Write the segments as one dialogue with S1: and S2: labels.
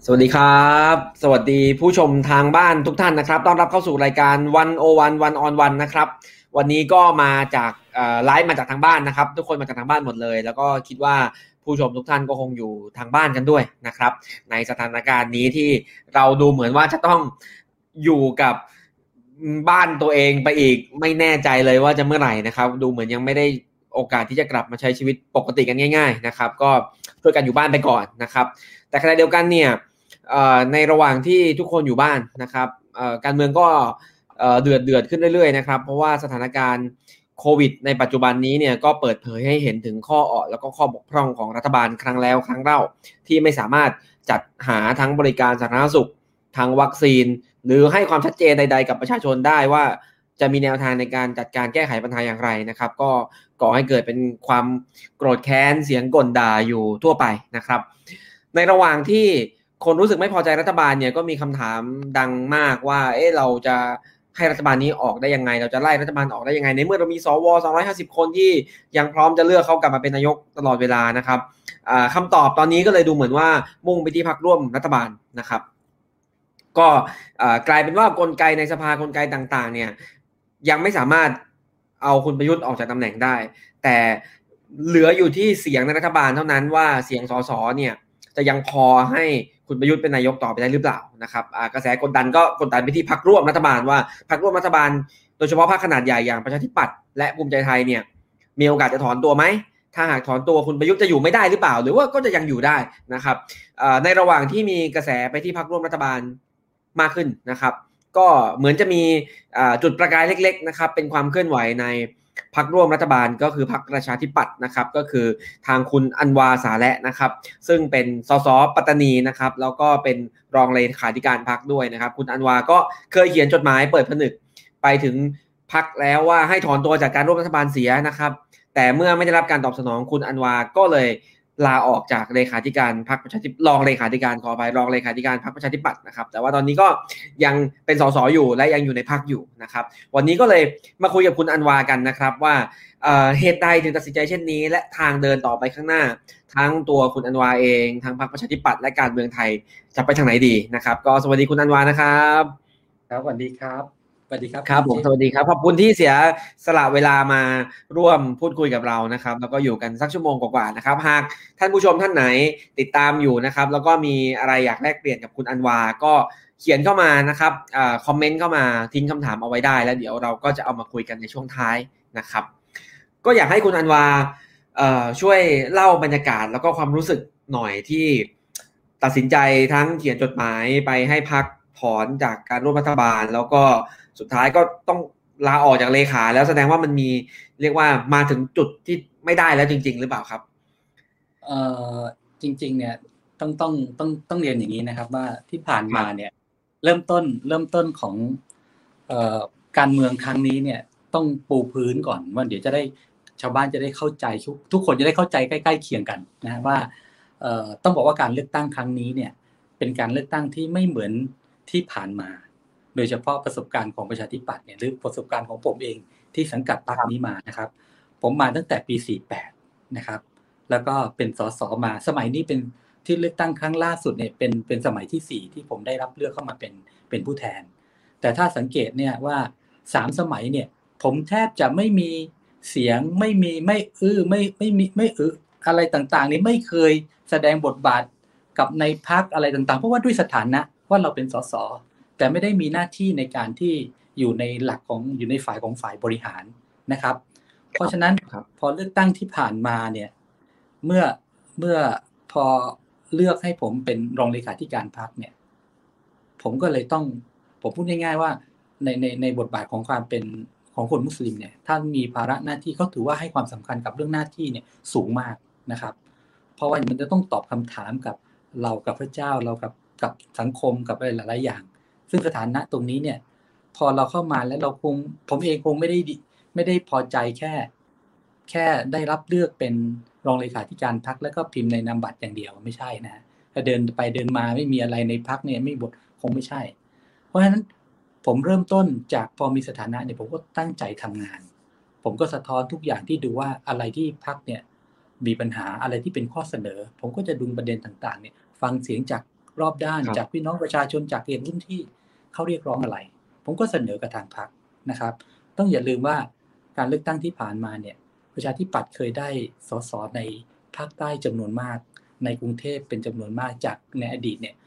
S1: สวัสดีครับสวัสดีผู้ชมทางบ้านทุกท่านนะครับต้อนรับเข้าสู่รายการ101 วันนะครับวันนี้ก็มาจากไลฟ์มาจากทางบ้านนะครับทุกคนมาจากทางบ้านหมดเลยแล้วก็คิดว่าผู้ชมทุกท่านก็คงอยู่ทางบ้านกันด้วยนะครับในสถานการณ์นี้ที่เราดูเหมือนว่าจะต้องอยู่กับบ้านตัวเองไปอีกไม่แน่ใจเลยว่าจะเมื่อไหร่นะครับดูเหมือนยังไม่ได้โอกาสที่จะกลับมาใช้ชีวิตปกติกันง่ายๆนะครับก็ช่วยกันอยู่บ้านไปก่อนนะครับแต่ขณะเดียวกันเนี่ยในระหว่างที่ทุกคนอยู่บ้านนะครับการเมืองก็เดือดขึ้นเรื่อยๆนะครับเพราะว่าสถานการณ์โควิดในปัจจุบันนี้เนี่ยก็เปิดเผยให้เห็นถึงข้ออ่อนแล้วก็ข้อบกพร่องของรัฐบาลครั้งแล้วครั้งเล่าที่ไม่สามารถจัดหาทั้งบริการสาธารณสุขทั้งวัคซีนหรือให้ความชัดเจนใดๆกับประชาชนได้ว่าจะมีแนวทางในการจัดการแก้ไขปัญหาอย่างไรนะครับก็ก่อให้เกิดเป็นความโกรธแค้นเสียงก่นด่าอยู่ทั่วไปนะครับในระหว่างที่คนรู้สึกไม่พอใจรัฐบาลเนี่ยก็มีคำถามดังมากว่าเราจะให้รัฐบาลนี้ออกได้ยังไงเราจะไล่รัฐบาลออกได้ยังไงในเมื่อเรามีสว250คนที่ยังพร้อมจะเลือกเขากลับมาเป็นนายกตลอดเวลานะครับคำตอบตอนนี้ก็เลยดูเหมือนว่ามุ่งไปที่พรรคร่วมรัฐบาลนะครับก็กลายเป็นว่ากลไกในสภากลไกต่างๆเนี่ยยังไม่สามารถเอาคุณประยุทธ์ออกจากตำแหน่งได้แต่เหลืออยู่ที่เสียงในรัฐบาลเท่านั้นว่าเสียงสสเนี่ยจะยังพอให้คุณประยุทธ์เป็นนายกต่อไปได้หรือเปล่านะครับกระแสกดดันก็กดดันไปที่พรรคร่วมรัฐบาลว่าพรรคร่วมรัฐบาลโดยเฉพาะพรรคขนาดใหญ่อย่างประชาธิปัตย์และภูมิใจไทยเนี่ยมีโอกาสจะถอนตัวไหมถ้าหากถอนตัวคุณประยุทธ์จะอยู่ไม่ได้หรือเปล่าหรือว่าก็จะยังอยู่ได้นะครับในระหว่างที่มีกระแสไปที่พรรคร่วมรัฐบาลมากขึ้นนะครับก็เหมือนจะมีจุดประกายเล็กๆนะครับเป็นความเคลื่อนไหวในพรรคร่วมรัฐบาลก็คือพรรคประชาธิปัตย์นะครับก็คือทางคุณอันวาสาและนะครับซึ่งเป็นสสปัตตานีนะครับแล้วก็เป็นรองเลขาธิการพรรคด้วยนะครับคุณอันวาก็เคยเขียนจดหมายเปิดผนึกไปถึงพรรคแล้วว่าให้ถอนตัวจากการร่วมรัฐบาลเสียนะครับแต่เมื่อไม่ได้รับการตอบสนองคุณอันวาก็เลยลาออกจากเลขาธิการพรรคประชาธิปัตย์รองเลขาธิการขออภัยรองเลขาธิการพรรคประชาธิปัตย์นะครับแต่ว่าตอนนี้ก็ยังเป็นสสอยู่และยังอยู่ในพรรคอยู่นะครับวันนี้ก็เลยมาคุยกับคุณอันวากันนะครับว่าเหตุใดถึงตัดสินใจเช่นนี้และทางเดินต่อไปข้างหน้าทั้งตัวคุณอันวาเองทั้งพรรคประชาธิปัตย์และการเมืองไทยจะไปทางไหนดีนะครับก็สวัสดีคุณอันวานะครับ
S2: ครับสวัสดีครับสวัสดีครับ
S1: ครับผมสวัสดีครับขอบคุณที่เสียสละเวลามาร่วมพูดคุยกับเรานะครับแล้วก็อยู่กันสักชั่วโมงกว่าๆนะครับหากท่านผู้ชมท่านไหนติดตามอยู่นะครับแล้วก็มีอะไรอยากแลกเปลี่ยนกับคุณอันวาก็เขียนเข้ามานะครับคอมเมนต์เข้ามาทิ้งคำถามเอาไว้ได้แล้วเดี๋ยวเราก็จะเอามาคุยกันในช่วงท้ายนะครับก็อยากให้คุณอันวาช่วยเล่าบรรยากาศแล้วก็ความรู้สึกหน่อยที่ตัดสินใจทั้งเขียนจดหมายไปให้พรรคถอนจากการร่วมรัฐบาลแล้วก็สุดท้ายก็ต้องลาออกจากเลขาแล้วแสดงว่ามันมีเรียกว่ามาถึงจุดที่ไม่ได้แล้วจริงๆหรือเปล่าครับ
S2: จริงๆเนี่ยต้องเรียนอย่างนี้นะครับว่าที่ผ่านมาเนี่ยเริ่มต้นของการเมืองครั้งนี้เนี่ยต้องปูพื้นก่อนว่าเดี๋ยวจะได้ชาวบ้านจะได้เข้าใจทุกคนจะได้เข้าใจใกล้ๆเคียงกันนะว่าต้องบอกว่าการเลือกตั้งครั้งนี้เนี่ยเป็นการเลือกตั้งที่ไม่เหมือนที่ผ่านมาโดยเฉพาะประสบการณ์ของประชาธิปัตย์เนี่ยหรือประสบการณ์ของผมเองที่สังกัดพรรคนี้มานะครับผมมาตั้งแต่ปี48นะครับแล้วก็เป็นสสมาสมัยนี้เป็นที่เลือกตั้งครั้งล่าสุดเนี่ยเป็นสมัยที่4ที่ผมได้รับเลือกเข้ามาเป็นผู้แทนแต่ถ้าสังเกตเนี่ยว่า3สมัยเนี่ยผมแทบจะไม่มีเสียงไม่มีไม่อะไรต่างๆนี่ไม่เคยแสดงบทบาทกับในพรรคอะไรต่างๆเพราะว่าด้วยสถานะว่าเราเป็นสสแต่ไม่ได้มีหน้าที่ในการที่อยู่ในหลักของอยู่ในฝ่ายของฝ่ายบริหารนะครับเพราะฉะนั้นพอเลือกตั้งที่ผ่านมาเนี่ยเมื่อพอเลือกให้ผมเป็นรองเลขาธิการพรรคเนี่ยผมก็เลยต้องผมพูดง่ายๆว่าในบทบาทของความเป็นของคนมุสลิมเนี่ยถ้ามีภาระหน้าที่เขาถือว่าให้ความสำคัญกับเรื่องหน้าที่เนี่ยสูงมากนะครับเพราะว่ามันจะต้องตอบคำถามกับเรากับพระเจ้าเรากับสังคมกับอะไรหลายๆอย่างซึ่งสถานะตรงนี้เนี่ยพอเราเข้ามาแล้วเราผมเองคงไม่ได้พอใจแค่ได้รับเลือกเป็นรองเลขาธิการพรรคแล้วก็พิมพ์ในนามบัตรอย่างเดียวไม่ใช่นะถ้าเดินไปเดินมาไม่มีอะไรในพรรคเนี่ยไม่บทคงไม่ใช่เพราะฉะนั้นผมเริ่มต้นจากพอมีสถานะเนี่ยผมก็ตั้งใจทำงานผมก็สะท้อนทุกอย่างที่ดูว่าอะไรที่พรรคเนี่ยมีปัญหาอะไรที่เป็นข้อเสนอผมก็จะดึงประเด็นต่างๆเนี่ยฟังเสียงจากรอบด้าน
S1: ครับ
S2: จากพี่น้องประชาชนจากเหตุรุ่นที่เขาเรียกร้องอะไรผมก็เสนอกับทางพรรคนะครับต้องอย่าลืมว่าการเลือกตั้งที่ผ่านมาเนี่ยประชาธิปัตย์เคยได้สสในภาคใต้จำนวนมากในกรุงเทพเป็นจำนวนมากจากในอดีตเนี่ย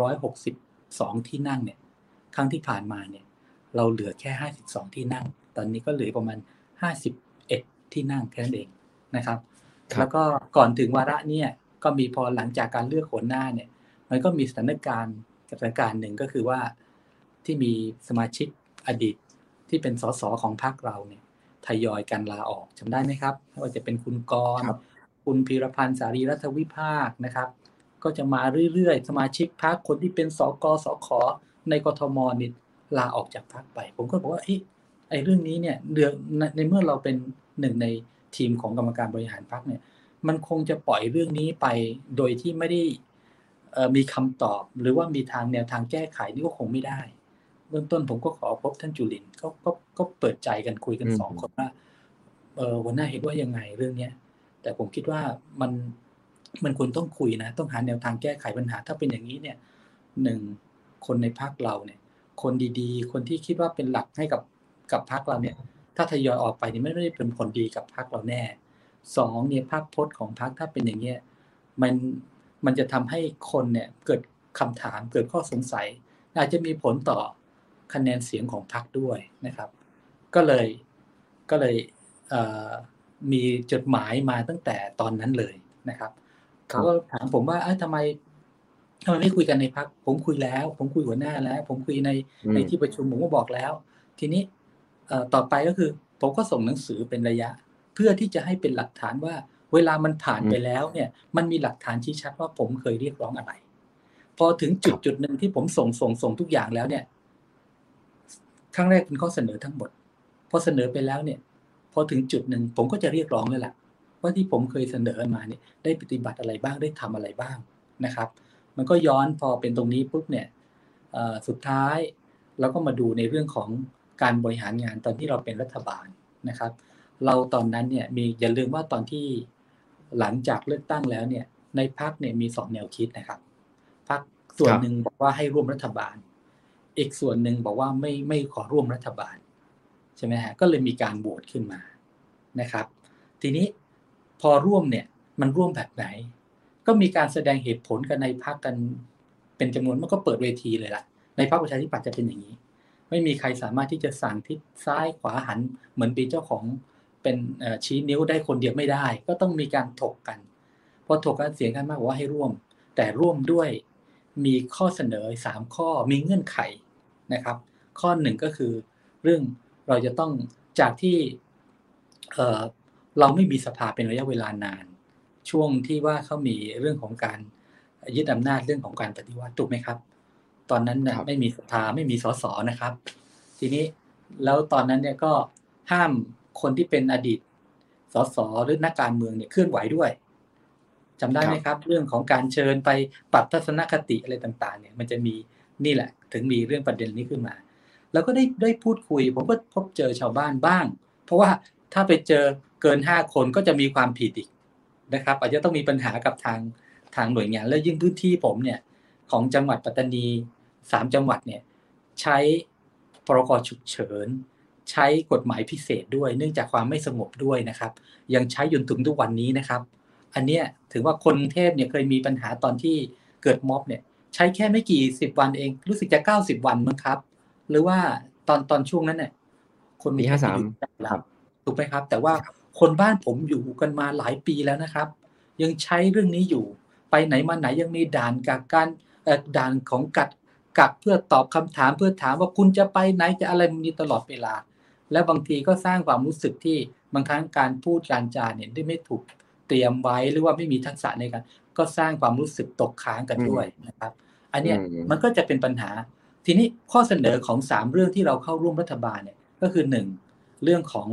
S2: 162ที่นั่งเนี่ยครั้งที่ผ่านมาเนี่ยเราเหลือแค่52ที่นั่งตอนนี้ก็เหลือประมาณ51ที่นั่งแค่นั้นเองนะครับแล้วก็ก่อนถึงวาระเนี่ยก็มีพอหลังจากการเลือกหัวหน้าเนี่ยมันก็มีสถานการณ์หนึ่งก็คือว่าที่มีสมาชิกอดีตที่เป็นสสของพรรคเราเนี่ยทยอยกันลาออกจำได้ไหมครับไม่ว่าจะเป็นคุณกรณ์คุณพีรพันธ์สารีรัฐวิภาคนะครับก็จะมาเรื่อยๆสมาชิกพรรคคนที่เป็นสกสขในกทมนี่ลาออกจากพรรคไปผมก็บอกว่าไอ้เรื่องนี้เนี่ยในเมื่อเราเป็นหนึ่งในทีมของกรรมการบริหารพรรคเนี่ยมันคงจะปล่อยเรื่องนี้ไปโดยที่ไม่ได้มีคำตอบหรือว่ามีแนวทางแก้ไขนี่ก็คงไม่ได้เบื้องต้นผมก็ขอพบท่านจุลินทร์ก็เปิดใจกันคุยกัน2คนว่าหัวหน้าเห็นว่ายังไงเรื่องเนี้ยแต่ผมคิดว่ามันควรต้องคุยนะต้องหาแนวทางแก้ไขปัญหาถ้าเป็นอย่างนี้เนี่ย1คนในพรรคเราเนี่ยคนดีๆคนที่คิดว่าเป็นหลักให้กับพรรคเราเนี่ยถ้าทยอยออกไปนี่ไม่ได้เป็นผลดีกับพรรคเราแน่2เนี่ยภาพพจน์ของพรรคถ้าเป็นอย่างเงี้ยมันจะทำให้คนเนี่ยเกิดคำถามเกิดข้อสงสัยอาจจะมีผลต่อคะแนนเสียงของพรรคด้วยนะครับก็เลยมีจดหมายมาตั้งแต่ตอนนั้นเลยนะครับเขาก็ถามผมว่าทำไมไม่คุยกันในพรรคผมคุยแล้วผมคุยหัวหน้าแล้วผมคุยในที่ประชุมผมก็บอกแล้วทีนี้ต่อไปก็คือผมก็ส่งหนังสือเป็นระยะเพื่อที่จะให้เป็นหลักฐานว่าเวลามันผ่านไปแล้วเนี่ยมันมีหลักฐานชี้ชัดว่าผมเคยเรียกร้องอะไรพอถึงจุดหนึ่งที่ผมส่งทุกอย่างแล้วเนี่ยครั้งแรกเป็นข้อเสนอทั้งหมดพอเสนอไปแล้วเนี่ยพอถึงจุดหนึ่งผมก็จะเรียกร้องแล้วแหละว่าที่ผมเคยเสนอมาเนี่ยได้ปฏิบัติอะไรบ้างได้ทำอะไรบ้างนะครับมันก็ย้อนพอเป็นตรงนี้ปุ๊บเนี่ยสุดท้ายเราก็มาดูในเรื่องของการบริหารงานตอนที่เราเป็นรัฐบาลนะครับเราตอนนั้นเนี่ยอย่าลืมว่าตอนที่หลังจากเลือกตั้งแล้วเนี่ยในพรรคเนี่ยมี2แนวคิดนะครับพรรคส่วนหนึ่งบอกว่าให้ร่วมรัฐบาลอีกส่วนหนึ่งบอกว่าไม่ขอร่วมรัฐบาลใช่ไหมฮะก็เลยมีการโหวตขึ้นมานะครับทีนี้พอร่วมเนี่ยมันร่วมแบบไหนก็มีการแสดงเหตุผลกันในพรรคกันเป็นจำนวนมันก็เปิดเวทีเลยล่ะในพรรคประชาธิปัตย์จะเป็นอย่างนี้ไม่มีใครสามารถที่จะสั่งทิศซ้ายขวาหันเหมือนเป็นเจ้าของเป็นชี้นิ้วได้คนเดียวไม่ได้ก็ต้องมีการถกกันพอถกกันเสียงกันมากว่าให้ร่วมแต่ร่วมด้วยมีข้อเสนอ3ข้อมีเงื่อนไขนะครับข้อ1ก็คือเรื่องเราจะต้องจากที่เราไม่มีสภาเป็นระยะเวลานานช่วงที่ว่าเขามีเรื่องของการยึดอำนาจเรื่องของการปฏิวัติถูกไหมครับตอนนั้นเนี่ยไม่มีสภาไม่มีสสนะครับทีนี้แล้วตอนนั้นเนี่ยก็ห้ามคนที่เป็นอดีตสสหรือนักการเมืองเนี่ยเคลื่อนไหวด้วยจำได้ไหมครับเรื่องของการเชิญไปปรับทัศนคติอะไรต่างๆเนี่ยมันจะมีนี่แหละถึงมีเรื่องประเด็นนี้ขึ้นมาแล้วก็ได้พูดคุยผมก็พบเจอชาวบ้านบ้างเพราะว่าถ้าไปเจอเกิน5คนก็จะมีความผิดอีกนะครับอาจจะต้องมีปัญหากับทางหน่วยงานและยิ่งพื้นที่ผมเนี่ยของจังหวัดปัตตานี3จังหวัดเนี่ยใช้พรกฉุกเฉินใช้กฎหมายพิเศษด้วยเนื่องจากความไม่สงบด้วยนะครับยังใช้จนถึงทุกวันนี้นะครับอันเนี้ยถือว่าคนกรุงเทพเนี่ยเคยมีปัญหาตอนที่เกิดม็อบเนี่ยใช้แค่ไม่กี่10วันเองรู้สึกจะ90วันมั้งครับหรือว่าตอนช่วงนั้นเนี่ยคน
S1: ปี53ครับ
S2: ถูกไหมครับแต่ว่าคนบ้านผมอยู่กันมาหลายปีแล้วนะครับยังใช้เรื่องนี้อยู่ไปไหนมาไหนยังมีด่านกักกันด่านของกักเพื่อตอบคำถามเพื่อถามว่าคุณจะไปไหนจะอะไรมีตลอดเวลาและบางทีก็สร้างความรู้สึกที่บางครั้งการพูดการจาเนี่ยได้ไม่ถูกเตรียมไว้หรือว่าไม่มีทักษะในการก็สร้างความรู้สึกตกค้างกันด้วยนะครับอันเนี้ยมันก็จะเป็นปัญหาทีนี้ข้อเสนอของ3เรื่องที่เราเข้าร่วมรัฐบาลเนี่ยก็คือ1เรื่องของ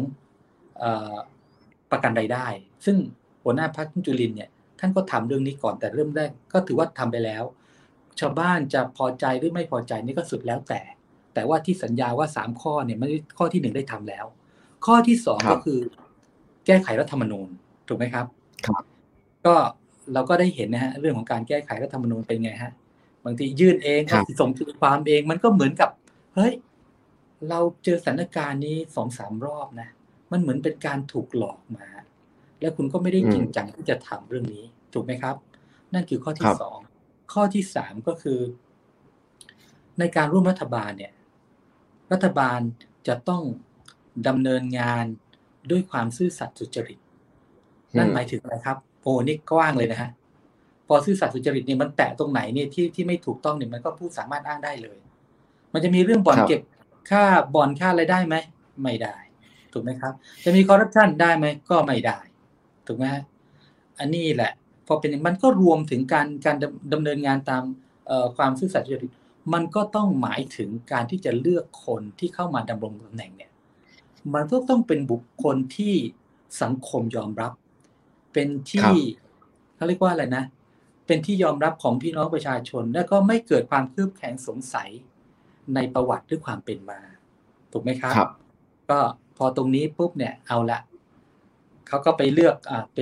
S2: ประกันรายได้ซึ่งหัวหน้าพรรคจุลินเนี่ยท่านก็ทำเรื่องนี้ก่อนแต่เริ่มแรกก็ถือว่าทำไปแล้วชาวบ้านจะพอใจหรือไม่พอใจนี่ก็สุดแล้วแต่ว่าที่สัญญาว่า3ข้อเนี่ยไม่ข้อที่1ได้ทำแล้วข้อที่2ก็คือแก้ไขรัฐธรรมนูญถูกไหมครับก็เราก็ได้เห็นนะฮะเรื่องของการแก้ไขรัฐธรรมนูญเป็นไงฮะบางทียื่นเองก็
S1: ครับ
S2: ส่งทีความเองมันก็เหมือนกับเฮ้ยเราเจอสถานการณ์นี้2-3 รอบนะมันเหมือนเป็นการถูกหลอกมาแล้วคุณก็ไม่ได้จริงจังที่จะทำเรื่องนี้ถูกไหมครับนั่นคือข้อที่2ข้อที่3ก็คือในการร่วมรัฐบาลเนี่ยรัฐบาลจะต้องดำเนินงานด้วยความซื่อสัตย์สุจริตนั่นหมายถึงอะไรครับโอ้นี่กว้างเลยนะฮะพอซื่อสัตย์สุจริตเนี่ยมันแตะตรงไหนเนี่ยที่ไม่ถูกต้องเนี่ยมันก็ผู้สามารถอ้างได้เลยมันจะมีเรื่องบ่อนเก็บค่าบ่อนค่าอะไรได้ไหมไม่ได้ถูกไหมครับจะมีคอร์รัปชันได้ไหมก็ไม่ได้ถูกไหมอันนี้แหละพอเป็นมันก็รวมถึงการดำเนินงานตามความซื่อสัตย์สุจริตมันก็ต้องหมายถึงการที่จะเลือกคนที่เข้ามาดำรงตำแหน่งเนี่ยมันก็ต้องเป็นบุคคลที่สังคมยอมรับเป็นที่เขาเรียกว่าอะไรนะเป็นที่ยอมรับของพี่น้องประชาชนและก็ไม่เกิดความเคลือบแคลงสงสัยในประวัติหรือความเป็นมาถูกไหมครับก็พอตรงนี้ปุ๊บเนี่ยเอาละเขาก็ไปเลือก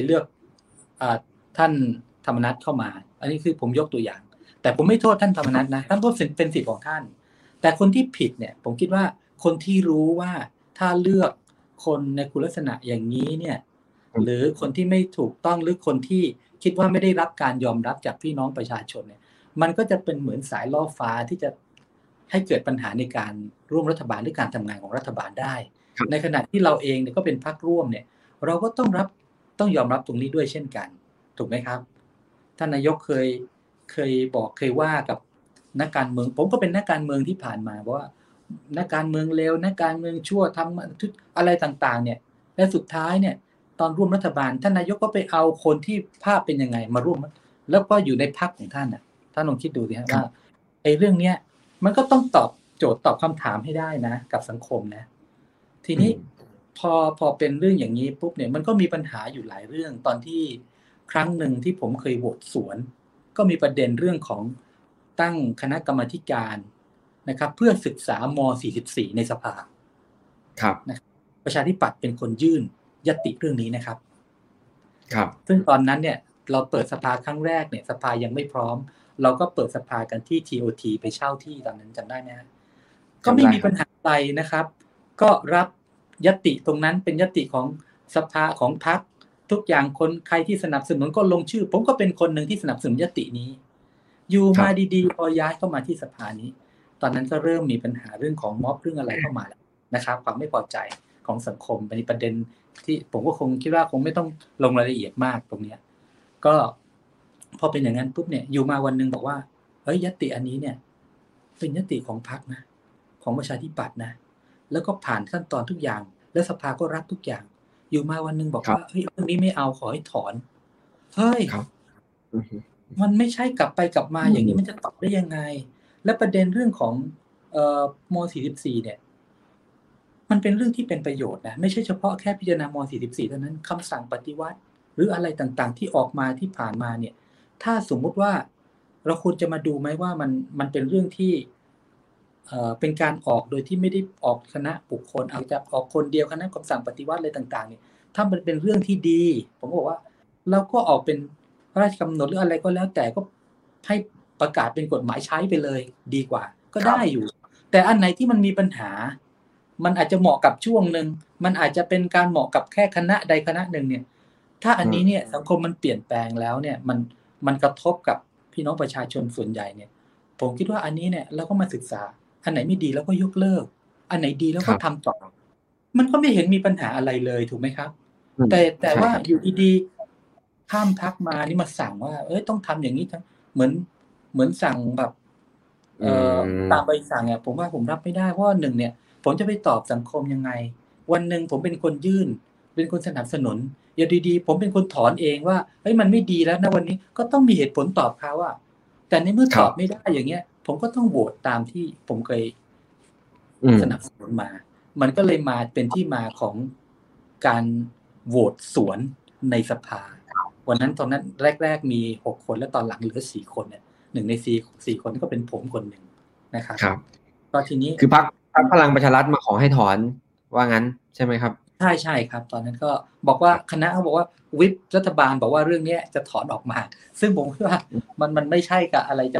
S2: ท่านธรรมนัสเข้ามาอันนี้คือผมยกตัวอย่างแต่ผมไม่โทษท่านธรรมนัสนะท่านโทษเป็นสิทธิ์ของท่านแต่คนที่ผิดเนี่ยผมคิดว่าคนที่รู้ว่าถ้าเลือกคนในคุณลักษณะอย่างนี้เนี่ยหรือคนที่ไม่ถูกต้องหรือคนที่คิดว่าไม่ได้รับการยอมรับจากพี่น้องประชาชนเนี่ยมันก็จะเป็นเหมือนสายล่อฟ้าที่จะให้เกิดปัญหาในการร่วมรัฐบาลหรือการทำงานของรัฐบาลได้ในขณะที่เราเองเนี่ยก็เป็นพรรคร่วมเนี่ยเราก็ต้องยอมรับตรงนี้ด้วยเช่นกันถูกไหมครับท่านนายกเคยบอกเคยว่ากับนักการเมืองผมก็เป็นนักการเมืองที่ผ่านมาว่านักการเมืองเลวนักการเมืองชั่วทำอะไรต่างๆเนี่ยและสุดท้ายเนี่ยตอนร่วมรัฐบาลท่านนายกก็ไปเอาคนที่ภาพเป็นยังไงมาร่วมแล้วก็อยู่ในพรรคของท่านน่ะท่านลองคิดดูสิฮะว่าไอ้เรื่องเนี้ยมันก็ต้องตอบโจทย์ตอบคำถามให้ได้นะกับสังคมนะทีนี้พอเป็นเรื่องอย่างนี้ปุ๊บเนี่ยมันก็มีปัญหาอยู่หลายเรื่องตอนที่ครั้งหนึ่งที่ผมเคยโหวตสวนก็มีประเด็นเรื่องของตั้งคณะกรรมาธิการนะครับเพื่อศึกษาม.44 ในสภา
S1: ครับ
S2: นะประชาธิปัตย์เป็นคนยื่นญัตติเรื่องนี้นะครับ
S1: ครับ
S2: ซึ่งตอนนั้นเนี่ยเราเปิดสภาครั้งแรกเนี่ยสภายังไม่พร้อมเราก็เปิดสภากันที่ TOT ไปเช่าที่ตอนนั้นจำได้ไหมก็ไม่มีปัญหาอะไรนะครับก็รับญัตติตรงนั้นเป็นญัตติของสภาของพรรคทุกอย่างคนใครที่สนับสนุนก็ลงชื่อผมก็เป็นคนหนึ่งที่สนับสนุนญัตตินี้อยู่มาดีๆพอย้ายเข้ามาที่สภานี้ตอนนั้นก็เริ่มมีปัญหาเรื่องของม็อบเรื่องอะไรเข้ามาแล้วนะครับความไม่พอใจของสังคมเป็นประเด็นที่ผมก็คงคิดว่าคงไม่ต้องลงรายละเอียดมากตรงนี้ก็พอเป็นอย่างนั้นปุ๊บเนี่ยอยู่มาวันนึงบอกว่าเฮ้ยญัตติอันนี้เนี่ยเป็นญัตติของพรรคนะของประชาธิปัตย์นะแล้วก็ผ่านขั้นตอนทุกอย่างแล้วสภาก็รับทุกอย่างอยู่มาวันนึงบอกว่าเฮ้ยเรื่องนี้ไม่เอาขอให้ถอนเฮ้ยมันไม่ใช่กลับไปกลับมาอย่างนี้มันจะตอบได้ยังไงและประเด็นเรื่องของม.44 เนี่ยมันเป็นเรื่องที่เป็นประโยชน์นะไม่ใช่เฉพาะแค่พิจารณาม.44 เท่านั้นคำสั่งปฏิวัติหรืออะไรต่างๆที่ออกมาที่ผ่านมาเนี่ยถ้าสมมุติว่าเราควรจะมาดูไหมว่ามันเป็นเรื่องที่เป็นการออกโดยที่ไม่ได้ออกคณะบุคคลเอาจะออกคนเดียวคณะคำสั่งปฏิวัติอะไรต่างๆเนี่ยถ้ามันเป็นเรื่องที่ดีผมบอกว่าเราก็ออกเป็นพระราชกำหนดหรืออะไรก็แล้วแต่ก็ให้ประกาศเป็นกฎหมายใช้ไปเลยดีกว่าก็ได้อยู่แต่อันไหนที่มันมีปัญหามันอาจจะเหมาะกับช่วงนึงมันอาจจะเป็นการเหมาะกับแค่คณะใดคณะหนึ่งเนี่ยถ้าอันนี้เนี่ยสังคมมันเปลี่ยนแปลงแล้วเนี่ยมันกระทบกับพี่น้องประชาชนส่วนใหญ่เนี่ยผมคิดว่าอันนี้เนี่ยเราก็มาศึกษาอันไหนไม่ดีแล้วก็ยกเลิกอันไหนดีแล้วก็ทำต่อมันก็ไม่เห็นมีปัญหาอะไรเลยถูกไหมครับแต่ว่าอยู่ดีๆข้ามพักมานี่มาสั่งว่าต้องทำอย่างนี้เหมือนสั่งแบบตามใบสั่งเนี่ยผมว่าผมรับไม่ได้เพราะหนึ่งเนี่ยผมจะไปตอบสังคมยังไงวันหนึ่งผมเป็นคนยื่นเป็นคนสนับสนุนอย่าดีๆผมเป็นคนถอนเองว่ามันไม่ดีแล้วนะวันนี้ก็ต้องมีเหตุผลตอบเขาว่าแต่ในเมื่อตอบไม่ได้อย่างเงี้ยผมก็ต้องโหวตตามที่ผมเคยสนับสนุนมามันก็เลยมาเป็นที่มาของการโหวตสวนในสภาวันนั้นตอนนั้นแรกๆมี6คนแล้วตอนหลังเหลือ4คนเนี่ย1ใน4คนก็เป็นผมคนหนึ่งนะครับก็ทีนี้
S1: คือพรรคพลังประชารัฐมาขอให้ถอนว่างั้นใช่ไหมครับ
S2: ใช่ครับตอนนั้นก็บอกว่าคณะเขาบอกว่าวิปรัฐบาลบอกว่าเรื่องนี้จะถอนออกมาซึ่งผมคิดว่ามันไม่ใช่กับอะไรจะ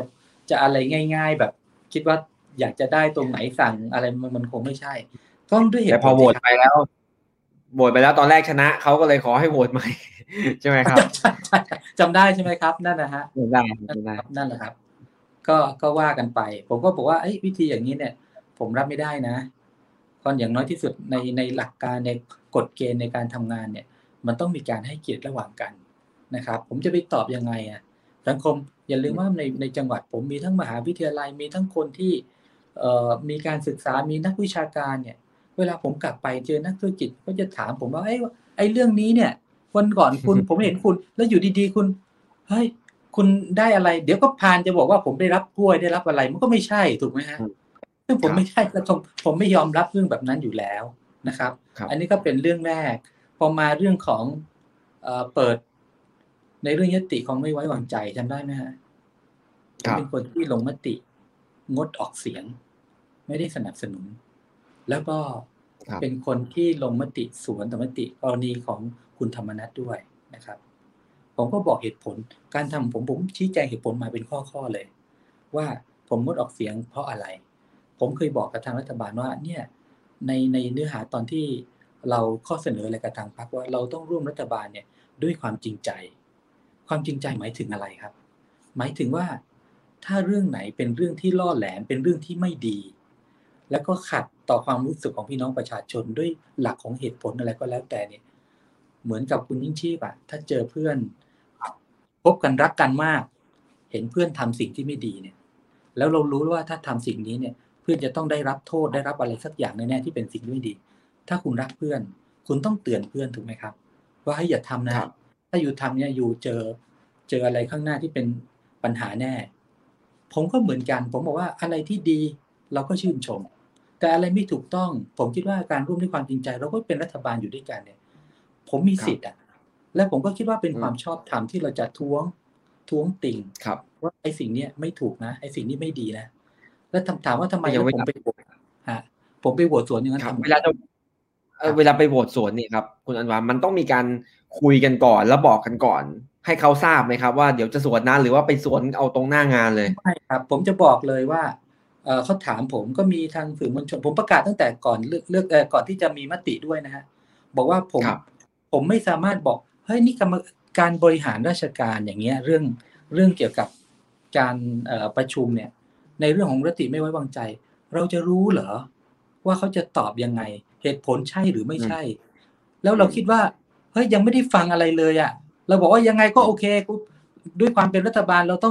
S2: จะอะไรง่ายๆแบบคิดว่าอยากจะได้ตรงไหนสั่งอะไรมันคงไม่ใช่ต้องด้วยเห
S1: แต่
S2: ตุ
S1: พอโหว
S2: ผลสิครับ
S1: ตไปแล้วโหวตไปแล้วตอนแรกชนะเขาก็เลยขอให้โหวตใหม่ ใช่ไหมครับ
S2: ใช่จำได้ใช่ไหมครับนั่นนะฮะ
S1: ไม่ได้
S2: นั่น
S1: ไม่ได้
S2: ครับนั่นแหละครับก็ว่ากันไปผมก็บอกว่าวิธีอย่างนี้เนี่ยผมรับไม่ได้นะเพราะอย่างน้อยที่สุดในหลักการในกฎเกณฑ์ในการทำงานเนี่ยมันต้องมีการให้เกียรติระหว่างกันนะครับผมจะไปตอบยังไงอ่ะสังคมอย่าลืมว่าในจังหวัดผมมีทั้งมหาวิทยาลัยมีทั้งคนที่มีการศึกษามีนักวิชาการเนี่ยเวลาผมกลับไปเจอนักธุรกิจก็จะถามผมว่าไอ้เรื่องนี้เนี่ยวันก่อนผมเห็นคุณแล้วอยู่ดีๆคุณเฮ้ยคุณได้อะไรเดี๋ยวก็พานจะบอกว่าผมได้รับกล้วยได้รับอะไรมันก็ไม่ใช่ถูกไหมฮะซึ่งผมไม่ใช่กระทงผมไม่ยอมรับเรื่องแบบนั้นอยู่แล้วนะครับอันนี้ก็เป็นเรื่องแรกพอมาเรื่องของเปิดในเรื่องยติของไม่ไว้วางใจจำได้ไหมฮะผมเป็นคนที่ลงมติงดออกเสียงไม่ได้สนับสนุนแล้วก็เป็นคนที่ลงมติสวนต่อมติกรณีของคุณธรรมนัสด้วยนะครับผมก็บอกเหตุผลการทำผมชี้แจงเหตุผลมาเป็นข้อเลยว่าผมงดออกเสียงเพราะอะไรผมเคยบอกกับทางรัฐบาลว่าเนี่ยในเนื้อหาตอนที่เราข้อเสนออะไรกับทางพรรคว่าเราต้องร่วมรัฐบาลเนี่ยด้วยความจริงใจความจริงใจหมายถึงอะไรครับหมายถึงว่าถ้าเรื่องไหนเป็นเรื่องที่ล่อแหลมเป็นเรื่องที่ไม่ดีแล้วก็ขัดต่อความรู้สึกของพี่น้องประชาชนด้วยหลักของเหตุผลอะไรก็แล้วแต่เนี่ยเหมือนกับคุณยิ่งชีพถ้าเจอเพื่อนพบกันรักกันมากเห็นเพื่อนทำสิ่งที่ไม่ดีเนี่ยแล้วเรารู้ว่าถ้าทำสิ่งนี้เนี่ยเพื่อนจะต้องได้รับโทษได้รับอะไรสักอย่างแน่ๆที่เป็นสิ่งที่ไม่ดีถ้าคุณรักเพื่อนคุณต้องเตือนเพื่อนถูกไหมครับว่าให้อย่าทำนะถ้าอยู่ทำเนี่ยอยู่เจออะไรข้างหน้าที่เป็นปัญหาแน่ผมก็เหมือนกันผมบอกว่าอะไรที่ดีเราก็ชื่นชมแต่อะไรไม่ถูกต้องผมคิดว่าการร่วมด้วยความจริงใจเราก็เป็นรัฐบาลอยู่ด้วยกันเนี่ยผมมีสิทธิ์และผมก็คิดว่าเป็นความชอบธรรมที่เราจะท้วงติ่งว่าไอ้สิ่งนี้ไม่ถูกนะไอ้สิ่งนี้ไม่ดีนะแล้วถามว่าทำไมแล้วผมไปโหวตผมไปโหวตสวนอย่างนั้นทำไม
S1: เวลาไปโหวตสวนนี่ครับคุณอันวามันต้องมีการคุยกันก่อนแล้วบอกกันก่อนให้เขาทราบไหมครับว่าเดี๋ยวจะสวนนะหรือว่าไปสวนเอาตรงหน้างานเลย
S2: ไม่ครับผมจะบอกเลยว่าเขาถามผมก็มีทางสื่อมวลชนผมประกาศตั้งแต่ก่อนเลือกก่อนที่จะมีมติด้วยนะฮะบอกว่าผมไม่สามารถบอกเฮ้ยนี่กรรมการบริหารราชการอย่างเงี้ยเรื่องเกี่ยวกับการประชุมเนี่ยในเรื่องของมติไม่ไว้วางใจเราจะรู้เหรอว่าเขาจะตอบยังไงเหตุผลใช่หรือไม่ใช่แล้วเราคิดว่าเฮ้ยยังไม่ได้ฟังอะไรเลยอ่ะเราบอกว่ายังไงก็โอเคด้วยความเป็นรัฐบาลเราต้อง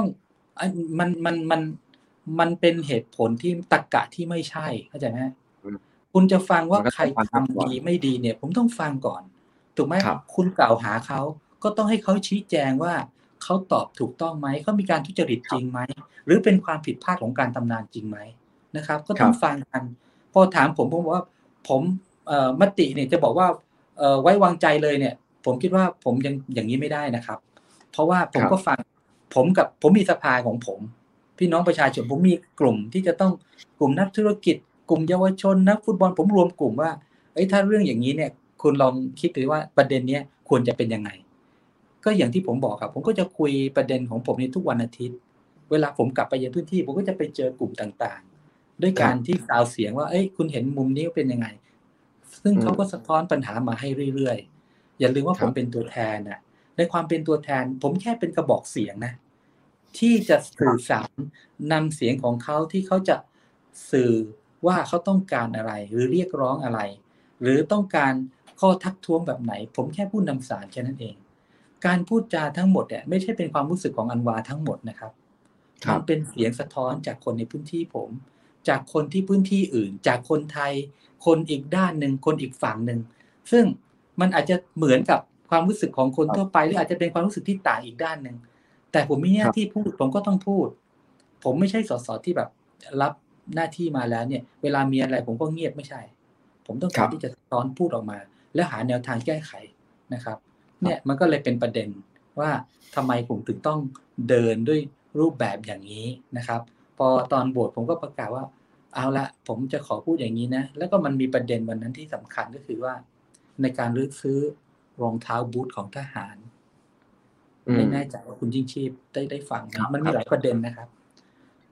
S2: มันเป็นเหตุผลที่ตรรกะที่ไม่ใช่เข้าใจไหมคุณจะฟังว่าใครทำดีไม่ดีเนี่ยผมต้องฟังก่อนถูกไหมคุณกล่าวหาเขาก็ต้องให้เขาชี้แจงว่าเขาตอบถูกต้องไหมเขามีการทุจริตจริงไหมหรือเป็นความผิดพลาดของการทำงานจริงไหมนะครับก็ต้องฟังกันพอถามผมบอกว่าผมมติเนี่ยจะบอกว่าไว้วางใจเลยเนี่ยผมคิดว่าผมยังอย่างนี้ไม่ได้นะครับเพราะว่าผมก็ฟังผมมีสภาของผมพี่น้องประชาชนผมมีกลุ่มที่จะต้องกลุ่มนักธุรกิจกลุ่มเยาวชนนักฟุตบอลผมรวมกลุ่มว่าถ้าเรื่องอย่างนี้เนี่ยคุณลองคิดดูว่าประเด็นนี้ควรจะเป็นยังไงก็อย่างที่ผมบอกครับผมก็จะคุยประเด็นของผมในทุกวันอาทิตย์เวลาผมกลับไปยังพื้นที่ผมก็จะไปเจอกลุ่มต่างๆด้วยการที่ซาวเสียงว่าคุณเห็นมุมนี้เป็นยังไงซึ่งเขาก็สะท้อนปัญหามาให้เรื่อยๆอย่าลืมว่าผมเป็นตัวแทนนะในความเป็นตัวแทนผมแค่เป็นกระบอกเสียงนะที่จะสื่อสารนำเสียงของเขาที่เขาจะสื่อว่าเขาต้องการอะไรหรือเรียกร้องอะไรหรือต้องการข้อทักท้วงแบบไหนผมแค่พูดนำสารแค่นั้นเองการพูดจาทั้งหมดเนี่ยไม่ใช่เป็นความรู้สึกของอันวาทั้งหมดนะครับมันเป็นเสียงสะท้อนจากคนในพื้นที่ผมจากคนที่พื้นที่อื่นจากคนไทยคนอีกด้านหนึ่งคนอีกฝั่งหนึ่งซึ่งมันอาจจะเหมือนกับความรู้สึกของคนทั่วไปหรืออาจจะเป็นความรู้สึกที่ต่างอีกด้านหนึ่งแต่ผมมีหน้าที่พูดผมก็ต้องพูดผมไม่ใช่สสที่แบบรับหน้าที่มาแล้วเนี่ยเวลามีอะไรผมก็เงียบไม่ใช่ผมต้องการที่จะสะท้อนพูดออกมาและหาแนวทางแก้ไขนะครับเนี่ยมันก็เลยเป็นประเด็นว่าทำไมผมถึงต้องเดินด้วยรูปแบบอย่างนี้นะครับพอตอนโหวตผมก็ประกาศว่าเอาละผมจะขอพูดอย่างนี้นะแล้วก็มันมีประเด็นวันนั้นที่สำคัญก็คือว่าในการรื้อซื้อรองเท้าบูทของทหารไม่แน่ใจว่าคุณยิ่งชีพได้ฟังไหมมันมีหลายประเด็นนะครับ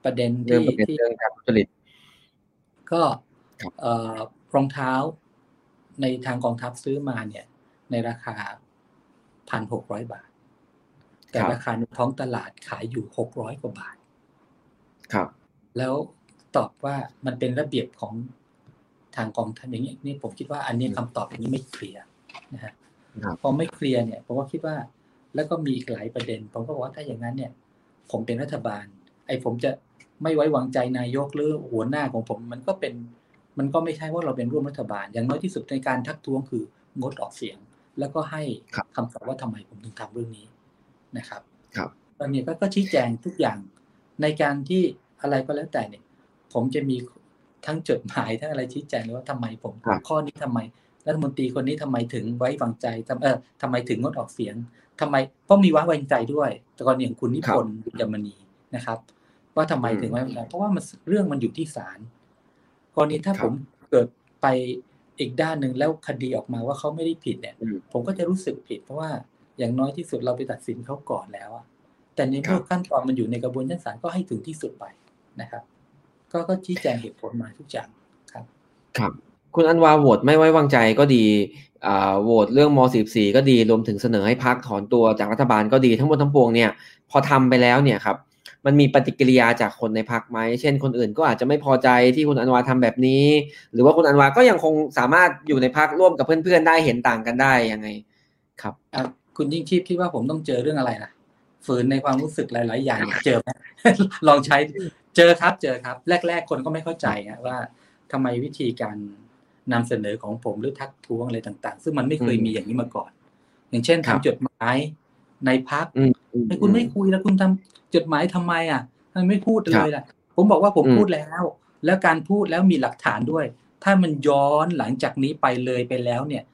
S2: ประเด็น
S1: เรื่อง
S2: ที่
S1: ประเด็นเรื่องการทุจริต
S2: ก็
S1: ครับ
S2: รองเท้าในทางกองทัพซื้อมาเนี่ยในราคา 1,600 บาทแต่ราคาในท้องตลาดขายอยู่600กว่าบาท
S1: ครับ
S2: แล้วตอบว่ามันเป็นระเบียบของทางกองทัพอย่างนี้นี่ผมคิดว่าอันนี้คำตอบอย่างนี้ไม่เคลียร์นะฮะพอไม่เคลียร์เนี่ยผมก็คิดว่าแล้วก็มีอีกหลายประเด็นผมก็บอกว่าถ้าอย่างนั้นเนี่ยผมเป็นรัฐบาลผมจะไม่ไว้วางใจนายกหรือหัวหน้าของผมมันก็ไม่ใช่ว่าเราเป็นร่วมรัฐบาลอย่างน้อยที่สุดในการทักท้วงคืองดออกเสียงแล้วก็ให้คำตอบว่าทำไมผมถึงทำเรื่องนี้นะครับตอนนี้ก็ชี้แจงทุกอย่างในการที่อะไรก็แล้วแต่เนี่ยผมจะมีทั้งจดหมายทั้งอะไรชี้แจงเลยว่าทำไมผมข้อนี้ทำไมรัฐมนตรีคนนี้ทำไมถึงไว้วางใจทำไมถึงงดออกเสียงทำไมเพราะมีไว้วางใจด้วยแต่กรณีอย่างคุณนิพนธ์บุญยมณีนะครับว่าทำไมถึงไว้วางใจเพราะว่าเรื่องมันอยู่ที่ศาลกรณีถ้าผมเกิดไปอีกด้านหนึ่งแล้วคดีออกมาว่าเขาไม่ได้ผิดเนี่ยผมก็จะรู้สึกผิดเพราะว่าอย่างน้อยที่สุดเราไปตัดสินเขาก่อนแล้วแต่ในเมื่อขั้นตอนมันอยู่ในกระบวนการศาลก็ให้ถึงที่สุดไปนะครับก็ชี้แจงเหตุผลมาทุกอย่าง
S1: ครับคุณอันวาโหวตไม่ไว้วางใจก็ดีโหวตเรื่องม.44ก็ดีรวมถึงเสนอให้พรรคถอนตัวจากรัฐบาลก็ดีทั้งหมดทั้งปวงเนี่ยพอทำไปแล้วเนี่ยครับมันมีปฏิกิริยาจากคนในพรรคไหมเช่นคนอื่นก็อาจจะไม่พอใจที่คุณอันวาทำแบบนี้หรือว่าคุณอันวาก็ยังคงสามารถอยู่ในพรรคร่วมกับเพื่อนๆได้เห็นต่างกันได้ยังไงครับ
S2: คุณยิ่งชีพคิดว่าผมต้องเจอเรื่องอะไรนะฝืนในความรู้สึกหลายๆอย่างเจอไหม ลองใช้เจอครับแรกๆคนก็ไม่เข้าใจว่าทำไมวิธีการนำเสนอของผมหรือทักท้วงอะไรต่างๆซึ่งมันไม่เคยมีอย่างนี้มาก่อนอย่างเช่นทำจดหมายในพรรคให้คุณไม่คุยแล้วคุณทำจดหมายทำไมมันไม่พูดเลยล่ะผมบอกว่าผมพูดแล้วการพูดแล้วมีหลักฐานด้วยถ้ามันย้อนหลังจากนี้ไปเลยไปแล้วเนี่ย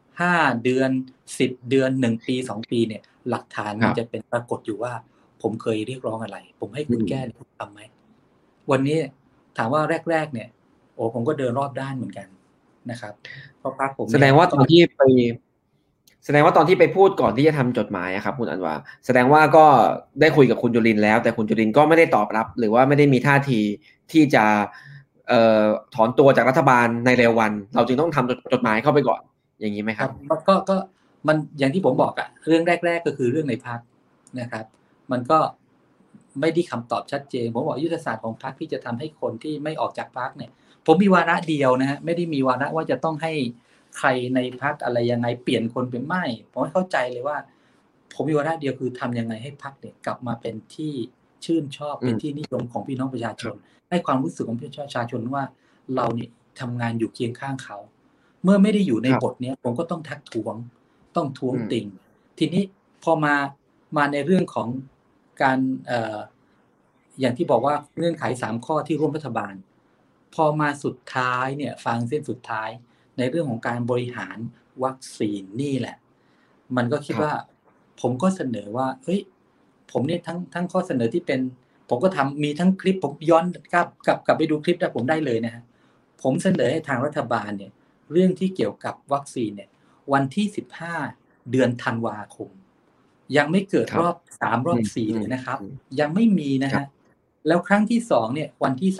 S2: 5 เดือน10 เดือน1 ปี2 ปีเนี่ยหลักฐานมันจะเป็นปรากฏอยู่ว่าผมเคยเรียกร้องอะไรผมให้คุณแก้คุณทำไหมวันนี้ถามว่าแรกๆเนี่ยผมก็เดินรอบด้านเหมือนกันนะครับเพราะพรรคผม
S1: แสดงว่าตอนที่ไปพูดก่อนที่จะทำจดหมายครับคุณอันวาแสดงว่าก็ได้คุยกับคุณจุรินทร์แล้วแต่คุณจุรินทร์ก็ไม่ได้ตอบรับหรือว่าไม่ได้มีท่าทีที่จะถอนตัวจากรัฐบาลในเร็ววันเราจึงต้องทำจดหมายเข้าไปก่อนอย่างนี้ไหมครับ
S2: ก็มันอย่างที่ผมบอกเรื่องแรกๆก็คือเรื่องในพรรคนะครับมันก็ไม่ได้คำตอบชัดเจนผมบอกยุทธศาสตร์ของพรรคที่จะทำให้คนที่ไม่ออกจากพรรคเนี่ยผมมีวาระเดียวนะฮะไม่ได้มีวาระว่าจะต้องให้ใครในพรรคอะไรยังไงเปลี่ยนคนเป็นไม่ผมเข้าใจเลยว่าผมมีวาระเดียวคือทำยังไงให้พรรคเนี่ยกลับมาเป็นที่ชื่นชอบเป็นที่นิยมของพี่น้องประชาชนให้ความรู้สึกของพี่น้องประชาชนว่าเราเนี่ยทำงานอยู่เคียงข้างเขาเมื่อไม่ได้อยู่ในบทนี้ผมก็ต้องทักท้วงต้องท้วงติ่งทีนี้พอมาในเรื่องของการอย่างที่บอกว่าเงื่อนไข3 ข้อที่ร่วมรัฐบาลพอมาสุดท้ายเนี่ยฟังเส้นสุดท้ายในเรื่องของการบริหารวัคซีนนี่แหละมันก็คิดว่าผมก็เสนอว่าเฮ้ยผมเนี่ยทั้งข้อเสนอที่เป็นผมก็ทำมีทั้งคลิปผมย้อนกลับไปดูคลิปได้ผมได้เลยนะฮะผมเสนอให้ทางรัฐบาลเนี่ยเรื่องที่เกี่ยวกับวัคซีนเนี่ยวันที่15 เดือนธันวาคมยังไม่เกิดรอบ3รอบ4เลยนะครับยังไม่มีนะฮะแล้วครั้งที่2เนี่ยวันที่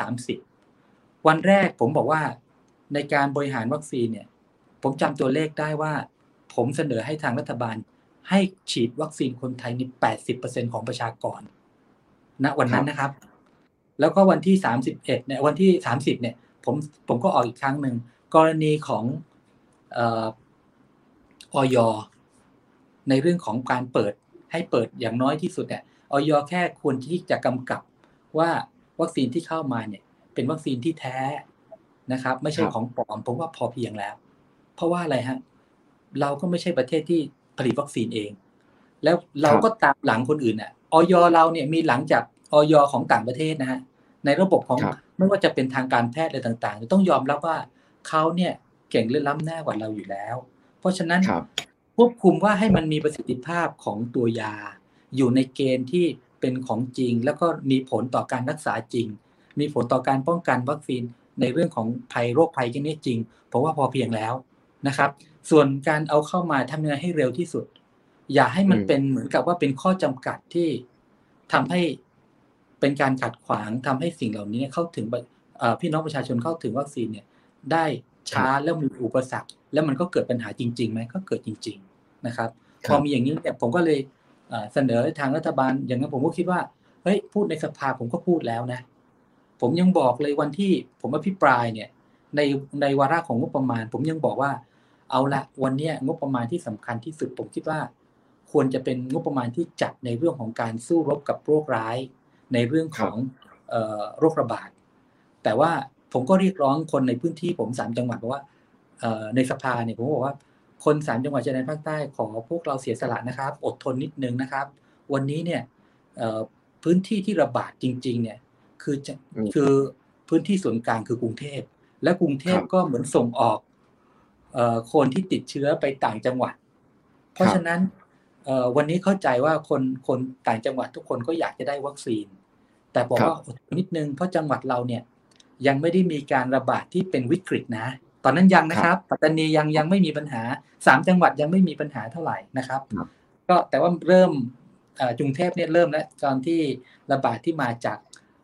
S2: 30วันแรกผมบอกว่าในการบริหารวัคซีนเนี่ยผมจำตัวเลขได้ว่าผมเสนอให้ทางรัฐบาลให้ฉีดวัคซีนคนไทยใน 80% ของประชากรณวันนั้นนะครับแล้วก็วันที่31เนี่ยวันที่30เนี่ยผมก็ออกอีกครั้งนึงกรณีของอย.ในเรื่องของการเปิดอย่างน้อยที่สุดเนี่ยอย.แค่ควรที่จะกำกับว่าวัคซีนที่เข้ามาเนี่ยเป็นวัคซีนที่แท้นะครับไม่ใช่ของปลอมผมว่าพอเพียงแล้วเพราะว่าอะไรฮะเราก็ไม่ใช่ประเทศที่ผลิตวัคซีนเองแล้วเราก็ตามหลังคนอื่นน่ะอย.เราเนี่ยมีหลังจากอย.ของต่างประเทศนะฮะในระบบของไม่ว่าจะเป็นทางการแพทย์อะไรต่างๆต้องยอมรับว่าเขาเนี่ยเก่งและล้ำหน้ากว่าเราอยู่แล้วเพราะฉะนั้นควบคุมว่าให้มันมีประสิทธิภาพของตัวยาอยู่ในเกณฑ์ที่เป็นของจริงแล้วก็มีผลต่อการรักษาจริงมีผลต่อการป้องกันวัคซีนในเรื่องของโรคภัยนี้จริงเพราะว่าพอเพียงแล้วนะครับส่วนการเอาเข้ามาทำยังไงให้เร็วที่สุดอย่าให้มันเป็นเหมือนกับว่าเป็นข้อจำกัดที่ทำให้เป็นการขัดขวางทำให้สิ่งเหล่านี้เข้าถึงพี่น้องประชาชนเข้าถึงวัคซีนเนี่ยได้ช้าแล้วมีอุปสรรคแล้วมันก็เกิดปัญหาจริงๆไหมก็เกิดจริงๆนะครับพอมีอย่างนี้เนี่ยผมก็เลยเสนอทางรัฐบาลอย่างนั้นผมก็คิดว่าเฮ้ยพูดในสภาผมก็พูดแล้วนะผมยังบอกเลยวันที่ผมอภิปรายเนี่ยในวาระของงบประมาณผมยังบอกว่าเอาละวันนี้งบประมาณที่สำคัญที่สุดผมคิดว่าควรจะเป็นงบประมาณที่จัดในเรื่องของการสู้รบกับโรคร้ายในเรื่องของโรคระบาดแต่ว่าผมก็เรียกร้องคนในพื้นที่ผม3จังหวัดบอกว่าในสภาเนี่ยผมบอกว่าคน3จังหวัดชายแดนภาคใต้ขอพวกเราเสียสละนะครับอดทนนิดนึงนะครับวันนี้เนี่ยพื้นที่ที่ระบาดจริงๆเนี่ยคือพื้นที่ศูนย์กลางคือกรุงเทพและกรุงเทพก็เหมือนส่งออกคนที่ติดเชื้อไปต่างจังหวัดเพราะฉะนั้นวันนี้เข้าใจว่าคนต่างจังหวัดทุกคนก็อยากจะได้วัคซีนแต่บอกว่าอดทนนิดนึงเพราะจังหวัดเราเนี่ยยังไม่ได้มีการระบาดที่เป็นวิกฤตนะตอนนั้นยังนะครับปัตตานียังไม่มีปัญหา3จังหวัดยังไม่มีปัญหาเท่าไหร่นะครับก็แต่ว่าเริ่มกรุงเทพเนี่ยเริ่มแล้วตอนที่ระบาดที่มาจาก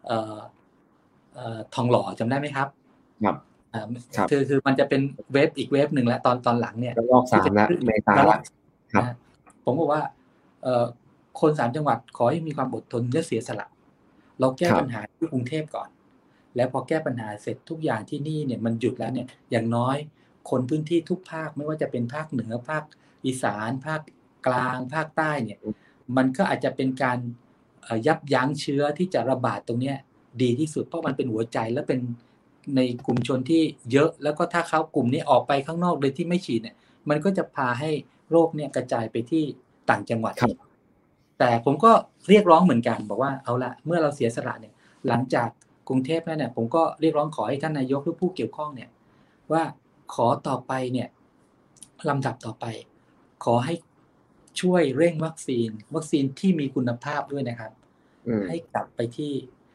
S2: ทองหล่อจำได้ไหมครับคือมันจะเป็นเวฟอีกเวฟหนึ่งแล้วตอนหลังเนี่ย
S1: รอบ3แล้วเมษาครับ
S2: ผมบอกว่าคน3จังหวัดขอให้มีความอดทนและเสียสละเราแก้ปัญหาที่กรุงเทพก่อนแล้วพอแก้ปัญหาเสร็จทุกอย่างที่นี่เนี่ยมันหยุดแล้วเนี่ยอย่างน้อยคนพื้นที่ทุกภาคไม่ว่าจะเป็นภาคเหนือภาคอีสานภาคกลางภาคใต้เนี่ยมันก็อาจจะเป็นการยับยั้งเชื้อที่จะระบาดตรงนี้ดีที่สุดเพราะมันเป็นหัวใจและเป็นในกลุ่มชนที่เยอะแล้วก็ถ้าเขากลุ่มนี้ออกไปข้างนอกโดยที่ไม่ฉีดเนี่ยมันก็จะพาให้โรคเนี่ยกระจายไปที่ต่างจังหวัดแต่ผมก็เรียกร้องเหมือนกันบอกว่าเอาละเมื่อเราเสียสละเนี่ยหลังจากกรุงเทพนั่นเนี่ยผมก็เรียกร้องขอให้ท่านนายกหรือผู้เกี่ยวข้องเนี่ยว่าขอต่อไปเนี่ยลำดับต่อไปขอให้ช่วยเร่งวัคซีนที่มีคุณภาพด้วยนะครับให้กลับไปที่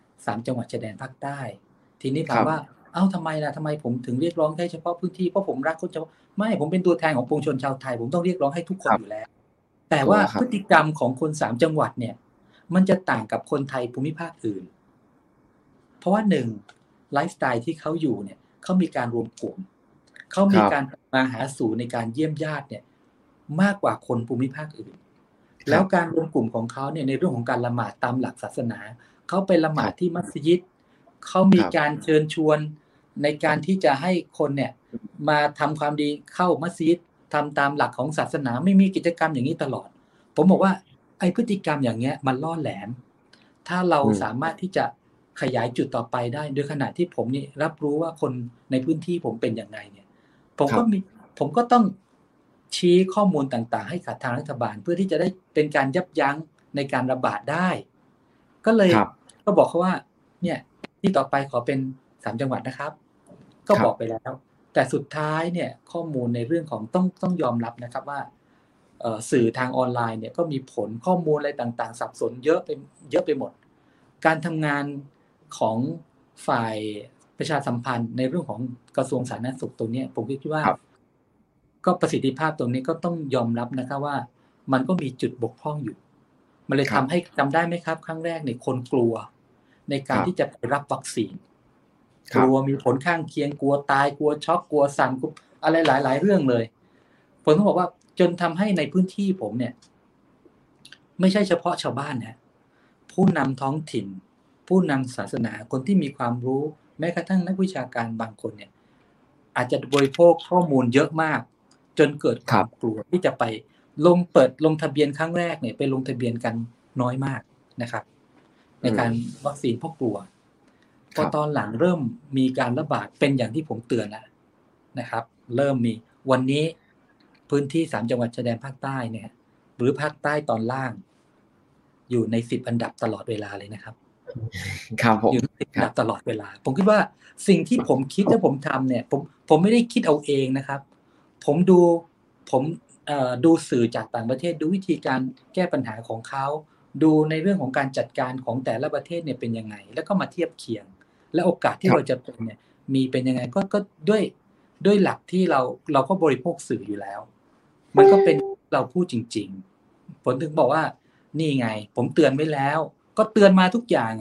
S2: 3จังหวัดชายแดนภาคใต้ทีนี้ถามว่าเอ้าทำไมล่ะทำไมผมถึงเรียกร้องแค่เฉพาะพื้นที่เพราะผมรักคนเฉพาะไม่ผมเป็นตัวแทนของปวงชนชาวไทยผมต้องเรียกร้องให้ทุกคนอยู่แล้วแต่ว่าพฤติกรรมของคน3จังหวัดเนี่ยมันจะต่างกับคนไทยภูมิภาคอื่นเพราะว่า1ไลฟ์สไตล์ที่เขาอยู่เนี่ยเขามีการรวมกลุ่มเขามีการมาหาสู่ในการเยี่ยมญาติเนี่ยมากกว่าคนภูมิภาคอื่นแล้วการรวมกลุ่มของเขาเนี่ยในเรื่องของการละหมาดตามหลักศาสนาเขาไปละหมาดที่มัสยิดเขามีการเชิญชวนในการที่จะให้คนเนี่ยมาทำความดีเข้ามัสยิดทำตามหลักของศาสนาไม่มีกิจกรรมอย่างนี้ตลอดผมบอกว่าไอ้พฤติกรรมอย่างเงี้ยมันล่อแหลมถ้าเราสามารถที่จะขยายจุดต่อไปได้โดยขณะที่ผมนี่รับรู้ว่าคนในพื้นที่ผมเป็นอย่างไรเนี่ยผมก็ต้องชี้ข้อมูลต่างๆให้กับทางรัฐบาลเพื่อที่จะได้เป็นการยับยั้งในการระบาดได้ก็เลยก็บอกเขาว่าเนี่ยที่ต่อไปขอเป็น3จังหวัดนะครับก็บอกไปแล้วแต่สุดท้ายเนี่ยข้อมูลในเรื่องของต้องยอมรับนะครับว่าสื่อทางออนไลน์เนี่ยก็มีผลข้อมูลอะไรต่างๆสับสนเยอะไปหมดการทำงานของฝ่ายประชาสัมพันธ์ในเรื่องของกระทรวงสาธารณสุขตรงนี้ผมคิดว่าก็ประสิทธิภาพตรงนี้ก็ต้องยอมรับนะครับว่ามันก็มีจุดบกพร่องอยู่มันเลยทำให้จำได้ไหมครับครั้งแรกเนี่ยคนกลัวในการที่จะไปรับวัคซีนกลัวมีผลข้างเคียงกลัวตายกลัวช็อกกลัวสั่นอะไรหลายๆเรื่องเลยผมต้องบอกว่าจนทำให้ในพื้นที่ผมเนี่ยไม่ใช่เฉพาะชาวบ้านนะผู้นำท้องถิ่นผู้นำศาสนาคนที่มีความรู้แม้กระทั่งนักวิชาการบางคนเนี่ยอาจจะบริโภคข้อมูลเยอะมากจนเกิดความกลัวที่จะไปลงทะเบียนครั้งแรกเนี่ยไปลงทะเบียนกันน้อยมากนะครับในการวัคซีนเพราะกลัวพอตอนหลังเริ่มมีการระบาดเป็นอย่างที่ผมเตือนแล้วนะครับเริ่มมีวันนี้พื้นที่3จังหวัดชายแดนภาคใต้เนี่ยหรือภาคใต้ตอนล่างอยู่ใน10อันดับตลอดเวลาเลยนะครับ
S1: ครับผม
S2: อยู่ใน10อันดับตลอดเวลาผมคิดว่าสิ่งที่ผมคิดและผมทำเนี่ยผมไม่ได้คิดเอาเองนะครับผมดูสื่อจากต่างประเทศดูวิธีการแก้ปัญหาของเขาดูในเรื่องของการจัดการของแต่ละประเทศเนี่ยเป็นยังไงแล้วก็มาเทียบเคียงและโอกาสที่เราจะเป็นเนี่ยมีเป็นยังไงก็ด้วยหลักที่เราก็บริโภคสื่ออยู่แล้วมันก็เป็นเราพูดจริงๆผมถึงบอกว่านี่ไงผมเตือนไว้แล้วก็เตือนมาทุกอย่างอ่ะ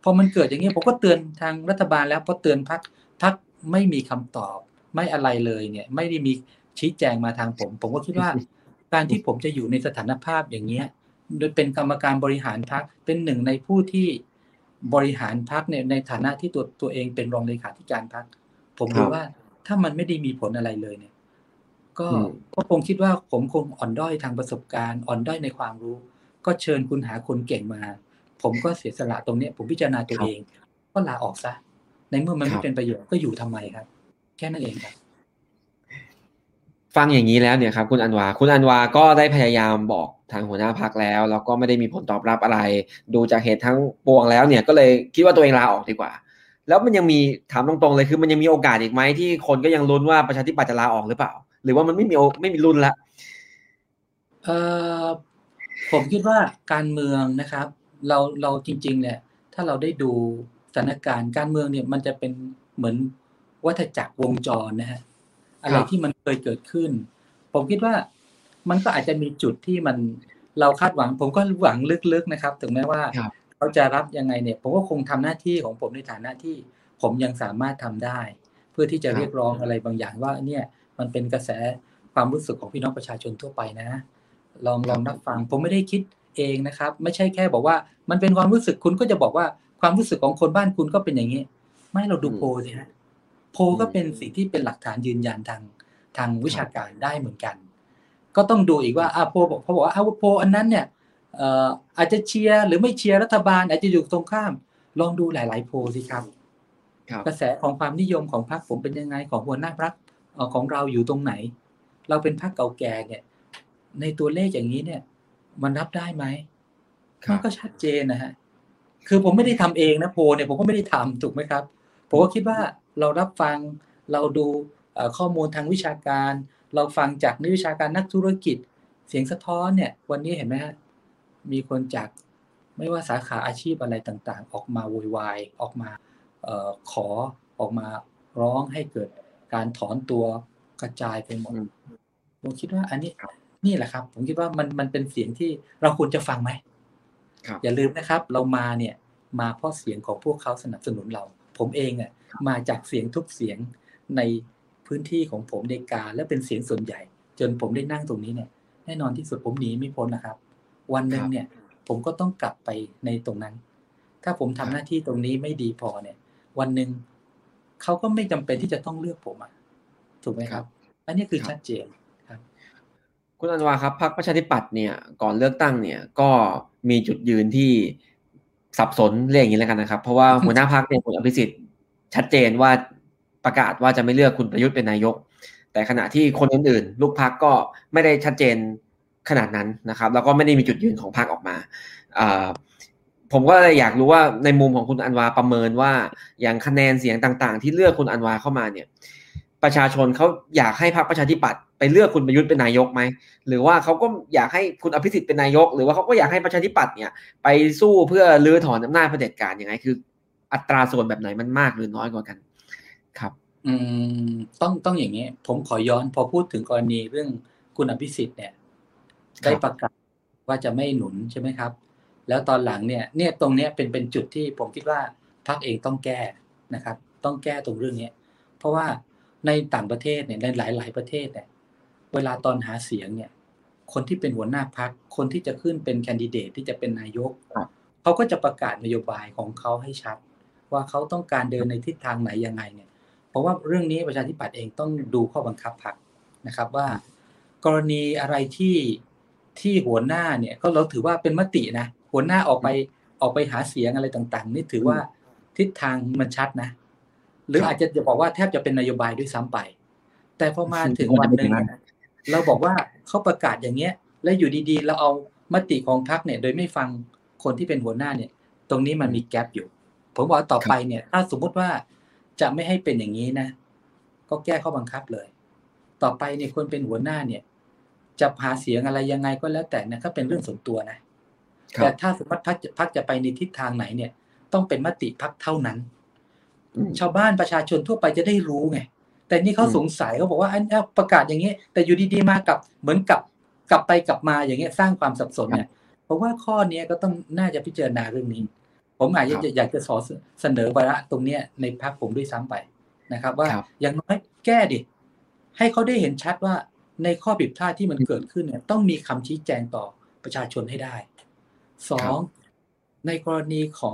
S2: พอมันเกิดอย่างนี้ผมก็เตือนทางรัฐบาลแล้วพอเตือนพรรคไม่มีคำตอบไม่อะไรเลยเนี่ยไม่ได้มีชี้แจงมาทางผมก็คิดว่าการที่ผมจะอยู่ในสถานภาพอย่างเงี้ยโดยเป็นกรรมการบริหารพรรคเป็นหนึ่งในผู้ที่บริหารพรรคในฐานะที่ตัวเองเป็นรองเลขาธิการพรรคผมรู้ว่าถ้ามันไม่ได้มีผลอะไรเลยเนี่ยก็คงคิดว่าผมคงอ่อนด้อยทางประสบการณ์อ่อนด้อยในความรู้ก็เชิญคุณหาคนเก่งมาผมก็เสียสละตรงนี้ผมพิจารณาตัวเองก็ลาออกซะในเมื่อมันไม่เป็นประโยชน์ก็อยู่ทำไมครับแค่นั้นเองครับ
S1: ฟังอย่างนี้แล้วเนี่ยครับคุณอันวาก็ได้พยายามบอกทางหัวหน้าพรรคแล้วก็ไม่ได้มีผลตอบรับอะไรดูจากเหตุทั้งปวงแล้วเนี่ยก็เลยคิดว่าตัวเองลาออกดีกว่าแล้วมันยังมีถามตรงๆเลยคือมันยังมีโอกาสอีกไหมที่คนก็ยังลุ้นว่าประชาธิปัตย์จะลาออกหรือเปล่าหรือว่ามันไม่มีลุ้นละ
S2: ผมคิดว่าการเมืองนะครับเราจริงๆเนี่ยถ้าเราได้ดูสถานการณ์การเมืองเนี่ยมันจะเป็นเหมือนวัฏจักรวงจรนะฮะอะไรที่มันเคยเกิดขึ้นผมคิดว่ามันก็อาจจะมีจุดที่มันเราคาดหวังผมก็หวังลึกๆนะครับถึงแม้ว่าเขาจะรับยังไงเนี่ยผมก็คงทำหน้าที่ของผมในฐานะที่ผมยังสามารถทำได้เพื่อที่จะเรียกร้องอะไรบางอย่างว่าเนี่ยมันเป็นกระแสความรู้สึกของพี่น้องประชาชนทั่วไปนะลองรับฟังผมไม่ได้คิดเองนะครับไม่ใช่แค่บอกว่ามันเป็นความรู้สึกคุณก็จะบอกว่าความรู้สึกของคนบ้านคุณก็เป็นอย่างนี้ไม่เราดูโพลสิฮะโพลก็เป็นสิ่งที่เป็นหลักฐานยืนยันทางวิชาการได้เหมือนกันก็ต้องดูอีกว่าโพลบอกว่าโพลอันนั้นเนี่ยอาจจะเชียร์หรือไม่เชียร์รัฐบาลอาจจะอยู่ตรงข้ามลองดูหลายๆโพลสิครับกระแสของความนิยมของพรรคผมเป็นยังไงของหัวหน้าพรรคของเราอยู่ตรงไหนเราเป็นพรรคเก่าแก่เนี่ยในตัวเลขอย่างนี้เนี่ยมันรับได้ไหมมันก็ชัดเจนนะฮะคือผมไม่ได้ทำเองนะโพลเนี่ยผมก็ไม่ได้ทำถูกไหมครับผมก็คิดว่าเรารับฟังเราดูข้อมูลทางวิชาการเราฟังจากนักวิชาการนักธุรกิจเสียงสะท้อนเนี่ยวันนี้เห็นไหมฮะมีคนจากไม่ว่าสาขาอาชีพอะไรต่างๆออกมาโวยวายออกมาขอออกมาร้องให้เกิดการถอนตัวกระจายไปหมดผมคิดว่าอันนี้นี่แหละครับผมคิดว่ามันเป็นเสียงที่เราควรจะฟังไหมอย่าลืมนะครับเรามาเนี่ยมาเพราะเสียงของพวกเขาสนับสนุนเราผมเองมาจากเสียงทุกเสียงในพื้นที่ของผมในการและเป็นเสียงส่วนใหญ่จนผมได้นั่งตรงนี้เนี่ยแน่นอนที่สุดผมหนีไม่พ้นนะครับวันหนึ่งเนี่ยผมก็ต้องกลับไปในตรงนั้นถ้าผมทำหน้าที่ตรงนี้ไม่ดีพอเนี่ยวันหนึ่งเขาก็ไม่จำเป็นที่จะต้องเลือกผมถูกไหมครับอันนี้คือชัดเจนครับ
S1: คุณอันวาครับพรรคประชาธิปัตย์เนี่ยก่อนเลือกตั้งเนี่ยก็มีจุดยืนที่สับสนเรียกอย่างนี้แล้วกันนะครับเพราะว่าหัวหน้าพรรคเนี่ยคุณอภิสิทธิ์ชัดเจนว่าประกาศว่าจะไม่เลือกคุณประยุทธ์เป็นนายกแต่ขณะที่คนอื่นๆลูกพรรคก็ไม่ได้ชัดเจนขนาดนั้นนะครับแล้วก็ไม่ได้มีจุดยืนของพรรคออกมาผมก็เลยอยากรู้ว่าในมุมของคุณอันวาประเมินว่าอย่างคะแนนเสียงต่างๆที่เลือกคุณอันวาเข้ามาเนี่ยประชาชนเขาอยากให้พรรคประชาธิปัตย์ไปเลือกคุณประยุทธ์เป็นนายกไหมหรือว่าเขาก็อยากให้คุณอภิสิทธิ์เป็นนายกหรือว่าเขาก็อยากให้ประชาธิปัตย์เนี่ยไปสู้เพื่อรื้อถอนอำนาจเผด็จการยังไงคืออัตราส่วนแบบไหนมันมากหรือน้อยกว่ากันครับ
S2: ต้องอย่างนี้ผมขอย้อนพอพูดถึงกรณีเรื่องคุณอภิสิทธิ์เนี่ยได้ประกาศว่าจะไม่หนุนใช่ไหมครับแล้วตอนหลังเนี่ยตรงเนี้ยเป็นจุดที่ผมคิดว่าพรรคเองต้องแก้นะครับต้องแก้ตรงเรื่องนี้เพราะว่าในต่างประเทศเนี่ยในหลายประเทศเนี่ยเวลาตอนหาเสียงเนี่ยคนที่เป็นหัวหน้าพรรคคนที่จะขึ้นเป็นแคนดิเดตที่จะเป็นนายกเขาก็จะประกาศนโยบายของเขาให้ชัดว่าเขาต้องการเดินในทิศทางไหนยังไงเนี่ยเพราะว่าเรื่องนี้ประชาธิปัตย์เองต้องดูข้อบังคับพรรคนะครับว่ากรณีอะไรที่หัวหน้าเนี่ยก็เราถือว่าเป็นมตินะหัวหน้าออกไปหาเสียงอะไรต่างๆนี่ถือว่าทิศทางมันชัดนะหรืออาจจะบอกว่าแทบจะเป็นนโยบายด้วยซ้ำไปแต่พอมาถึงวันหนึ่งเราบอกว่าเขาประกาศอย่างเงี้ยแล้วอยู่ดีๆเราเอามติของพรรคเนี่ยโดยไม่ฟังคนที่เป็นหัวหน้าเนี่ยตรงนี้มันมีแกปอยู่ผมบอกต่อไปเนี่ยถ้าสมมุติว่าจะไม่ให้เป็นอย่างนี้นะก็แก้ข้อบังคับเลยต่อไปเนี่ยคนเป็นหัวหน้าเนี่ยจะหาเสียงอะไรยังไงก็แล้วแต่นะก็เป็นเรื่องส่วนตัวนะแต่ถ้าสมมติพรรคจะไปในทิศทางไหนเนี่ยต้องเป็นมติพรรคเท่านั้นชาวบ้านประชาชนทั่วไปจะได้รู้ไงแต่นี่เขาสงสัยเขาบอกว่าอันประกาศอย่างนี้แต่อยู่ดีๆมากับเหมือนกับกลับไปกลับมาอย่างเงี้ยสร้างความสับสนเนี่ยเพราะว่าข้อนี้ก็ต้องน่าจะพิจารณาเรื่องนี้ผผมอาจจะอยากจะเสนอวาระตรงเนี้ยในพรรคผมด้วยซ้ำไปนะครับว่าอย่างน้อยแก้ดิให้เขาได้เห็นชัดว่าในข้อผิดพลาดที่มันเกิดขึ้นเนี่ยต้องมีคำชี้แจงต่อประชาชนให้ได้สองในกรณีของ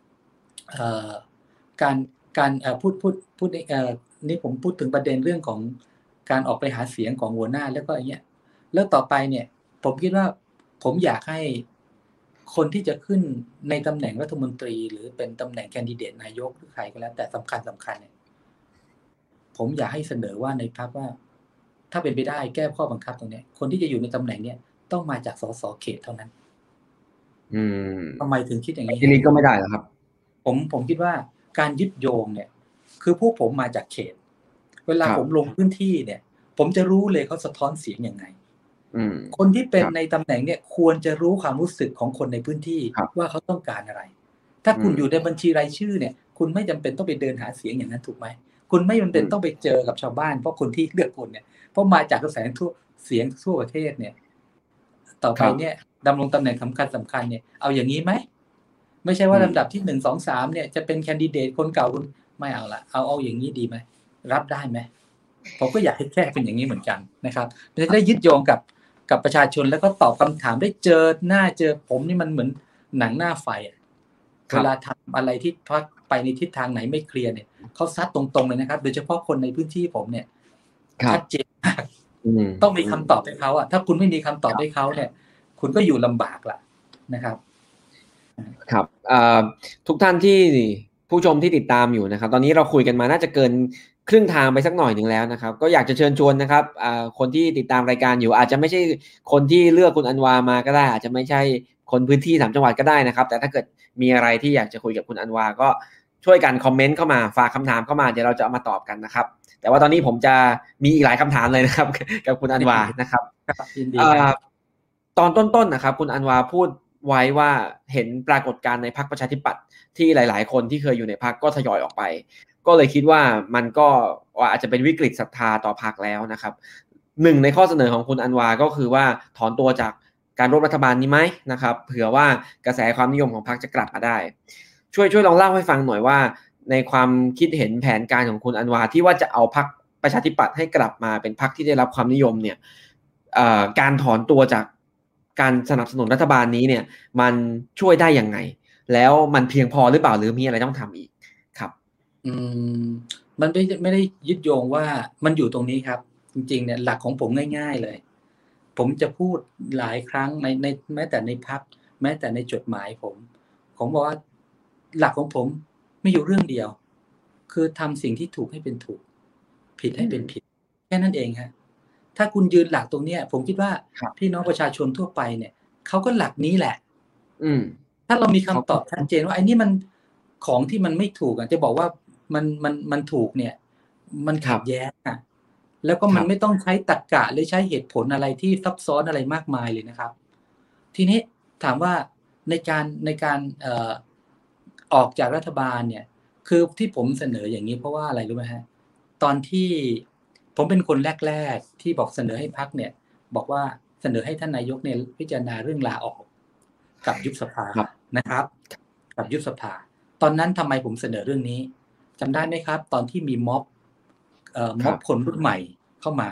S2: การพูดนี่ผมพูดถึงประเด็นเรื่องของการออกไปหาเสียงของหัวหน้าแล้วก็อย่างเงี้ยแล้วต่อไปเนี่ยผมคิดว่าผมอยากให้คนที่จะขึ้นในตำแหน่งรัฐมนตรีหรือเป็นตำแหน่งแคนดิเดตนายกหรือใครก็แล้วแต่สำคัญเนี่ยผมอยากให้เสนอว่าในพรรคว่าถ้าเป็นไปได้แก้ข้อบังคับตรงนี้คนที่จะอยู่ในตำแหน่งเนี่ยต้องมาจากสสเขตเท่านั้นทำไมถึงคิดอย่างนี้
S1: ทีนี้ก็ไม่ได้หรอครับ
S2: ผมคิดว่าการยึดโยงเนี่ยคือพวกผมมาจากเขตเวลาผมลงพื้นที่เนี่ยผมจะรู้เลยเขาสะท้อนเสียงยังไงคนที่เป็นในตำแหน่งเนี่ยควรจะรู้ความรู้สึกของคนในพื้นที่ว่าเขาต้องการอะไรถ้าคุณอยู่ในบัญชีรายชื่อเนี่ยคุณไม่จำเป็นต้องไปเดินหาเสียงอย่างนั้นถูกไหมคุณไม่จำเป็นต้องไปเจอกับชาวบ้านเพราะคนที่เลือกคุณเนี่ยเพราะมาจากกระแสทั่วเสียงทั่วประเทศเนี่ยต่อไปเนี่ยดำรงตำแหน่งสำคัญเนี่ยเอาอย่างนี้ไหมไม่ใช่ว่าลำดับที่1 2 3เนี่ยจะเป็นแคนดิเดตคนเก่าคุณไม่เอาละเอาอย่างนี้ดีไหมรับได้ไหมผมก็อยากให้แค่เป็นอย่างนี้เหมือนกันนะครับจะได้ยึดโยงกับประชาชนแล้วก็ตอบคำถามได้เจอหน้าเจอผมนี่มันเหมือนหนังหน้าไฟเวลาทำอะไรที่พักไปในทิศทางไหนไม่เคลียร์เนี่ยเขาซัดตรงๆเลยนะครับโดยเฉพาะคนในพื้นที่ผมเนี่ยชัดเจนมากต้องมีคำตอบให้เขาถ้าคุณไม่มีคำตอบให้เขาเนี่ยคุณก็อยู่ลำบากละนะครับ
S1: ครับทุกท่านที่ผู้ชมที่ติดตามอยู่นะครับตอนนี้เราคุยกันมาน่าจะเกินครึ่งทางไปสักหน่อยหนึ่งแล้วนะครับก็อยากจะเชิญชวนนะครับคนที่ติดตามรายการอยู่อาจจะไม่ใช่คนที่เลือกคุณอันวามาก็ได้อาจจะไม่ใช่คนพื้นที่3จังหวัดก็ได้นะครับแต่ถ้าเกิดมีอะไรที่อยากจะคุยกับคุณอันวาก็ช่วยกันคอมเมนต์เข้ามาฝากคำถามเข้ามาเดี๋ยวเราจะเอามาตอบกันนะครับแต่ว่าตอนนี้ผมจะมีอีกหลายคำถามเลยนะครับกับคุณอันวานะครับตอนต้นๆนะครับคุณอันวาพูดไว้ว่าเห็นปรากฏการณ์ในพรรคประชาธิปัตย์ที่หลายๆคนที่เคยอยู่ในพรรคก็ทยอยออกไปก็เลยคิดว่ามันก็อาจจะเป็นวิกฤตศรัทธาต่อพรรคแล้วนะครับหนึ่งในข้อเสนอของคุณอันวาก็คือว่าถอนตัวจากการร่วมรัฐบาลนี้ไหมนะครับเผื่อว่ากระแสความนิยมของพรรคจะกลับมาได้ช่วยลองเล่าให้ฟังหน่อยว่าในความคิดเห็นแผนการของคุณอันวาที่ว่าจะเอาพรรคประชาธิปัตย์ให้กลับมาเป็นพรรคที่ได้รับความนิยมเนี่ยการถอนตัวจากการสนับสนุนรัฐบาลนี้เนี่ยมันช่วยได้ยังไงแล้วมันเพียงพอหรือเปล่าหรือมีอะไรต้องทำอีกครับ
S2: มันไม่ได้ยึดโยงว่ามันอยู่ตรงนี้ครับจริงๆเนี่ยหลักของผมง่ายๆเลยผมจะพูดหลายครั้งในแม้แต่ในพรรคแม้แต่ในจดหมายผมบอกว่าหลักของผมไม่อยู่เรื่องเดียวคือทำสิ่งที่ถูกให้เป็นถูกผิดให้เป็นผิดแค่นั้นเองฮะถ้าคุณยืนหลักตรงเนี้ยผมคิดว่าพี่น้องประชาชนทั่วไปเนี่ยเขาก็หลักนี้แหละถ้าเรามีคำตอบชัดเจนว่าไอ้นี่มันของที่มันไม่ถูกจะบอกว่ามันถูกเนี่ยมันขัดแย้งแล้วก็มันไม่ต้องใช้ตรรกะหรือใช้เหตุผลอะไรที่ซับซ้อนอะไรมากมายเลยนะครับทีนี้ถามว่าในการออกจากรัฐบาลเนี่ยคือที่ผมเสนออย่างนี้เพราะว่าอะไรรู้ไหมฮะตอนที่ผมเป็นคนแรกๆที่บอกเสนอให้พรรคเนี่ยบอกว่าเสนอให้ท่านนายกเนี่ยพิจารณาเรื่องลาออกกับยุบสภานะครับกับยุบสภาตอนนั้นทำไมผมเสนอเรื่องนี้จำได้ไหมครับตอนที่มีม็อบคนรุ่นใหม่เข้ามา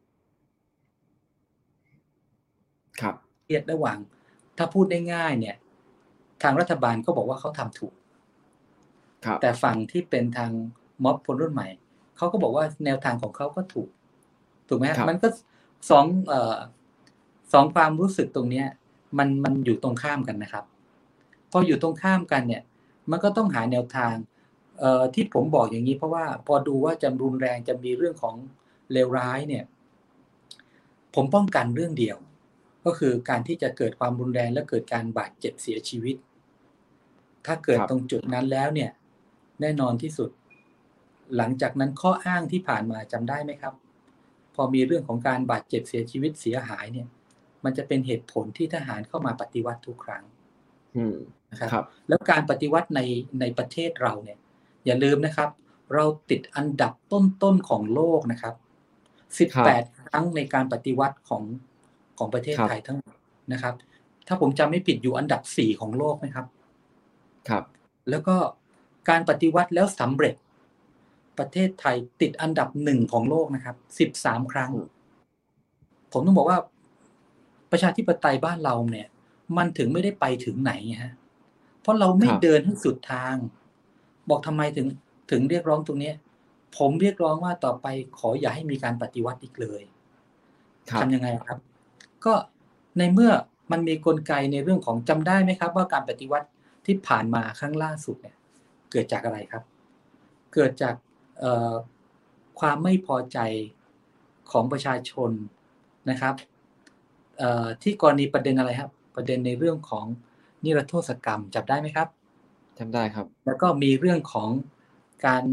S1: ครับ
S2: เครียดระหว่างถ้าพูดได้ง่ายเนี่ยทางรัฐบาลก็บอกว่าเขาทำถูกแต่ฝั่งที่เป็นทางม็อบคนรุ่นใหม่เขาก็บอกว่าแนวทางของเขาก็ถูกไหมมันก็สองความรู้สึกตรงเนี้ยมันอยู่ตรงข้ามกันนะครับพออยู่ตรงข้ามกันเนี่ยมันก็ต้องหาแนวทางที่ผมบอกอย่างนี้เพราะว่าพอดูว่าจะรุนแรงจะมีเรื่องของเลวร้ายเนี่ยผมป้องกันเรื่องเดียวก็คือการที่จะเกิดความรุนแรงและเกิดการบาดเจ็บเสียชีวิตถ้าเกิดตรงจุดนั้นแล้วเนี่ยแน่นอนที่สุดหลังจากนั้นข้ออ้างที่ผ่านมาจำได้ไหมครับพอมีเรื่องของการบาดเจ็บเสียชีวิตเสียหายเนี่ยมันจะเป็นเหตุผลที่ทหารเข้ามาปฏิวัติทุกครั้งนะครับแล้วการปฏิวัติในประเทศเราเนี่ยอย่าลืมนะครับเราติดอันดับต้นๆของโลกนะครับ18 ครั้งในการปฏิวัติของประเทศไทยทั้งหมดนะครับถ้าผมจำไม่ผิดอยู่อันดับ4ของโลกไหมครับ
S1: ครับ
S2: แล้วก็การปฏิวัติแล้วสำเร็จประเทศไทยติดอันดับ1ของโลกนะครับ13ครั้งผมต้องบอกว่าประชาธิปไตยบ้านเราเนี่ยมันถึงไม่ได้ไปถึงไหนฮะเพราะเราไม่เดินให้สุดทางบอกทำไมถึงเรียกร้องตรงนี้ผมเรียกร้องว่าต่อไปขออย่าให้มีการปฏิวัติอีกเลยทำยังไงครับก็ในเมื่อมันมีกลไกในเรื่องของจำได้ไหมครับว่าการปฏิวัติที่ผ่านมาครั้งล่าสุดเนี่ยเกิดจากอะไรครับเกิดจากความไม่พอใจของประชาชนนะครับที่กรณีประเด็นอะไรครับประเด็นในเรื่องของนิรโทษกรรมจับได้ไหมครับ
S1: จำได้ครับ
S2: แล้วก็มีเรื่องของการ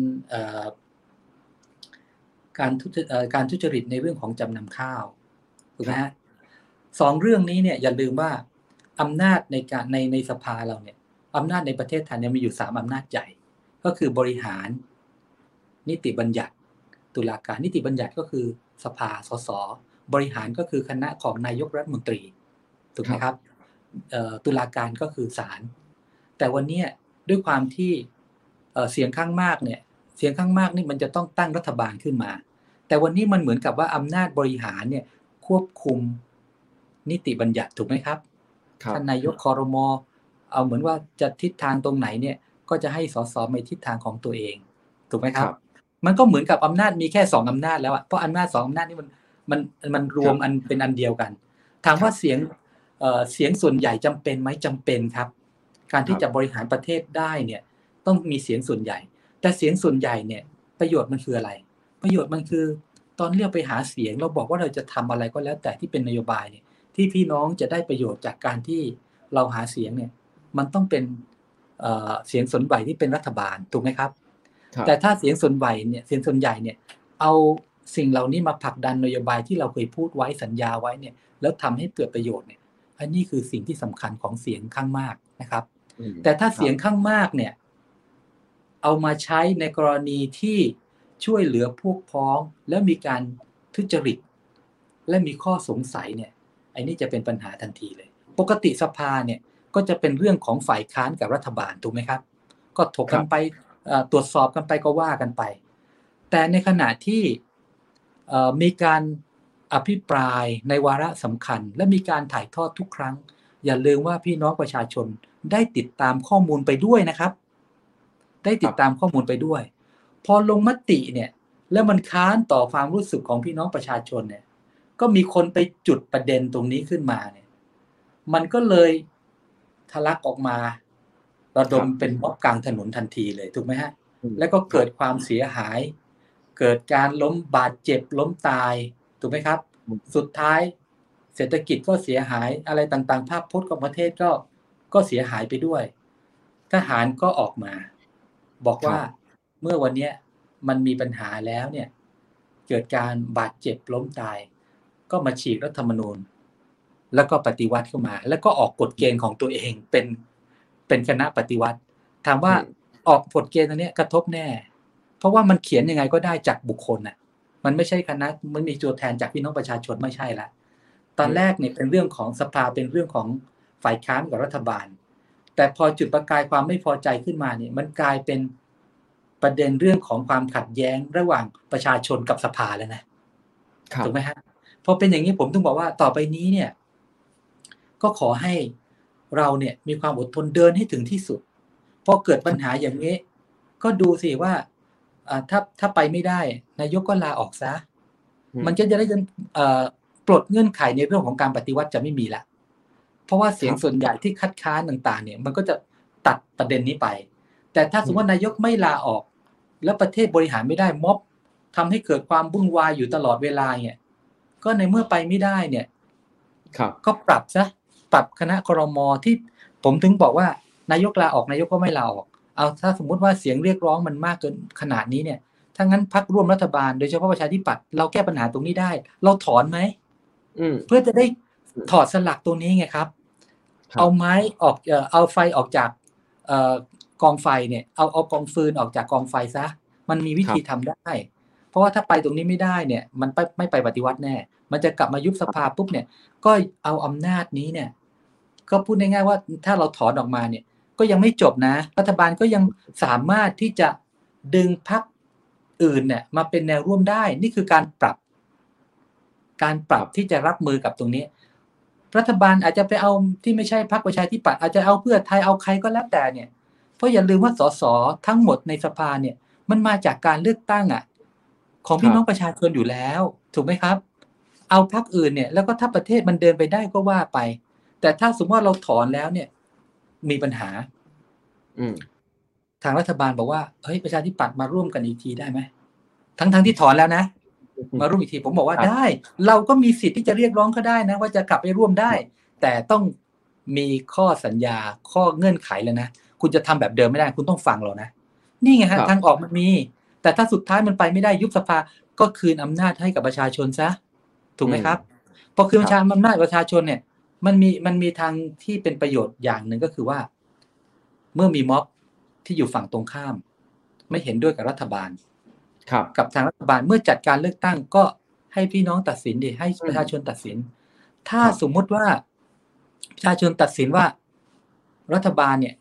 S2: การทุจริตในเรื่องของจำนำข้าวถูกไหมฮะสองเรื่องนี้เนี่ยอย่าลืมว่าอำนาจในการในสภาเราเนี่ยอำนาจในประเทศไทยเนี่ยมีอยู่3อำนาจใหญ่ก็คือบริหารนิติบัญญัติตุลาการนิติบัญญัติก็คือสภาสสบริหารก็คือคณะของนายกรัฐมนตรีถูกไหมครับตุลาการก็คือศาลแต่วันนี้ด้วยความที่เสียงข้างมากเนี่ยเสียงข้างมากนี่มันจะต้องตั้งรัฐบาลขึ้นมาแต่วันนี้มันเหมือนกับว่าอำนาจบริหารเนี่ยควบคุมนิติบัญญัติถูกไหมครับท่านนายกครม.เอาเหมือนว่าจะทิศทางตรงไหนเนี่ยก็จะให้สสในทิศทางของตัวเองถูกไหมครับมันก็เหมือนกับอำนาจมีแค่2อำนาจแล้วเพราะอำนาจ2อำนาจนี่มันรวมเป็นอันเดียวกันถามว่าเสียงส่วนใหญ่จำเป็นไหมจำเป็นครับการที่จะบริหารประเทศได้เนี่ยต้องมีเสียงส่วนใหญ่แต่เสียงส่วนใหญ่เนี่ยประโยชน์มันคืออะไรประโยชน์มันคือตอนเรียกไปหาเสียงเราบอกว่าเราจะทำอะไรก็แล้วแต่ที่เป็นนโยบายเนี่ยที่พี่น้องจะได้ประโยชน์จากการที่เราหาเสียงเนี่ยมันต้องเป็นเสียงส่วนใหญ่ที่เป็นรัฐบาลถูกไหมครับแต่ถ้าเสียงส่วนใหญ่เนี่ยเสียงส่วนใหญ่เนี่ยเอาสิ่งเหล่านี้มาผลักดันนโยบายที่เราเคยพูดไว้สัญญาไว้เนี่ยแล้วทำให้เกิดประโยชน์เนี่ยอันนี้คือสิ่งที่สำคัญของเสียงข้างมากนะครับแต่ถ้าเสียงข้างมากเนี่ยเอามาใช้ในกรณีที่ช่วยเหลือพวกพ้องแล้วมีการทุจริตและมีข้อสงสัยเนี่ยอันนี้จะเป็นปัญหาทันทีเลยปกติสภาเนี่ยก็จะเป็นเรื่องของฝ่ายค้านกับรัฐบาลถูกไหมครับก็ถกกันไปตรวจสอบกันไปก็ว่ากันไปแต่ในขณะที่มีการอภิปรายในวาระสำคัญและมีการถ่ายทอดทุกครั้งอย่าลืมว่าพี่น้องประชาชนได้ติดตามข้อมูลไปด้วยนะครับได้ติดตามข้อมูลไปด้วยพอลงมติเนี่ยแล้วมันค้านต่อความรู้สึกของพี่น้องประชาชนเนี่ยก็มีคนไปจุดประเด็นตรงนี้ขึ้นมาเนี่ยมันก็เลยทะลักออกมาระดมเป็นม็อบกลางถนนทันทีเลยถูกไหมฮะแล้วก็เกิดความเสียหายเกิดการล้มบาดเจ็บล้มตายถูกไหมครับสุดท้ายเศรษฐกิจก็เสียหายอะไรต่างๆภาพพจน์ของประเทศก็เสียหายไปด้วยทหารก็ออกมาบอกว่าเมื่อวันนี้มันมีปัญหาแล้วเนี่ยเกิดการบาดเจ็บล้มตายก็มาฉีกรัฐธรรมนูญแล้วก็ปฏิวัติเข้ามาแล้วก็ออกกฎเกณฑ์ของตัวเองเป็นคณะปฏิวัติถามว่าออกกฎเกณฑ์ตรงนี้กระทบแน่เพราะว่ามันเขียนยังไงก็ได้จากบุคคลน่ะมันไม่ใช่คณะมันมีตัวแทนจากพี่น้องประชาชนไม่ใช่ละตอนแรกเนี่ยเป็นเรื่องของสภาเป็นเรื่องของฝ่ายค้านกับรัฐบาลแต่พอจุดประกายความไม่พอใจขึ้นมาเนี่ยมันกลายเป็นประเด็นเรื่องของความขัดแย้งระหว่างประชาชนกับสภาแล้วนะถูกไหมฮะพอเป็นอย่างนี้ผมต้องบอกว่าต่อไปนี้เนี่ยก็ขอให้เราเนี่ยมีความอดทนเดินให้ถึงที่สุดพอเกิดปัญหาอย่างนี้ก็ดูสิว่าถ้าไปไม่ได้นายกก็ลาออกซะมันจะได้ปลดเงื่อนไขในเรื่องของการปฏิวัติจะไม่มีละเพราะว่าเสียงส่วนใหญ่ที่คัดค้านต่างๆเนี่ยมันก็จะตัดประเด็นนี้ไปแต่ถ้าสมมติว่านายกไม่ลาออกแล้วประเทศบริหารไม่ได้ม็อบทำให้เกิดความวุ่นวายอยู่ตลอดเวลาเนี่ยก็ในเมื่อไปไม่ได้เนี่ยก็ปรับซะปรับคณะครม.ที่ผมถึงบอกว่านายกลาออกนายกก็ไม่ลาออกเอาถ้าสมมุติว่าเสียงเรียกร้องมันมากเกินขนาดนี้เนี่ยถ้างั้นพรรคร่วมรัฐบาลโดยเฉพาะประชาธิปัตย์เราแก้ปัญหาตรงนี้ได้เราถอนไหมเพื่อจะได้ถอดสลักตรงนี้ไงครับเอาไม้ออกเอาไฟออกจากกองไฟเนี่ยเอากองฟืนออกจากกองไฟซะมันมีวิธีทำได้เพราะว่าถ้าไปตรงนี้ไม่ได้เนี่ยมันไม่ไปปฏิวัติแน่มันจะกลับมายุบสภาปุ๊บเนี่ยก็เอาอำนาจนี้เนี่ยก็พูดง่ายๆว่าถ้าเราถอนออกมาเนี่ยก็ก็ยังไม่จบนะรัฐบาลก็ยังสามารถที่จะดึงพรรคอื่นเนี่ยมาเป็นแนวร่วมได้นี่คือการปรับที่จะรับมือกับตรงนี้รัฐบาลอาจจะไปเอาที่ไม่ใช่พรรคประชาธิปัตย์อาจจะเอาเพื่อไทยเอาใครก็แล้วแต่เนี่ยเพราะอย่าลืมว่าสสทั้งหมดในสภาเนี่ยมันมาจากการเลือกตั้งของพี่น้องประชาชนอยู่แล้วถูกไหมครับเอาพรรคอื่นเนี่ยแล้วก็ถ้าประเทศมันเดินไปได้ก็ว่าไปแต่ถ้าสมมติว่าเราถอนแล้วเนี่ยมีปัญหาทางรัฐบาลบอกว่าเฮ้ยประชาธิปัตย์มาร่วมกันอีกทีได้ไหมทั้งที่ถอนแล้วนะมาร่วมอีกทีผมบอกว่าได้เราก็มีสิทธิ์ที่จะเรียกร้องก็ได้นะว่าจะกลับไปร่วมได้แต่ต้องมีข้อสัญญาข้อเงื่อนไขแล้วนะคุณจะทำแบบเดิมไม่ได้คุณต้องฟังเรานะนี่ไงฮะทางออกมันมีแต่ถ้าสุดท้ายมันไปไม่ได้ยุบสภาก็คืนอำนาจให้กับประชาชนซะถูกไหมครับพอคืนอำนาจประชาชนเนี่ยมันมีทางที่เป็นประโยชน์อย่างหนึ่งก็คือว่าเมื่อมีม็อบที่อยู่ฝั่งตรงข้ามไม่เห็นด้วยกับรัฐบาลกับทางรัฐบาลเมื่อจัดการเลือกตั้งก็ให้พี่น้องตัดสินดิให้ประชาชนตัดสินถ้าสมมุติว่าประชาชนตัดสินว่ารัฐบาลเนี่ย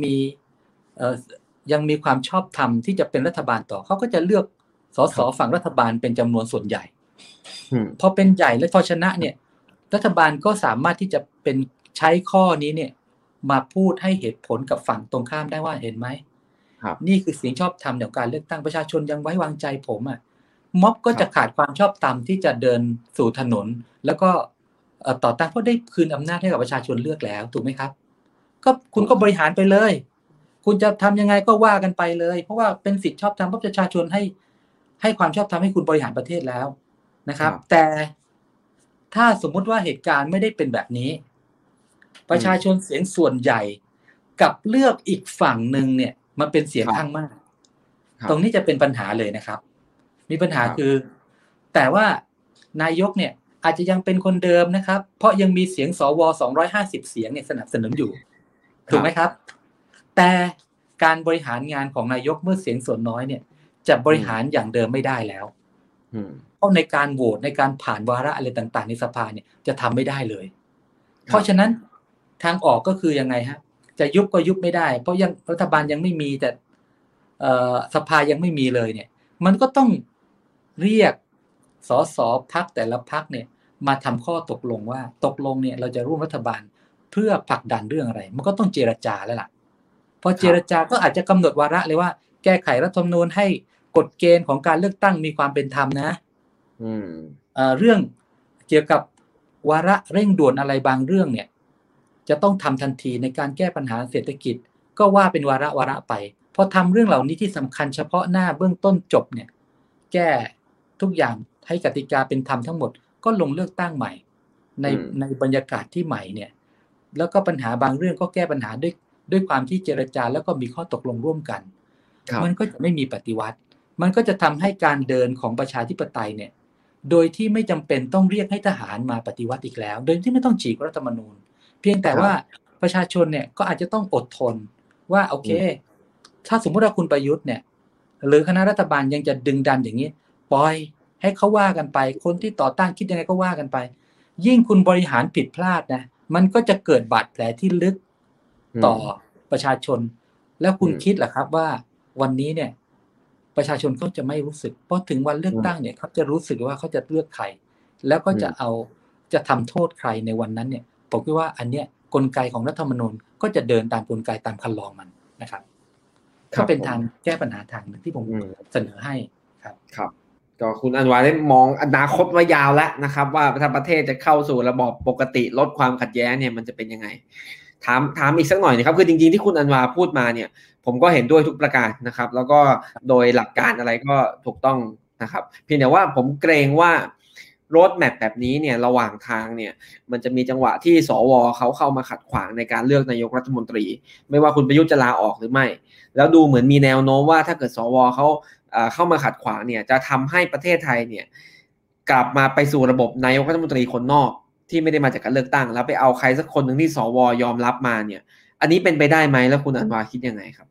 S2: ยังมีความชอบธรรมที่จะเป็นรัฐบาลต่อเขาก็จะเลือกสสฝั่งรัฐบาลเป็นจำนวนส่วนใหญ่พอเป็นใหญ่และพอชนะเนี่ยรัฐบาลก็สามารถที่จะเป็นใช้ข้อนี้เนี่ยมาพูดให้เหตุผลกับฝั่งตรงข้ามได้ว่าเห็นไหมนี่คือสิ่งชอบธรรมในการเลือกตั้งประชาชนยังไว้วางใจผมม็อบก็จะขาดความชอบธรรมที่จะเดินสู่ถนนแล้วก็ต่อต้านเพราะได้คืนอำนาจให้กับประชาชนเลือกแล้วถูกไหมครับก็คุณก็บริหารไปเลยคุณจะทำยังไงก็ว่ากันไปเลยเพราะว่าเป็นสิทธิชอบธรรมเพราะประชาชนให้ความชอบธรรมให้คุณบริหารประเทศแล้วนะครับแต่ถ้าสมมุติว่าเหตุการณ์ไม่ได้เป็นแบบนี้ประชาชนเสียงส่วนใหญ่กับเลือกอีกฝั่งหนึ่งเนี่ยมันเป็นเสียงข้างมากตรงนี้จะเป็นปัญหาเลยนะครับมีปัญหาคือแต่ว่านายกเนี่ยอาจจะยังเป็นคนเดิมนะครับเพราะยังมีเสียงสว250เสียงเนี่ยสนับสนุนอยู่ถูกไหมครับแต่การบริหารงานของนายกเมื่อเสียงส่วนน้อยเนี่ยจะบริหารอย่างเดิมไม่ได้แล้วเพราะในการโหวตในการผ่านวาระอะไรต่างๆในสภาเนี่ยจะทำไม่ได้เลยเพราะฉะนั้นทางออกก็คือยังไงฮะจะยุบก็ยุบไม่ได้เพราะยังรัฐบาลยังไม่มีแต่สภายังไม่มีเลยเนี่ยมันก็ต้องเรียกสสพรรคแต่ละพรรคเนี่ยมาทำข้อตกลงว่าตกลงเนี่ยเราจะร่วมรัฐบาลเพื่อผลักดันเรื่องอะไรมันก็ต้องเจรจาแล้วล่ะพอเจรจาก็อาจจะกำหนดวาระเลยว่าแก้ไขรัฐธรรมนูญให้กฎเกณฑ์ของการเลือกตั้งมีความเป็นธรรมนะเรื่องเกี่ยวกับวาระเร่งด่วนอะไรบางเรื่องเนี่ยจะต้องทำทันทีในการแก้ปัญหาเศรษฐกิจก็ว่าเป็นวาระไปพอทำเรื่องเหล่านี้ที่สำคัญเฉพาะหน้าเบื้องต้นจบเนี่ยแก้ทุกอย่างให้กติกาเป็นธรรมทั้งหมดก็ลงเลือกตั้งใหม่ในบรรยากาศที่ใหม่เนี่ยแล้วก็ปัญหาบางเรื่องก็แก้ปัญหาด้วยความที่เจรจาแล้วก็มีข้อตกลงร่วมกันมันก็จะไม่มีปฏิวัติมันก็จะทำให้การเดินของประชาธิปไตยเนี่ยโดยที่ไม่จำเป็นต้องเรียกให้ทหารมาปฏิวัติอีกแล้วโดยที่ไม่ต้องฉีกรัฐธรรมนูญเพียงแต่ว่าประชาชนเนี่ยก็อาจจะต้องอดทนว่าโอเคถ้าสมมติว่าคุณประยุทธ์เนี่ยหรือคณะรัฐบาลยังจะดึงดันอย่างนี้ปล่อยให้เขาว่ากันไปคนที่ต่อต้านคิดยังไงก็ว่ากันไปยิ่งคุณบริหารผิดพลาดนะมันก็จะเกิดบาดแผลที่ลึกต่อประชาชนแล้วคุณคิดเหรอครับว่าวันนี้เนี่ยประชาชนก็จะไม่รู้สึกเพราะถึงวันเลือกตั้งเนี่ยเขาจะรู้สึกว่าเขาจะเลือกใครแล้วก็จะทำโทษใครในวันนั้นเนี่ยผมคิดว่าอันเนี้ยกลไกของรัฐธรรมนูญก็จะเดินตามกลไกตามคันลองมันนะครับก็เป็นทางแก้ปัญหาทางนึงที่ผมเสนอให้ครับ
S1: ก็คุณอันวาได้มองอนาคตไว้ยาวแล้วนะครับว่าถ้าประเทศจะเข้าสู่ระบอบปกติลดความขัดแย้งเนี่ยมันจะเป็นยังไงถามอีกสักหน่อยนะครับคือจริงๆที่คุณอันวาพูดมาเนี่ยผมก็เห็นด้วยทุกประการนะครับแล้วก็โดยหลักการอะไรก็ถูกต้องนะครับเพียงแต่ว่าผมเกรงว่าโรดแมปแบบนี้เนี่ยระหว่างทางเนี่ยมันจะมีจังหวะที่สวเขาเข้ามาขัดขวางในการเลือกนายกรัฐมนตรีไม่ว่าคุณประยุทธ์จะลาออกหรือไม่แล้วดูเหมือนมีแนวโน้มว่าถ้าเกิดสวเขาเข้ามาขัดขวางเนี่ยจะทำให้ประเทศไทยเนี่ยกลับมาไปสู่ระบบนายกรัฐมนตรีคนนอกที่ไม่ได้มาจากการเลือกตั้งแล้วไปเอาใครสักคนหนึ่งที่สวยอมรับมาเนี่ยอันนี้เป็นไปได้ไหมแล้วคุณอันวาคิดยังไงครับ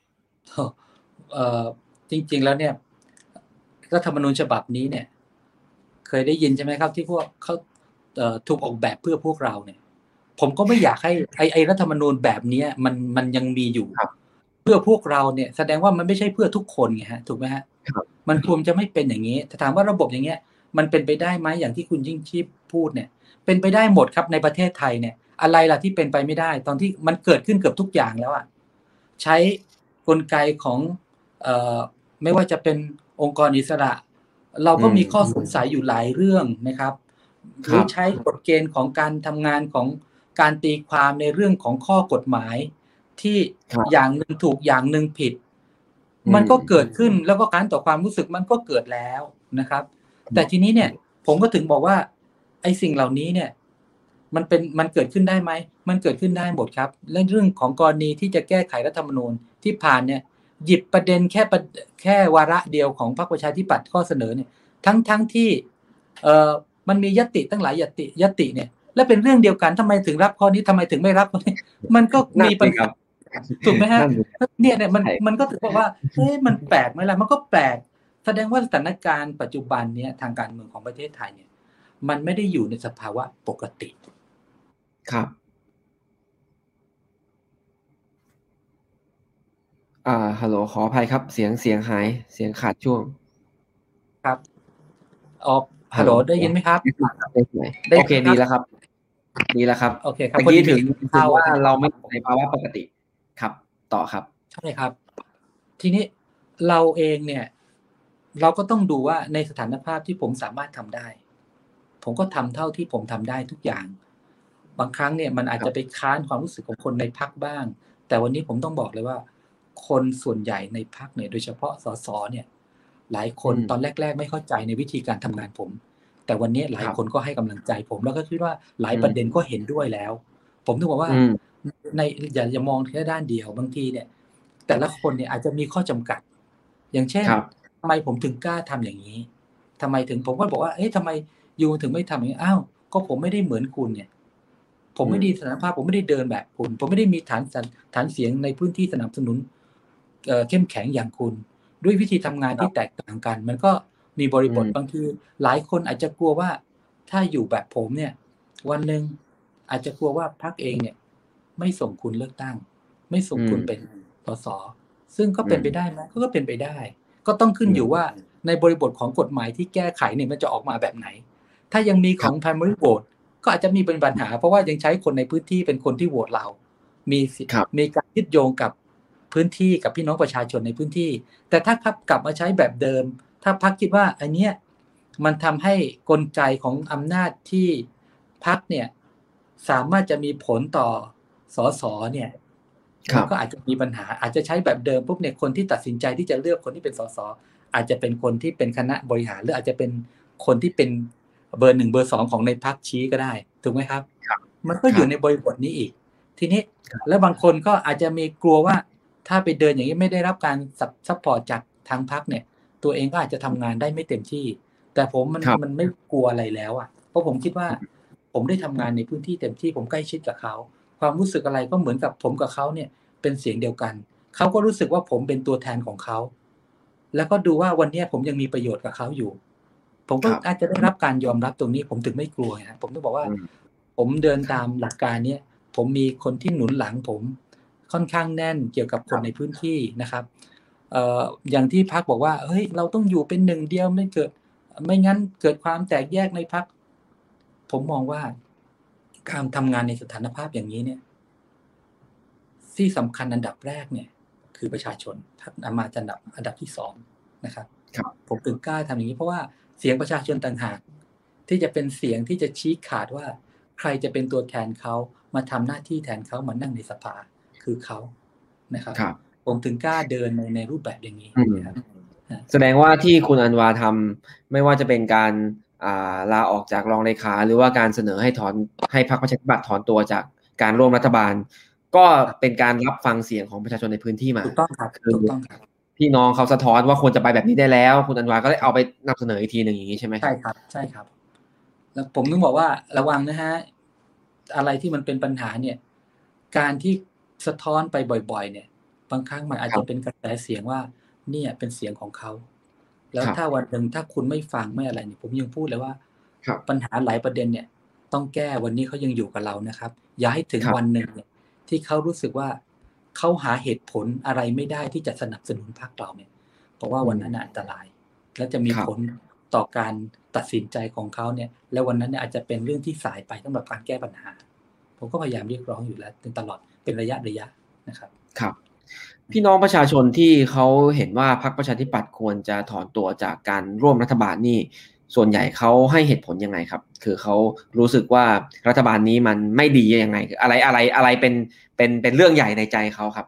S2: จริงๆแล้วเนี่ยรัฐธรรมนูญฉบับนี้เนี่ยเคยได้ยินใช่ไหมครับที่พวกเขาถูกออกแบบเพื่อพวกเราเนี่ยผมก็ไม่อยากให้ไอ้รัฐธรรมนูญแบบนี้มันยังมีอยู่
S1: ครับ
S2: เพื่อพวกเราเนี่ยแสดงว่ามันไม่ใช่เพื่อทุกคนไงฮะถูกไหมฮะ
S1: ครับ
S2: มันควรจะไม่เป็นอย่างนี้แต่ถามว่าระบบอย่างเงี้ยมันเป็นไปได้ไหมอย่างที่คุณยิ่งชีพพูดเนี่ยเป็นไปได้หมดครับในประเทศไทยเนี่ยอะไรล่ะที่เป็นไปไม่ได้ตอนที่มันเกิดขึ้นเกือบทุกอย่างแล้วอ่ะใช้กลไกของเอ่อไม่ว่าจะเป็นองค์กรอิสระเราก็มีข้อสงสัยอยู่หลายเรื่องนะครับหรือใช้กฎเกณฑ์ของการทำงานของการตีความในเรื่องของข้อกฎหมายที่อย่างหนึ่งถูกอย่างหนึ่งผิดมันก็เกิดขึ้นแล้วก็การต่อความรู้สึกมันก็เกิดแล้วนะครับแต่ทีนี้เนี่ยผมก็ถึงบอกว่าไอ้สิ่งเหล่านี้เนี่ยมันเกิดขึ้นได้ไหมมันเกิดขึ้นได้หมดครับและเรื่องของกรณีที่จะแก้ไขรัฐธรรมนูญที่ผ่านเนี่ยหยิบประเด็นแค่วาระเดียวของพรรคประชาธิปัตย์ข้อเสนอเนี่ยทั้งที่มันมียติตั้งหลายยติเนี่ยและเป็นเรื่องเดียวกันทำไมถึงรับข้อนี้ทำไมถึงไม่รับข้อนี้มันก็มีปัญหาถูกไหมฮะเนี่ยมันก็ถือว่าเฮ้ยมันแปลกไหมล่ะมันก็แปลกแสดงว่าสถานการณ์ปัจจุบันเนี้ยทางการเมืองของประเทศไทยเนี่ยมันไม่ได้อยู่ในสภาวะปกติ
S1: ครับฮัลโหลขออภัยครับเสียงหายเสียงขาดช่วง
S2: ครับฮัลโหลได้ยินไหมครับ
S1: โอเคดีแล้วครับดีแล้วครับ
S2: โอเคครับ
S1: เมื่อกี้ถึงว่าเราไม่ในภาวะปกติครับต่อครับ
S2: ใช่ครับทีนี้เราเองเนี่ยเราก็ต้องดูว่าในสถานภาพที่ผมสามารถทำได้ผมก็ทำเท่าที่ผมทำได้ทุกอย่างบางครั้งเนี่ยมันอาจจะไปค้านความรู้สึกของคนในพรรคบ้างแต่วันนี้ผมต้องบอกเลยว่าคนส่วนใหญ่ในพรรคเนี่ยโดยเฉพาะสสเนี่ยหลายคนตอนแรกๆไม่เข้าใจในวิธีการทำงานผมแต่วันนี้หลายคนก็ให้กำลังใจผมแล้วก็คิดว่าหลายประเด็นก็เห็นด้วยแล้วผมถึงบอกว่าในอย่ามองแค่ด้านเดียวบางทีเนี่ยแต่ละคนเนี่ยอาจจะมีข้อจำกัดอย่างเช่นทำไมผมถึงกล้าทำอย่างนี้ทำไมถึงผมก็บอกว่าเอ๊ะทำไมยูถึงไม่ทำอย่างนี้อ้าวก็ผมไม่ได้เหมือนคุณเนี่ยผมไม่ได้สถานภาพผมไม่ได้เดินแบบคุณผมไม่ได้มีฐานเสียงในพื้นที่สนับสนุนเข้มแข็งอย่างคุณด้วยวิธีทำงานที่แตกต่างกันมันก็มีบริบทบางทีหลายคนอาจจะกลัวว่าถ้าอยู่แบบผมเนี่ยวันหนึ่งอาจจะกลัวว่าพรรคเองเนี่ยไม่ส่งคุณเลือกตั้งไม่ส่งคุณเป็นสสซึ่งก็เป็นไปได้ไหมก็เป็นไปได้ก็ต้องขึ้นอยู่ว่าในบริบทของกฎหมายที่แก้ไขเนี่ยมันจะออกมาแบบไหนถ้ายังมีของ primary vote ก็อาจจะมีเป็นปัญหาเพราะว่ายังใช้คนในพื้นที่เป็นคนที่โหวตเรามีการยึดโยงกับพื้นที่กับพี่น้องประชาชนในพื้นที่แต่ถ้ากลับมาใช้แบบเดิมถ้าพรรคคิดว่าอันเนี้ยมันทำให้กลไกของอำนาจที่พรรคเนี่ยสามารถจะมีผลต่อสสเนี่ยมันก็อาจจะมีปัญหาอาจจะใช้แบบเดิมปุ๊บเนี่ยคนที่ตัดสินใจที่จะเลือกคนที่เป็นสสอาจจะเป็นคนที่เป็นคณะบริหารหรืออาจจะเป็นคนที่เป็นเบอร์ 1 เบอร์ 2ของในพรรคชี้ก็ได้ถูกไหมครับมันก็อยู่ในบริบทนี้อีกทีนี้แล้วบางคนก็อาจจะมีกลัวว่าถ้าไปเดินอย่างนี้ไม่ได้รับการซัพพอร์ตจากทางพรรคเนี่ยตัวเองก็อาจจะทำงานได้ไม่เต็มที่แต่ผมมันไม่กลัวอะไรแล้วอ่ะเพราะผมคิดว่าผมได้ทำงานในพื้นที่เต็มที่ผมใกล้ชิดกับเขาความรู้สึกอะไรก็เหมือนกับผมกับเขาเนี่ยเป็นเสียงเดียวกันเขาก็รู้สึกว่าผมเป็นตัวแทนของเขาแล้วก็ดูว่าวันนี้ผมยังมีประโยชน์กับเขาอยู่ผมก็อาจจะได้รับการยอมรับตรงนี้ผมถึงไม่กลัวนะผมต้องบอกว่าผมเดินตามหลักการนี้ผมมีคนที่หนุนหลังผมค่อนข้างแน่นเกี่ยวกับคนในพื้นที่นะครับอย่างที่พรรคบอกว่าเฮ้ยเราต้องอยู่เป็นหนึ่งเดียวไม่งั้นเกิดความแตกแยกในพรรคผมมองว่าการทำงานในสถานภาพอย่างนี้เนี่ยที่สำคัญอันดับแรกเนี่ยคือประชาชนพรรคมาอันดับที่2นะครับผมถึงกล้าทำอย่างนี้เพราะว่าเสียงประชาชนต่างหากที่จะเป็นเสียงที่จะชี้ขาดว่าใครจะเป็นตัวแทนเขามาทำหน้าที่แทนเขามานั่งในสภาคือเขานะครับผมถึงกล้าเดินในรูปแบบอย่างนี้นะครับ
S1: แสดงว่าที่คุณอันวาทำไม่ว่าจะเป็นการลาออกจากรองเลขาหรือว่าการเสนอให้พรรคประชาธิปัตย์ถอนตัวจากการร่วมรัฐบาลก็เป็นการรับฟังเสียงของประชาชนในพื้นที่มา
S2: ถูกต้องครับถูกต้องครับ
S1: พี่น้องเขาสะท้อนว่าควรจะไปแบบนี้ได้แล้วคุณอันวาก็ได้เอาไปนำเสนออีกทีหนึ่งอย่างนี้ใช่ไหม
S2: ใช่ครับใช่ครับแล้วผมต้องบอกว่าระวังนะฮะอะไรที่มันเป็นปัญหาเนี่ยการที่สะท้อนไปบ่อยๆเนี่ยบางครั้งมันอาจจะเป็นกระแสเสียงว่าเนี่ยเป็นเสียงของเขาแล้วถ้าวันหนึ่งถ้าคุณไม่ฟังไม่อะไรเนี่ยผมยังพูดเลยว่าปัญหาหลายประเด็นเนี่ยต้องแก้วันนี้เขายังอยู่กับเรานะครับอย่าให้ถึงวันหนึ่งเนี่ยที่เขารู้สึกว่าเขาหาเหตุผลอะไรไม่ได้ที่จะสนับสนุนพรรคเราเนี่ยเพราะว่าวันนั้นอันตรายและจะมีผลต่อการตัดสินใจของเขาเนี่ยและวันนั้นเนี่ยอาจจะเป็นเรื่องที่สายไปสำหรับการแก้ปัญหาผมก็พยายามเรียกร้องอยู่แล้วตลอดเป็นระยะนะครับ
S1: ครับพี่น้องประชาชนที่เขาเห็นว่าพรรคประชาธิปัตย์ควรจะถอนตัวจากการร่วมรัฐบาลนี่ส่วนใหญ่เขาให้เหตุผลยังไงครับคือเขารู้สึกว่ารัฐบาลนี้มันไม่ดียังไงอะไรเป็นเรื่องใหญ่ในใจเขาครับ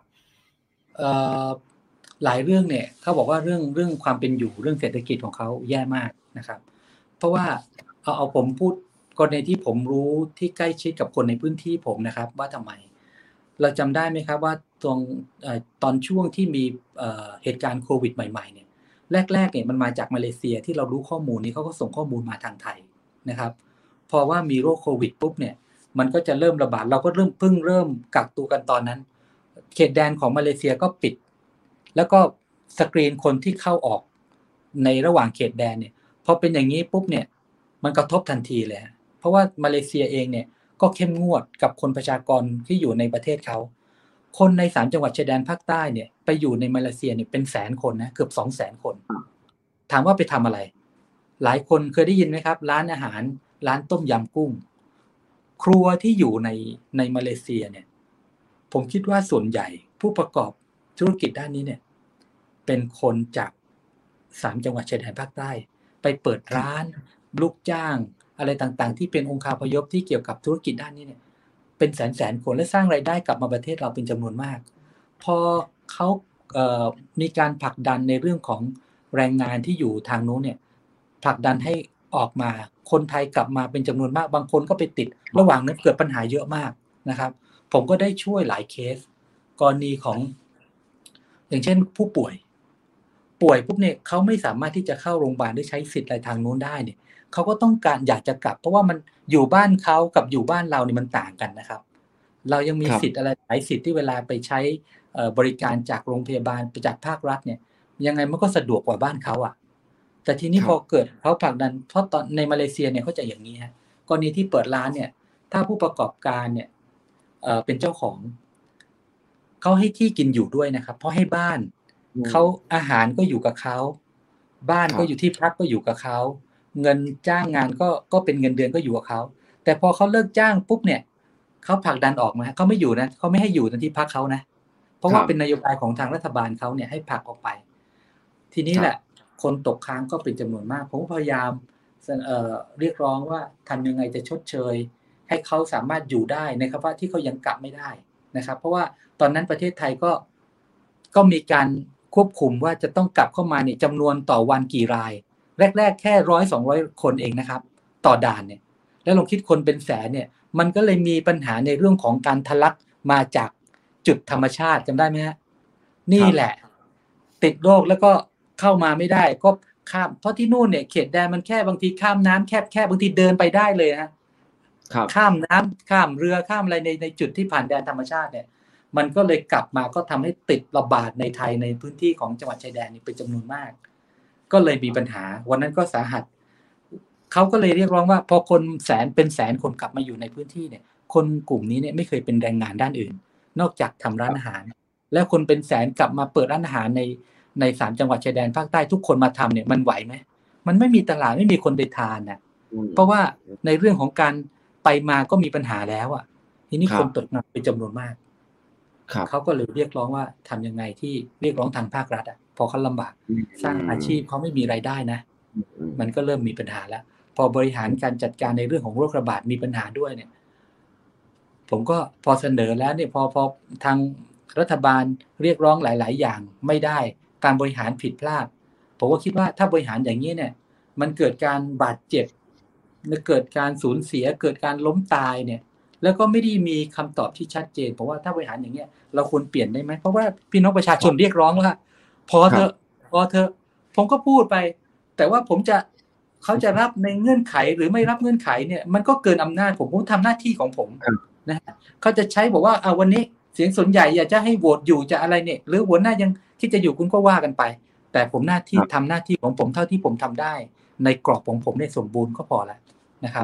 S2: หลายเรื่องเนี่ยเขาบอกว่าเรื่องความเป็นอยู่เรื่องเศรษฐกิจของเขาแย่มากนะครับเพราะว่าเอาผมพูดกรณีที่ผมรู้ที่ใกล้ชิดกับคนในพื้นที่ผมนะครับว่าทำไมเราจำได้ไหมครับว่าตอนช่วงที่มีเหตุการณ์โควิดใหม่ๆเนี่ยแรกๆเนี่ยมันมาจากมาเลเซียที่เรารู้ข้อมูลนี้เขาก็ส่งข้อมูลมาทางไทยนะครับพอว่ามีโรคโควิดปุ๊บเนี่ยมันก็จะเริ่มระบาดเราก็เพิ่งเริ่มกักตัวกันตอนนั้นเขตแดนของมาเลเซียก็ปิดแล้วก็สกรีนคนที่เข้าออกในระหว่างเขตแดนเนี่ยพอเป็นอย่างนี้ปุ๊บเนี่ยมันกระทบทันทีเลยเพราะว่ามาเลเซียเองเนี่ยก็เข้มงวดกับคนประชากรที่อยู่ในประเทศเขาคนใน3จังหวัดชายแดนภาคใต้เนี่ยไปอยู่ในมาเลเซียเนี่ยเป็นแสนคนนะเกือบ200,000 คนถามว่าไปทำอะไรหลายคนเคยได้ยินไหมครับร้านอาหารร้านต้มยำกุ้งครัวที่อยู่ในมาเลเซียเนี่ยผมคิดว่าส่วนใหญ่ผู้ประกอบธุรกิจด้านนี้เนี่ยเป็นคนจาก3จังหวัดชายแดนภาคใต้ไปเปิดร้านลูกจ้างอะไรต่างๆที่เป็นองค์คาพยพที่เกี่ยวกับธุรกิจด้านนี้เนี่ยเป็นแสนคนและสร้างรายได้กลับมาประเทศเราเป็นจำนวนมากพอเขามีการผลักดันในเรื่องของแรงงานที่อยู่ทางโน้นเนี่ยผลักดันให้ออกมาคนไทยกลับมาเป็นจำนวนมากบางคนก็ไปติดระหว่างนั้นเกิดปัญหาเยอะมากนะครับผมก็ได้ช่วยหลายเคสกรณีของอย่างเช่นผู้ป่วยปุ๊บเนี่ยเขาไม่สามารถที่จะเข้าโรงพยาบาลได้ใช้สิทธิ์อะไรทางโน้นได้เนี่ยเขาก็ต้องการอยากจะกลับเพราะว่ามันอยู่บ้านเขากับอยู่บ้านเราเนี่ยมันต่างกันนะครับเรายังมีสิทธิ์อะไรหลายสิทธิ์ที่เวลาไปใช้บริการจากโรงพยาบาลจากภาครัฐเนี่ยยังไงมันก็สะดวกกว่าบ้านเขาอ่ะแต่ทีนี้พอเกิดเขาผลักดันเพราะตอนในมาเลเซียเนี่ยเขาจะอย่างนี้ฮะกรณีที่เปิดร้านเนี่ยถ้าผู้ประกอบการเนี่ยเป็นเจ้าของเขาให้ที่กินอยู่ด้วยนะครับเพราะให้บ้านเขาอาหารก็อยู่กับเขาบ้านก็อยู่ที่พักก็อยู่กับเขาเงินจ้างงานก็เป็นเงินเดือนก็อยู่กับเขาแต่พอเขาเลิกจ้างปุ๊บเนี่ยเขาผลักดันออกมาเขาไม่อยู่นะเขาไม่ให้อยู่ในที่พักเขานะเพราะว่าเป็นนโยบายของทางรัฐบาลเขาเนี่ยให้ผลักออกไปทีนี้แหละคนตกค้างก็เป็นจำนวนมากผมพยายามเรียกร้องว่าทำยังไงจะชดเชยให้เขาสามารถอยู่ได้ในภาวะที่เขายังกลับไม่ได้นะครับเพราะว่าตอนนั้นประเทศไทยก็มีการควบคุมว่าจะต้องกลับเข้ามาเนี่ยจำนวนต่อวันกี่รายแรกๆแค่100-200 คนเองนะครับต่อด่านเนี่ยแล้วลองคิดคนเป็นแสนเนี่ยมันก็เลยมีปัญหาในเรื่องของการทะลักมาจากจุดธรรมชาติจำได้ไหมฮะนี่แหละติดโรคแล้วก็เข้ามาไม่ได้ก็ข้ามเพราะที่นู่นเนี่ยเขตแดนมันแค่บางทีข้ามน้ำแคบบางทีเดินไปได้เลยนะข้ามน้ำข้ามเรือข้ามอะไรในจุดที่ผ่านแดนธรรมชาติเนี่ยมันก็เลยกลับมาก็ทำให้ติดระบาดในไทยในพื้นที่ของจังหวัดชายแดนนี่เป็นจำนวนมากก็เลยมีปัญหาวันนั้นก็สาหัสเขาก็เลยเรียกร้องว่าพอคนเป็นแสนคนกลับมาอยู่ในพื้นที่เนี่ยคนกลุ่มนี้เนี่ยไม่เคยเป็นแรงงานด้านอื่นนอกจากทำร้านอาหารแล้วคนเป็นแสนกลับมาเปิดร้านอาหารใน3จังหวัดชายแดนภาคใต้ทุกคนมาทำเนี่ยมันไหวไหมมันไม่มีตลาดไม่มีคนไปทานนะเพราะว่าในเรื่องของการไปมาก็มีปัญหาแล้วอ่ะทีนี้คนตกงานเป็นจำนวนมากเขาก็เลยเรียกร้องว่าทำยังไงที่เรียกร้องทางภาครัฐอ่ะพอเขาลำบากสร้างอาชีพเขาไม่มีรายได้นะมันก็เริ่มมีปัญหาแล้วพอบริหารการจัดการในเรื่องของโรคระบาดมีปัญหาด้วยเนี่ยผมก็พอเสนอแล้วเนี่ยพอทางรัฐบาลเรียกร้องหลายๆอย่างไม่ได้การบริหารผิดพลาดผมก็คิดว่าถ้าบริหารอย่างนี้เนี่ยมันเกิดการบาดเจ็บเกิดการสูญเสียเกิดการล้มตายเนี่ยแล้วก็ไม่ได้มีคำตอบที่ชัดเจนเพราะว่าถ้าบริหารอย่างเงี้ยเราควรเปลี่ยนได้ไหมเพราะว่าพี่น้องประชาชนเรียกร้องว่าพอเถอะผมก็พูดไปแต่ว่าเขาจะรับในเงื่อนไขหรือไม่รับเงื่อนไขเนี่ยมันก็เกินอำนาจผมทำหน้าที่ของผมนะฮะเขาจะใช้บอกว่าวันนี้เสียงส่วนใหญ่อยากจะให้โหวตอยู่จะอะไรเนี่ยหรือหัวหน้ายังคิดจะอยู่คุณก็ว่ากันไปแต่ผมทำหน้าที่ของผมเท่าที่ผมทำได้ในกรอบของผมเนี่ยสมบูรณ์ก็พอแล้วนะครับ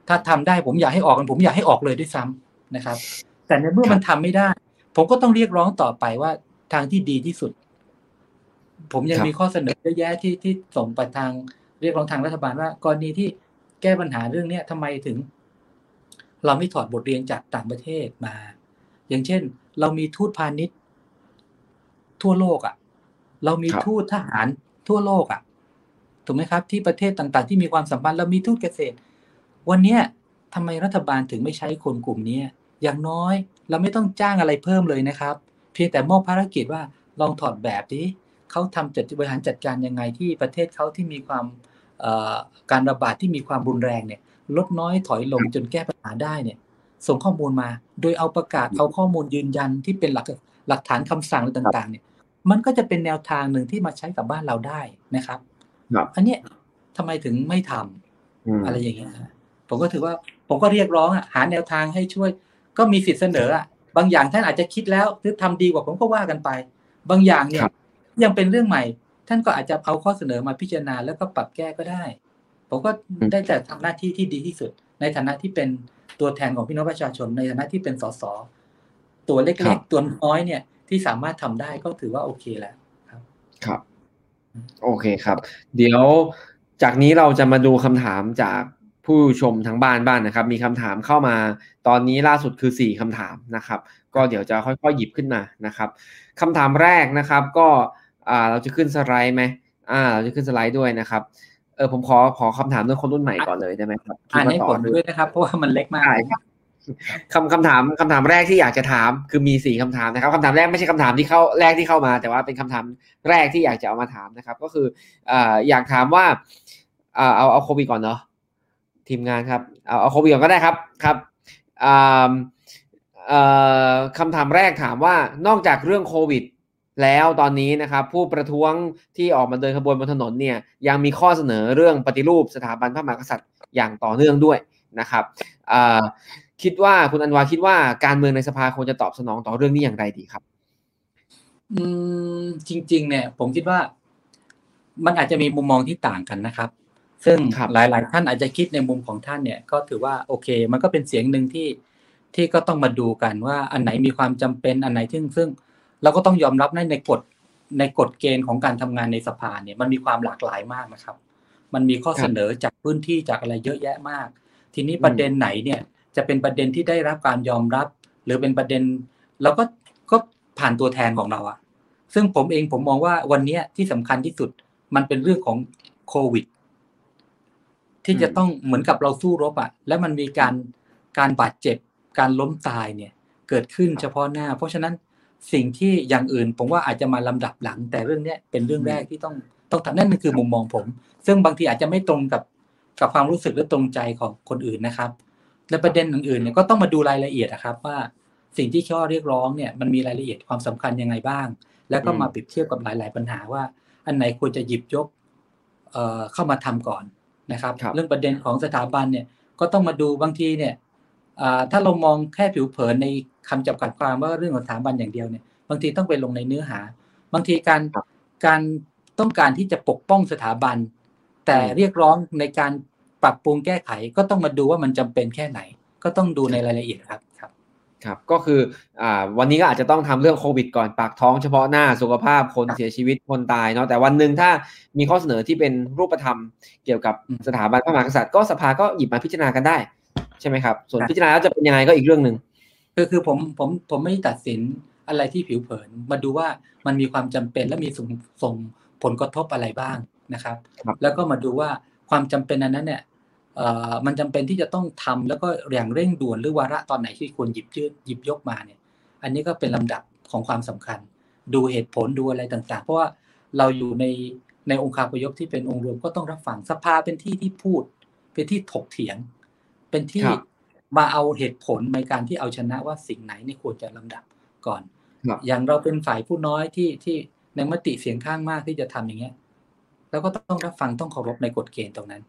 S2: ถ้าทำได้ผมอยากให้ออกผมอยากให้ออกเลยด้วยซ้ำนะครับ แต่ในเมื่อมันทำไม่ได้ผมก็ต้องเรียกร้องต่อไปว่าทางที่ดีที่สุดผมยังมีข้อเสนอเยอะแยะที่ส่งไปทางเรียกร้องทางรัฐบาลว่ากรณีที่แก้ปัญหาเรื่องนี้ทำไมถึงเราไม่ถอดบทเรียนจากต่างประเทศมาอย่างเช่นเรามีทูตพาณิชย์ทั่วโลกเรามีทูตทหารทั่วโลกถูกไหมครับที่ประเทศต่างๆที่มีความสัมพันธ์เรามีทูตเกษตรวันนี้ทำไมรัฐบาลถึงไม่ใช้คนกลุ่มนี้อย่างน้อยเราไม่ต้องจ้างอะไรเพิ่มเลยนะครับเพียงแต่มอบภารกิจว่าลองถอดแบบดิเขาทำบริหารจัดการยังไงที่ประเทศเขาที่มีความการระบาดที่มีความรุนแรงเนี่ยลดน้อยถอยลงจนแก้ปัญหาได้เนี่ยส่งข้อมูลมาโดยเอาประกาศเอาข้อมูลยืนยันที่เป็นหลักฐานคำสั่งอะไรต่างๆเนี่ยมันก็จะเป็นแนวทางหนึ่งที่มาใช้กับบ้านเราได้นะครับอันนี้ทำไมถึงไม่ทำอะไรอย่างเงี้ยผมก็ถือว่าผมก็เรียกร้องหาแนวทางให้ช่วยก็มีสิทธิ์เสนอบางอย่างท่านอาจจะคิดแล้วหรือทำดีกว่าผมก็ว่ากันไปบางอย่างเนี่ยยังเป็นเรื่องใหม่ท่านก็อาจจะเอาข้อเสนอมาพิจารณาแล้วก็ปรับแก้ก็ได้ผมก็ได้แต่ทำหน้าที่ที่ดีที่สุดในฐานะที่เป็นตัวแทนของพี่น้องประชาชนในฐานะที่เป็นสสตัวเล็กๆตัวน้อยเนี่ยที่สามารถทำได้ก็ถือว่าโอเคแล้ว
S1: ครับโอเคครับเดี๋ยวจากนี้เราจะมาดูคำถามจากผู้ชมทางบ้านบ้างนะครับมีคำถามเข้ามาตอนนี้ล่าสุดคือ4คำถามนะครับก็เดี๋ยวจะค่อยๆหยิบขึ้นมานะครับคำถามแรกนะครับก็เราจะขึ้นสไลด์ไหมเราจะขึ้นสไลด์ด้วยนะครับผมขอคำถามเรื่องคนรุ่นใหม่ก่อนเลยได้ไหมครับ
S2: ให้ผลด้วยนะครับเพราะว่ามันเล็กมาก
S1: คำถามแรกที่อยากจะถามคือมี4คำถามนะครับคำถามแรกไม่ใช่คำถามที่เข้ามาแต่ว่าเป็นคำถามแรกที่อยากจะเอามาถามนะครับก็คืออยากถามว่าเอาโควิดก่อนเนาะทีมงานครับเอาโควิดก่อนก็ได้ครับคำถามแรกถามว่านอกจากเรื่องโควิดแล้วตอนนี้นะครับผู้ประท้วงที่ออกมาเดินขบวนบนถนนเนี่ยยังมีข้อเสนอเรื่องปฏิรูปสถาบันพระมหากษัตริย์อย่างต่อเนื่องด้วยนะครับคิดว่าคุณอันวาคิดว่าการเมืองในสภาควรจะตอบสนองต่อเรื่องนี้อย่างไรดีครับ
S2: จริงๆเนี่ยผมคิดว่ามันอาจจะมีมุมมองที่ต่างกันนะครับซึ่งหลายๆท่านอาจจะคิดในมุมของท่านเนี่ยก็ถือว่าโอเคมันก็เป็นเสียงหนึ่งที่ก็ต้องมาดูกันว่าอันไหนมีความจำเป็นอันไหนซึ่งเราก็ต้องยอมรับในกฎเกณฑ์ของการทำงานในสภาเนี่ยมันมีความหลากหลายมากนะครับมันมีข้อเสนอจากพื้นที่จากอะไรเยอะแยะมากทีนี้ประเด็นไหนเนี่ยจะเป็นประเด็นที่ได้รับการยอมรับหรือเป็นประเด็นเราก็ผ่านตัวแทนของเราซึ่งผมมองว่าวันนี้ที่สำคัญที่สุดมันเป็นเรื่องของโควิดที่จะต้องเหมือนกับเราสู้รบแล้วมันมีการบาดเจ็บการล้มตายเนี่ยเกิดขึ้นเฉพาะหน้าเพราะฉะนั้นสิ่งที่อย่างอื่นผมว่าอาจจะมาลำดับหลังแต่เรื่องนี้เป็นเรื่องแรกที่ต้องทำนั่นคือมุมมองผมซึ่งบางทีอาจจะไม่ตรงกับความรู้สึกหรือตรงใจของคนอื่นนะครับและประเด็นอื่นๆเนี่ยก็ต้องมาดูรายละเอียดนะครับว่าสิ่งที่ข้อเรียกร้องเนี่ยมันมีรายละเอียดความสำคัญยังไงบ้างแล้วก็มาเปรียบเทียบกับหลายๆปัญหาว่าอันไหนควรจะหยิบยกเข้ามาทำก่อนนะครับเรื่องประเด็นของสถาบันเนี่ยก็ต้องมาดูบางทีเนี่ยถ้าเรามองแค่ผิวเผินในคำจำกัดความว่าเรื่องของสถาบันอย่างเดียวเนี่ยบางทีต้องไปลงในเนื้อหาบางทีการต้องการที่จะปกป้องสถาบันแต่เรียกร้องในการปรับปรุงแก้ไขก็ต้องมาดูว่ามันจำเป็นแค่ไหนก็ต้องดูในรายละเอียดครับ
S1: ก็คือวันนี้ก็อาจจะต้องทำเรื่องโควิดก่อนปากท้องเฉพาะหน้าสุขภาพคนเสียชีวิตคนตายเนาะแต่วันหนึ่งถ้ามีข้อเสนอที่เป็นรูปธรรมเกี่ยวกับสถาบันพระมหากษัตริย์ก็สภาก็หยิบมาพิจารณากันได้ใช่ไหมครับส่วนพิจารณาแล้วจะเป็นยังไงก็อีกเรื่องนึง
S2: คือผมไม่ตัดสินอะไรที่ผิวเผินมาดูว่ามันมีความจำเป็นและมีส่งผลกระทบอะไรบ้างนะครับแล้วก็มาดูว่าความจำเป็นนั้นเนี่ยมันจำเป็นที่จะต้องทำแล้วก็อย่างเร่งด่วนหรือวาระตอนไหนที่ควรหยิบยกมาเนี่ยอันนี้ก็เป็นลำดับของความสำคัญดูเหตุผลดูอะไรต่างๆเพราะว่าเราอยู่ในองค์คาพยพที่เป็นองค์รวมก็ต้องรับฟังสภาเป็นที่ที่พูดเป็นที่ถกเถียงเป็นที่มาเอาเหตุผลในการที่เอาชนะว่าสิ่งไหนนี่ควรจะลำดับก่อนอย่างเราเป็นฝ่ายผู้น้อยที่ในมติเสียงข้างมากที่จะทำอย่างเงี้ยแล้วก็ต้องรับฟังต้องเคารพในกฎเกณฑ์ตรงนั้น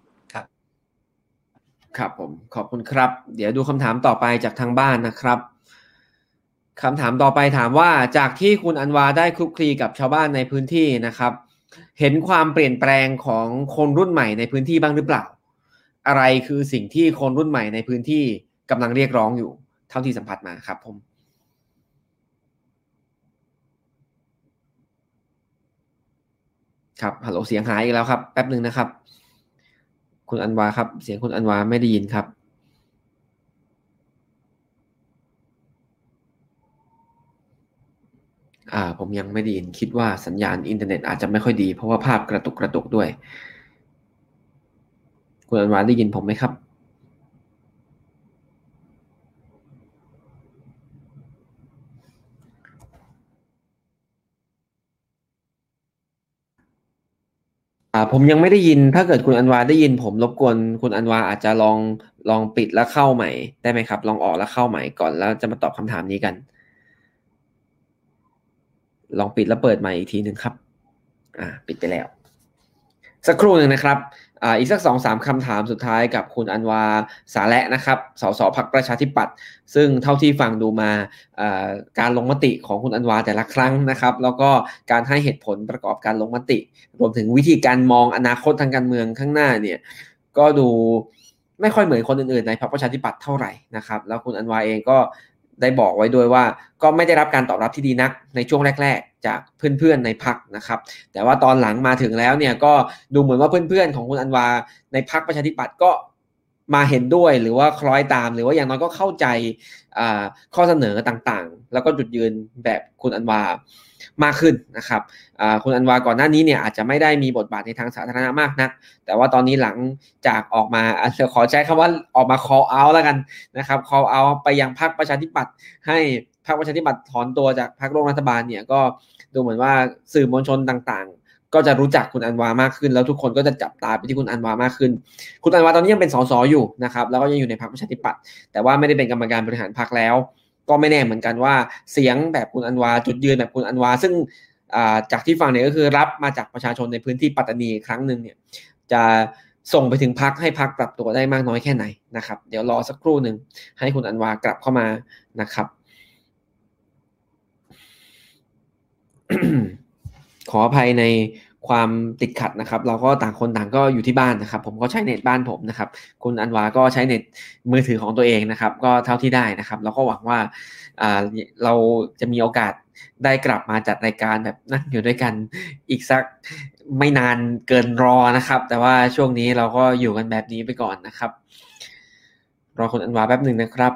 S1: ครับผมขอบคุณครับเดี๋ยวดูคำถามต่อไปจากทางบ้านนะครับคำถามต่อไปถามว่าจากที่คุณอันวาได้คลุกคลีกับชาวบ้านในพื้นที่นะครับเห็นความเปลี่ยนแปลงของคนรุ่นใหม่ในพื้นที่บ้างหรือเปล่าอะไรคือสิ่งที่คนรุ่นใหม่ในพื้นที่กำลังเรียกร้องอยู่เท่าที่สัมผัสมาครับผมครับฮัลโหลเสียงหายอีกแล้วครับแป๊บหนึ่งนะครับคุณอันวาครับเสียงคุณอันวาไม่ได้ยินครับผมยังไม่ได้ยินคิดว่าสัญญาณอินเทอร์เน็ตอาจจะไม่ค่อยดีเพราะว่าภาพกระตุกด้วยคุณอันวาได้ยินผมไหมครับผมยังไม่ได้ยินถ้าเกิดคุณอันวาได้ยินผมรบกวนคุณอันวาอาจจะลองปิดแล้วเข้าใหม่ได้ไหมครับลองออกแล้วเข้าใหม่ก่อนแล้วจะมาตอบคำถามนี้กันลองปิดแล้วเปิดใหม่อีกทีหนึ่งครับปิดไปแล้วสักครู่หนึ่งนะครับอีกสัก2-3คำถามสุดท้ายกับคุณอันวาสาและนะครับสสพรรคประชาธิปัตย์ซึ่งเท่าที่ฟังดูมาการลงมติของคุณอันวาแต่ละครั้งนะครับแล้วก็การให้เหตุผลประกอบการลงมติรวมถึงวิธีการมองอนาคตทางการเมืองข้างหน้าเนี่ยก็ดูไม่ค่อยเหมือนคนอื่นๆในพรรคประชาธิปัตย์เท่าไหร่นะครับแล้วคุณอันวาเองก็ได้บอกไว้ด้วยว่าก็ไม่ได้รับการตอบรับที่ดีนักในช่วงแรกๆจากเพื่อนๆในพรรคนะครับแต่ว่าตอนหลังมาถึงแล้วเนี่ยก็ดูเหมือนว่าเพื่อนๆของคุณอันวาในพรรคประชาธิปัตย์ก็มาเห็นด้วยหรือว่าคล้อยตามหรือว่าอย่างน้อยก็เข้าใจข้อเสนอต่างๆแล้วก็จุดยืนแบบคุณอันวามากขึ้นนะครับคุณอันวาก่อนหน้านี้เนี่ยอาจจะไม่ได้มีบทบาทในทางสาธารณะมากนักแต่ว่าตอนนี้หลังจากออกมาขอใช้คำว่าออกมา call out แล้วกันนะครับ call out ไปยังพรรคประชาธิปัตย์ให้พรรคประชาธิปัตย์ถอนตัวจากพรรคร่วมรัฐบาลเนี่ยก็ดูเหมือนว่าสื่อมวลชนต่างๆก็จะรู้จักคุณอันวามากขึ้นแล้วทุกคนก็จะจับตาไปที่คุณอันวามากขึ้นคุณอันวาตอนนี้ยังเป็นสสอยู่นะครับแล้วก็ยังอยู่ในพรรคประชาธิปัตย์แต่ว่าไม่ได้เป็นกรรมการบริหารพรรคแล้วก็ไม่แน่เหมือนกันว่าเสียงแบบคุณอันวาจุดยืนแบบคุณอันวาซึ่งจากที่ฟังเนี่ยก็คือรับมาจากประชาชนในพื้นที่ปัตตานีครั้งหนึ่งเนี่ยจะส่งไปถึงพรรคให้พรรคปรับตัวได้มากน้อยแค่ไหนนะครับเดี๋ยวรอสักครู่หนึ่งให้คุณอันวากลับเข้ามานะครับ ขออภัยในความติดขัดนะครับเราก็ต่างคนต่างก็อยู่ที่บ้านนะครับผมก็ใช้เน็ตบ้านผมนะครับคุณอันวาก็ใช้เน็ตมือถือของตัวเองนะครับก็เท่าที่ได้นะครับแล้วก็หวังว่าเราจะมีโอกาสได้กลับมาจัดรายการแบบนั่งอยู่ด้วยกันอีกสักไม่นานเกินรอนะครับแต่ว่าช่วงนี้เราก็อยู่กันแบบนี้ไปก่อนนะครับรอคุณอันวาแป๊บหนึ่งนะครับ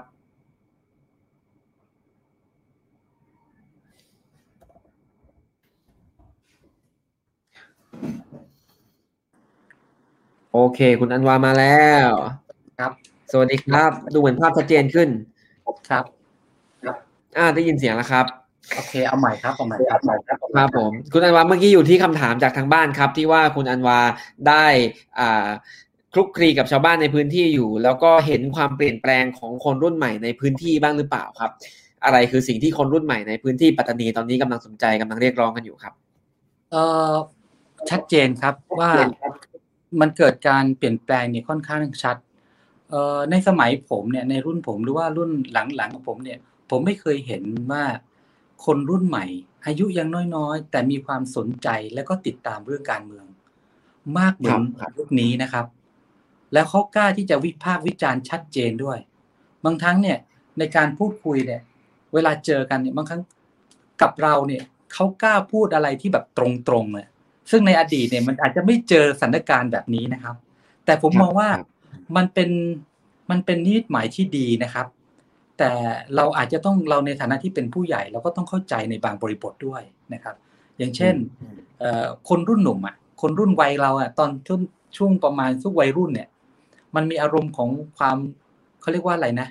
S1: โอเคคุณอันวามาแล้ว
S2: ครับ
S1: สวัสดีครับดูเหมือนภาพชัดเจนขึ้น
S2: ครับ
S1: ได้ยินเสียงแล้วครับ
S2: โอเคเอาใหม่ครับ
S1: ครับผมคุณอันวาเมื่อกี้อยู่ที่คำถามจากทางบ้านครับที่ว่าคุณอันวาได้คลุกคลีกับชาวบ้านในพื้นที่อยู่แล้วก็เห็นความเปลี่ยนแปลงของคนรุ่นใหม่ในพื้นที่บ้างหรือเปล่าครับอะไรคือสิ่งที่คนรุ่นใหม่ในพื้นที่ปัตตานีตอนนี้กำลังสนใจกำลังเรียกร้องกันอยู่ครับ
S2: ชัดเจนครับว่ามันเกิดการเปลี่ยนแปลงเนี่ยค่อนข้างชัดในสมัยผมเนี่ยในรุ่นผมหรือว่ารุ่นหลังๆของผมเนี่ยผมไม่เคยเห็นว่าคนรุ่นใหม่อายุยังน้อยๆแต่มีความสนใจและก็ติดตามเรื่องการเมืองมากเหมือนยุคนี้นะครับแล้วเขากล้าที่จะวิพากษ์วิจารณ์ชัดเจนด้วยบางครั้งเนี่ยในการพูดคุยเนี่ยเวลาเจอกันเนี่ยบางครั้งกับเราเนี่ยเขากล้าพูดอะไรที่แบบตรงๆเลยซึ่งในอดีตเนี่ยมันอาจจะไม่เจอสถานการณ์แบบนี้นะครับแต่ผมมองว่ามันเป็นนิมิตหมายที่ดีนะครับแต่เราอาจจะต้องเราในฐานะที่เป็นผู้ใหญ่เราก็ต้องเข้าใจในบางบริบทด้วยนะครับอย่างเช่นคนรุ่นหนุ่มอ่ะคนรุ่นวัยเราอ่ะตอนช่วงประมาณทุกวัยรุ่นเนี่ยมันมีอารมณ์ของความเขาเรียกว่าอะไรนะ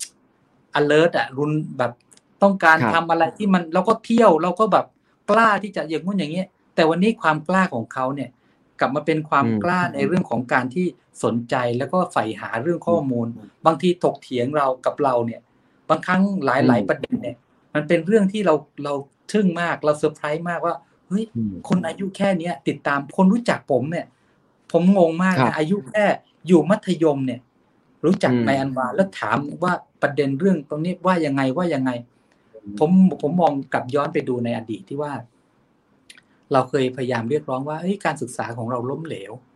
S2: alert อ่ะรุนแบบต้องการทำอะไรที่มันเราก็เที่ยวเราก็แบบกล้าที่จะอย่างนู้นอย่างเงี้ยแต่วันนี้ความกล้าของเขาเนี่ยกลับมาเป็นความกล้าในเรื่องของการที่สนใจแล้วก็ใฝ่หาเรื่องข้อมูลบางทีถกเถียงเรากับเราเนี่ยบางครั้งหลายประเด็นเนี่ยมันเป็นเรื่องที่เราทึ่งมากเราเซอร์ไพรส์มากว่าเฮ้ยคนอายุแค่นี้ติดตามคนรู้จักผมเนี่ยผมงงมากนะอายุแค่อยู่มัธยมเนี่ยรู้จักนายอันวาแล้วถามว่าประเด็นเรื่องตรงนี้ว่ายังไงผมมองกลับย้อนไปดูในอดีตที่ว่าเราเคยพยายามเรียกร้องว่าการศึกษาของเราล้มเหลว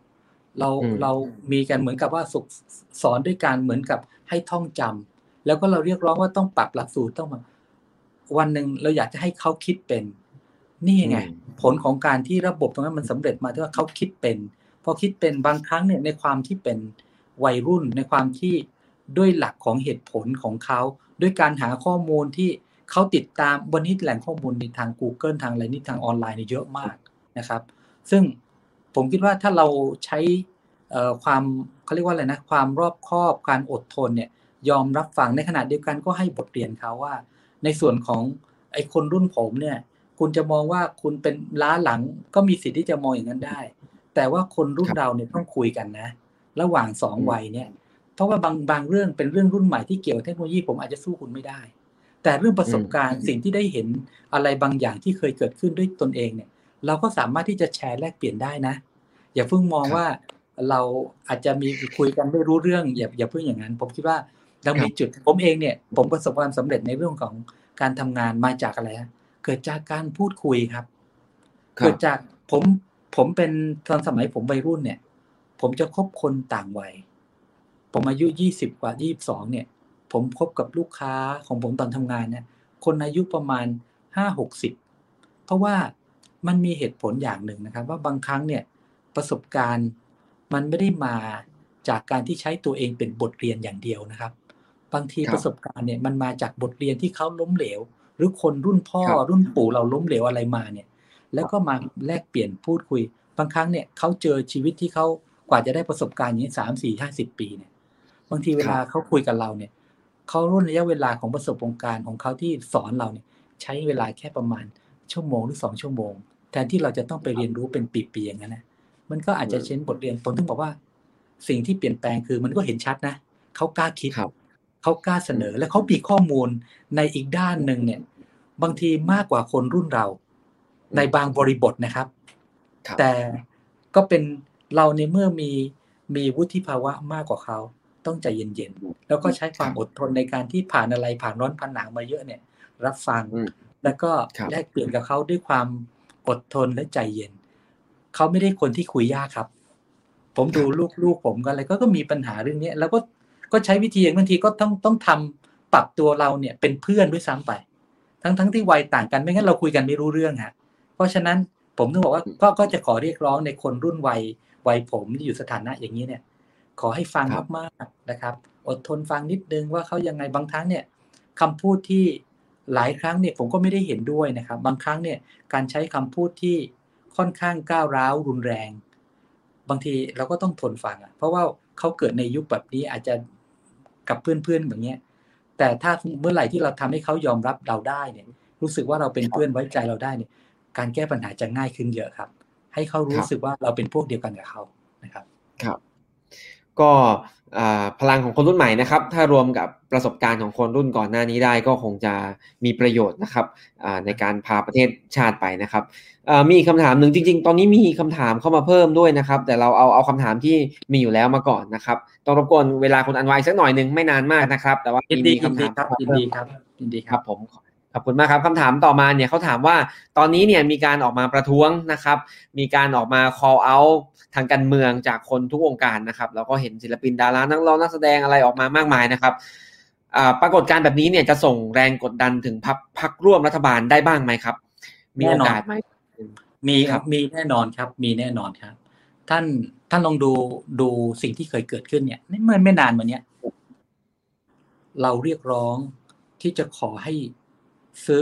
S2: เรา
S1: อืม
S2: เรามีกันเหมือนกับว่าสอนด้วยการเหมือนกับให้ท่องจำแล้วก็เราเรียกร้องว่าต้องปรับหลักสูตรต้องมาวันหนึ่งเราอยากจะให้เขาคิดเป็นนี่ไง
S1: อืม
S2: ผลของการที่ระบบตรงนั้นมันสำเร็จมาที่ว่าเขาคิดเป็นพอคิดเป็นบางครั้งเนี่ยในความที่เป็นวัยรุ่นในความที่ด้วยหลักของเหตุผลของเขาด้วยการหาข้อมูลที่เขาติดตามวันนี้แหล่งข้อมูลในทาง Google ทางอะไรนี่ทางออนไลน์เนี่ยเยอะมากนะครับซึ่งผมคิดว่าถ้าเราใช้ความเขาเรียกว่าอะไรนะความรอบคอบการอดทนเนี่ยยอมรับฟังในขณะเดียวกันก็ให้บทเรียนเขาว่าในส่วนของไอ้คนรุ่นผมเนี่ยคุณจะมองว่าคุณเป็นล้าหลังก็มีสิทธิ์ที่จะมองอย่างนั้นได้แต่ว่าคนรุ่น
S1: ครับ
S2: เราเนี่ยต้องคุยกันนะระหว่างสอง
S1: อืม
S2: วัยเนี่ยเพราะว่าบางเรื่องเป็นเรื่องรุ่นใหม่ที่เกี่ยวกับเทคโนโลยีผมอาจจะสู้คุณไม่ได้แต่เรื่องประ
S1: อืม
S2: สบการณ์สิ่งที่ได้เห็นอะไรบางอย่างที่เคยเกิดขึ้นด้วยตนเองเนี่ยเราก็สามารถที่จะแชร์แลกเปลี่ยนได้นะอย่าเพิ่งมองว่า
S1: ครับ
S2: เราอาจจะมีคุยกันไม่รู้เรื่องอย่าเพิ่งอย่างนั้นผมคิดว่าเรามี
S1: ครับ
S2: จุดผมเองเนี่ยผมประสบความสำเร็จในเรื่องของการทำงานมาจากอะไรฮะเกิดจากการพูดคุยครับ
S1: ครับ
S2: เกิดจากผมผมเป็นตอนสมัยผมวัยรุ่นเนี่ยผมจะคบคนต่างวัยผมอายุ20กว่า22เนี่ยผมคบกับลูกค้าของผมตอนทำงานเนี่ยคนอายุประมาณ50-60เพราะว่ามันมีเหตุผลอย่างหนึ่งนะครับว่าบางครั้งเนี่ยประสบการณ์มันไม่ได้มาจากการที่ใช้ตัวเองเป็นบทเรียนอย่างเดียวนะครับบางที
S1: ครับ
S2: ประสบการณ์เนี่ยมันมาจากบทเรียนที่เขาล้มเหลวหรือคนรุ่นพ่อ
S1: ครับ
S2: รุ่นปู่เราล้มเหลวอะไรมาเนี่ยแล้วก็มาแลกเปลี่ยนพูดคุยบางครั้งเนี่ยเขาเจอชีวิตที่เขากว่าจะได้ประสบการณ์อย่างนี้3-4-50 ปีเนี่ยบางทีเวลา
S1: ครับ
S2: เขาคุยกับเราเนี่ยเขารุ่นระยะเวลาของประสบการณ์ของเขาที่สอนเราเนี่ยใช้เวลาแค่ประมาณชั่วโมงหรือ2 ชั่วโมงแทนที่เราจะต้องไปเรียนรู้เป็นปีๆอย่างนั้นนะมันก็อาจ
S1: อืม
S2: จะเช้นบทเรียนผมถึงบอกว่าสิ่งที่เปลี่ยนแปลงคือมันก็เห็นชัดนะเขากล้าคิด
S1: ครับ
S2: เขากล้าเส
S1: อืม
S2: นอและเขามีข้อมูลในอีกด้านหนึ่งเนี่ยบางทีมากกว่าคนรุ่นเราใน
S1: อืม
S2: บางบริบทนะครับ
S1: ครับ
S2: แต่ก็เป็นเราในเมื่อมีวุฒิภาวะมากกว่าเขาต้องใจเย็น
S1: อืม
S2: ๆแล้วก็ใช้ค
S1: ครับ
S2: วามอดทนในการที่ผ่านอะไรผ่านร้อนผ่านหนาวมาเยอะเนี่ยรับฟัง
S1: อืม
S2: แล้วก็
S1: ครับ
S2: แลกเปลี่ยนกับเขาด้วยความอดทนและใจเย็นเขาไม่ได้คนที่คุยยากครับผมดู
S1: ครับ
S2: ลูกผมก็อะไรก็มีปัญหาเรื่องนี้แล้วก็ใช้วิธีอย่างบางทีก็ต้องทำปรับตัวเราเนี่ยเป็นเพื่อนด้วยซ้ำไปทั้งที่วัยต่างกันไม่งั้นเราคุยกันไม่รู้เรื่องฮะเพราะฉะนั้นผมต้องบอกว่า
S1: อืม
S2: ก็จะขอเรียกร้องในคนรุ่นวัยผมที่อยู่สถานะอย่างนี้เนี่ยขอให้ฟัง
S1: ครับ
S2: มากๆนะครับอดทนฟังนิดนึงว่าเขายังไงบางครั้งเนี่ยคำพูดที่หลายครั้งเนี่ยผมก็ไม่ได้เห็นด้วยนะครับบางครั้งเนี่ยการใช้คำพูดที่ค่อนข้างก้าวร้าวรุนแรงบางทีเราก็ต้องทนฟังเพราะว่าเขาเกิดในยุคแบบนี้อาจจะกับเพื่อนๆแบบนี้แต่ถ้าเมื่อไหร่ที่เราทำให้เขายอมรับเราได้เนี่ยรู้สึกว่าเราเป็นเพื่อนไว้ใจเราได้เนี่ยการแก้ปัญหาจะง่ายขึ้นเยอะครับให้เขา
S1: ค
S2: รู้
S1: รับ
S2: สึกว่าเราเป็นพวกเดียวกันกับเขานะครับ
S1: ครับ ก็พลังของคนรุ่นใหม่นะครับถ้ารวมกับประสบการณ์ของคนรุ่นก่อนหน้านี้ได้ก็คงจะมีประโยชน์นะครับในการพาประเทศชาติไปนะครับมีอีกคำถามหนึ่งจริงๆตอนนี้มีคำถามเข้ามาเพิ่มด้วยนะครับแต่เราเอาคำถามที่มีอยู่แล้วมาก่อนนะครับต้องรบกวนเวลาคุณอันไว้สักหน่อยหนึ่งไม่นานมากนะครับแต่ว่า
S2: ยินดี
S1: มีคำถาม
S2: ครับ
S1: เข้ามาเพิ่ม
S2: ยินดีครับยินดีครับ
S1: ครับผมขอบคุณมากครับคำถามต่อมาเนี่ยเขาถามว่าตอนนี้เนี่ยมีการออกมาประท้วงนะครับมีการออกมา call out ทางการเมืองจากคนทุกวงการนะครับแล้วก็เห็นศิลปินดารานักร้องนักแสดงอะไรออกมามากมายนะครับปรากฏการณ์แบบนี้เนี่ยจะส่งแรงกดดันถึงพรรคร่วมรัฐบาลได้บ้างไหมครับมี
S2: แน่นอน
S1: โอกาสไหม
S2: มี
S1: ครับ
S2: มีแน่นอนครับมีแน่นอนครับท่านท่านลองดูสิ่งที่เคยเกิดขึ้นเนี่ยเมื่อไม่นานมาเนี้ยเราเรียกร้องที่จะขอให้ซื้อ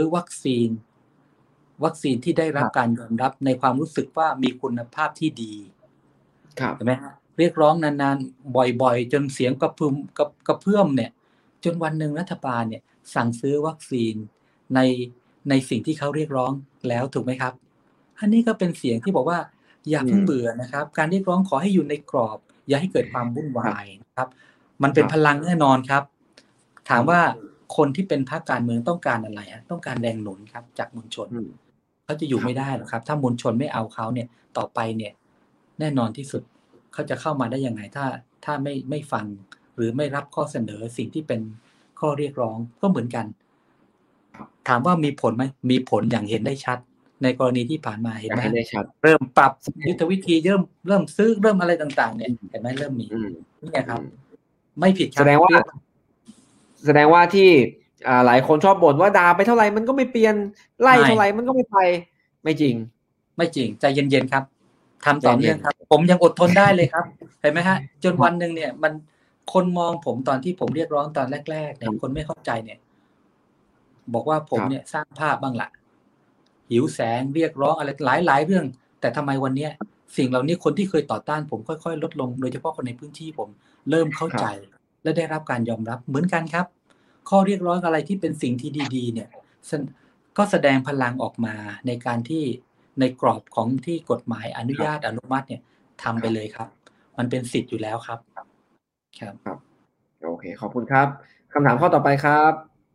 S2: วัคซีนที่ได้รับการยอมรับในความรู้สึกว่ามีคุณภาพที่ดี
S1: ครับ
S2: เห็นไหมฮะเรียกร้องนานๆบ่อยๆจนเสียงกระเพื่อมเนี่ยจนวันหนึ่งรัฐบาลเนี่ยสั่งซื้อวัคซีนในในสิ่งที่เขาเรียกร้องแล้วถูกไหมครับอันนี้ก็เป็นเสียงที่บอกว่าอย่า
S1: อืม
S2: เพิ่งเบื่อนะครับการเรียกร้องขอให้อยู่ในกรอบอย่าให้เกิดความวุ่น
S1: ครั
S2: วา
S1: บ
S2: ยนะครับมัน
S1: ค
S2: เป็น
S1: รับ
S2: พลังแน่นอนครับถามว่า
S1: อืม
S2: คนที่เป็นพรรคการเมืองต้องการอะไรต้องการแรงหนุนครับจากมวลชน
S1: อืม
S2: เขาจะอยู่
S1: ครับ
S2: ไม่ได้หรอกครับถ้ามวลชนไม่เอาเขาเนี่ยต่อไปเนี่ยแน่นอนที่สุดเขาจะเข้ามาได้ยังไงถ้าไม่ฟังหรือไม่รับข้อเสนอสิ่งที่เป็นข้อเรียกร้องก็เหมือนกันถามว่ามีผลไหมมีผลอย่างเห็นได้ชัดในกรณีที่ผ่านมาเห็นไหม
S1: ให้ได้ชัด
S2: เริ่มปรับยุทธวิธีเริ่มซื้อเริ่มอะไรต่างๆเนี่ยเห็นไหมเริ่มมีนี่ครับไม่ผิดครับ
S1: แสดงว่าที่หลายคนชอบบ่นว่าด่าไปเท่าไหร่มันก็ไม่เปลี่ยนไล่เท่าไหร่มันก็ไม่ไปไม่จริง
S2: ใจเย็นๆครับทำต่อเนื่องครับผมยังอดทนได้เลยครับเห็นไหมฮะจนวันหนึ่งเนี่ยมันคนมองผมตอนที่ผมเรียกร้องตอนแรกๆเนี่ยคนไม่เข้าใจเนี่ยบอกว่าผมเนี่ยสร้างภาพบ้างละหิวแสงเรียกร้องอะไรหลายเรื่องแต่ทำไมวันนี้สิ่งเหล่านี้คนที่เคยต่อต้านผมค่อยๆลดลงโดยเฉพาะคนในพื้นที่ผมเริ่มเข้าใจและได้รับการยอมรับเหมือนกันครับข้อเรียกร้องอะไรที่เป็นสิ่งที่ดีๆเนี่ยก็แสดงพลังออกมาในการที่ในกรอบของที่กฎหมายอนุญาตอนุมัติเนี่ยทำไปเลยครับมันเป็นสิทธิ์อยู่แล้วครับ
S1: ครับโอเคขอบคุณครับคำถามข้อต่อไปครับ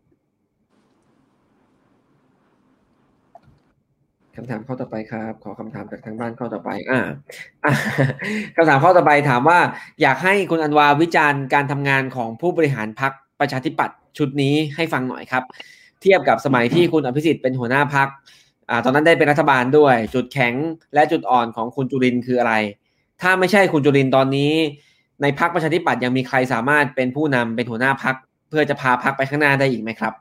S1: คำถามข้อต่อไปครับขอคำถามจากทางบ้านข้อต่อไปคำถามข้อต่อไปถามว่าอยากให้คุณอันวาวิจารณ์การทำงานของผู้บริหารพรรคประชาธิปัตย์ชุดนี้ให้ฟังหน่อยครับเทียบกับสมัยที่คุณอภิสิทธิ์เป็นหัวหน้าพรรคตอนนั้นได้เป็นรัฐบาลด้วยจุดแข็งและจุดอ่อนของคุณจุรินทร์คืออะไรถ้าไม่ใช่คุณจุรินทร์ตอนนี้ในพรรคประชาธิปัตย์ยังมีใครสามารถเป็นผู้นำเป็นหัวหน้าพรรคเพื่อจะพาพรรคไปข้างหน้าได้อีกไหมครับ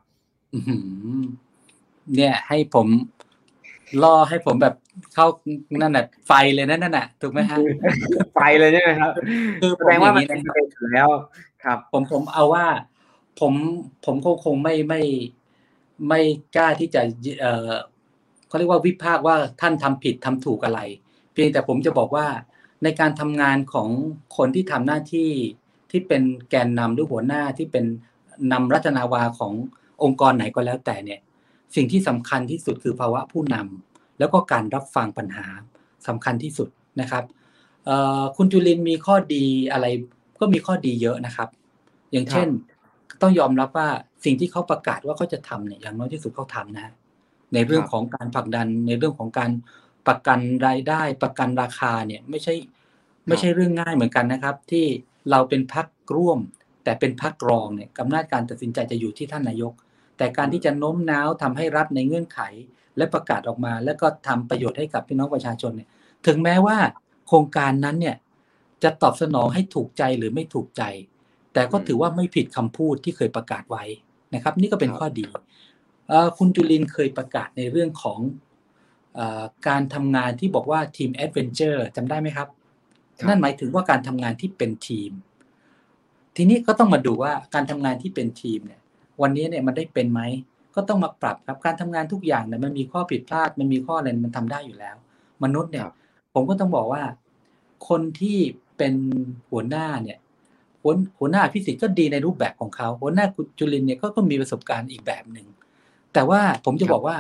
S2: เนี่ยให้ผมล่อให้ผมแบบเข้านั่นน่ะไฟเลยนั่นน่ะถูกไหมฮะ
S1: ไฟเลยใช่ไหมครับคือแสดงว่ามันเป็นอยู่แล้วครับ
S2: ผมเอาว่าผมคงไม่กล้าที่จะเขาเรียกว่าวิพากษ์ว่าท่านทำผิดทำถูกอะไรเพียงแต่ผมจะบอกว่าในการทำงานของคนที่ทำหน้าที่ที่เป็นแกนนำหรือหัวหน้าที่เป็นนำรัตนาวาขององค์กรไหนก็แล้วแต่เนี่ยสิ่งที่สำคัญที่สุดคือภาวะผู้นำแล้วก็การรับฟังปัญหาสำคัญที่สุดนะครับคุณจุลินทร์มีข้อดีอะไรก็มีข้อดีเยอะนะครับอย่างเช่นต้องยอมรับว่าสิ่งที่เขาประกาศว่าเขาจะทำเนี่ยอย่างน้อยที่สุดเขาทำนะในเรื่องของการผลักดันในเรื่องของการประกันรายได้ประกันราคาเนี่ยไม่ใช่เรื่องง่ายเหมือนกันนะครับที่เราเป็นพรรคร่วมแต่เป็นพรรครองเนี่ยอำนาจการตัดสินใจจะอยู่ที่ท่านนายกแต่การที่จะโน้มน้าวทำให้รัฐในเงื่อนไขและประกาศออกมาแล้วก็ทำประโยชน์ให้กับพี่น้องประชาชนเนี่ยถึงแม้ว่าโครงการนั้นเนี่ยจะตอบสนองให้ถูกใจหรือไม่ถูกใจแต่ก็ถือว่าไม่ผิดคำพูดที่เคยประกาศไว้นะครับนี่ก็เป็นข้อดีคุณจุลินทร์เคยประกาศในเรื่องของการทำงานที่บอกว่าทีมแอดเวนเจอร์จำได้ไหมครับนั่นหมายถึงว่าการทำงานที่เป็นทีมทีนี้ก็ต้องมาดูว่าการทำงานที่เป็นทีมเนี่ยวันนี้เนี่ยมันได้เป็นไหมก็ต้องมาปรับครับการทำงานทุกอย่างเนี่ยมันมีข้อผิดพลาดมันมีข้ออะไรมันทำได้อยู่แล้วมนุษย์เนี่ยผมก็ต้องบอกว่าคนที่เป็นหัวหน้าเนี่ยหัวหน้าพิสิทธิ์ก็ดีในรูปแบบของเขาหัวหน้าจุลินเนี่ยก็มีประสบการณ์อีกแบบหนึ่งแต่ว่าผมจะบอกว่า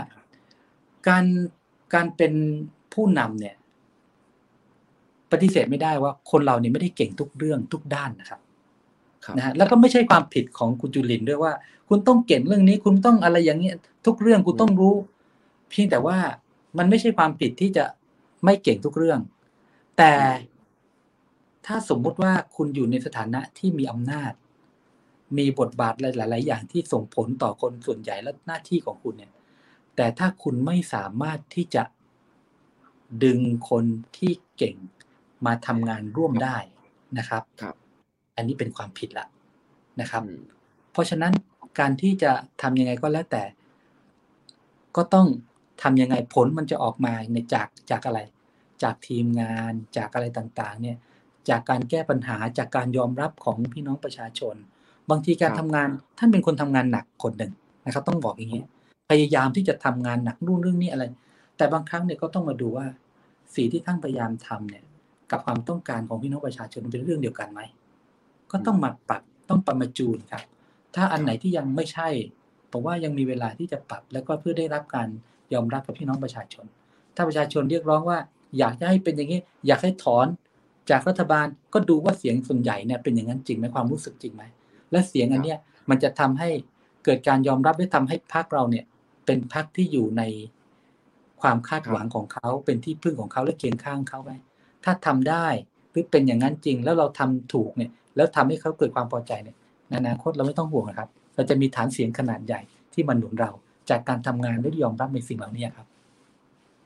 S2: การเป็นผู้นำเนี่ยปฏิเสธไม่ได้ว่าคนเราเนี่ยไม่ได้เก่งทุกเรื่องทุกด้านนะครับนะฮะแล้วก็ไม่ใช่ความผิดของคุณจุลินทร์ด้วยว่าคุณต้องเก่งเรื่องนี้คุณต้องอะไรอย่างเงี้ยทุกเรื่องคุณต้องรู้เพียงแต่ว่ามันไม่ใช่ความผิดที่จะไม่เก่งทุกเรื่องแต่ถ้าสมมุติว่าคุณอยู่ในสถานะที่มีอำนาจมีบทบาทหลายๆอย่างที่ส่งผลต่อคนส่วนใหญ่และหน้าที่ของคุณเนี่ยแต่ถ้าคุณไม่สามารถที่จะดึงคนที่เก่งมาทำงานร่วมได้นะครับอันนี้เป็นความผิดละนะครับเพราะฉะนั้นการที่จะทำยังไงก็แล้วแต่ก็ต้องทำยังไงผลมันจะออกมาในจากอะไรจากทีมงานจากอะไรต่างๆเนี่ยจากการแก้ปัญหาจากการยอมรับของพี่น้องประชาชนบางทีการทำงานท่านเป็นคนทำงานหนักคนหนึ่งนะครับต้องบอกอย่างนี้พยายามที่จะทำงานหนักนู่นเรื่องนี้อะไรแต่บางครั้งเนี่ยก็ต้องมาดูว่าสิ่งที่ท่านพยายามทำเนี่ยกับความต้องการของพี่น้องประชาชนเป็นเรื่องเดียวกันไหมก็ต้องมาปรับต้องปรับมาจูนครับถ้าอันไหนที่ยังไม่ใช่ผมว่ายังมีเวลาที่จะปรับแล้วก็เพื่อได้รับการยอมรับกับพี่น้องประชาชนถ้าประชาชนเรียกร้องว่าอยากจะให้เป็นอย่างนี้อยากให้ถอนจากรัฐบาลก็ดูว่าเสียงส่วนใหญ่เนี่ยเป็นอย่างนั้นจริงไหมความรู้สึกจริงไหมและเสียงอันเนี้ยมันจะทำให้เกิดการยอมรับและทำให้พรรคเราเนี่ยเป็นพรรคที่อยู่ในความคาดหวังของเขาเป็นที่พึ่งของเขาและเคียงข้างเขาไหมถ้าทำได้หรือเป็นอย่างนั้นจริงแล้วเราทำถูกเนี่ยแล้วทำให้เขาเกิดความพอใจเนี่ยในอนาคตเราไม่ต้องห่วงนะครับเราจะมีฐานเสียงขนาดใหญ่ที่มาหนุนเราจากการทำงานและยอมรับในสิ่งเหล่านี้ครับ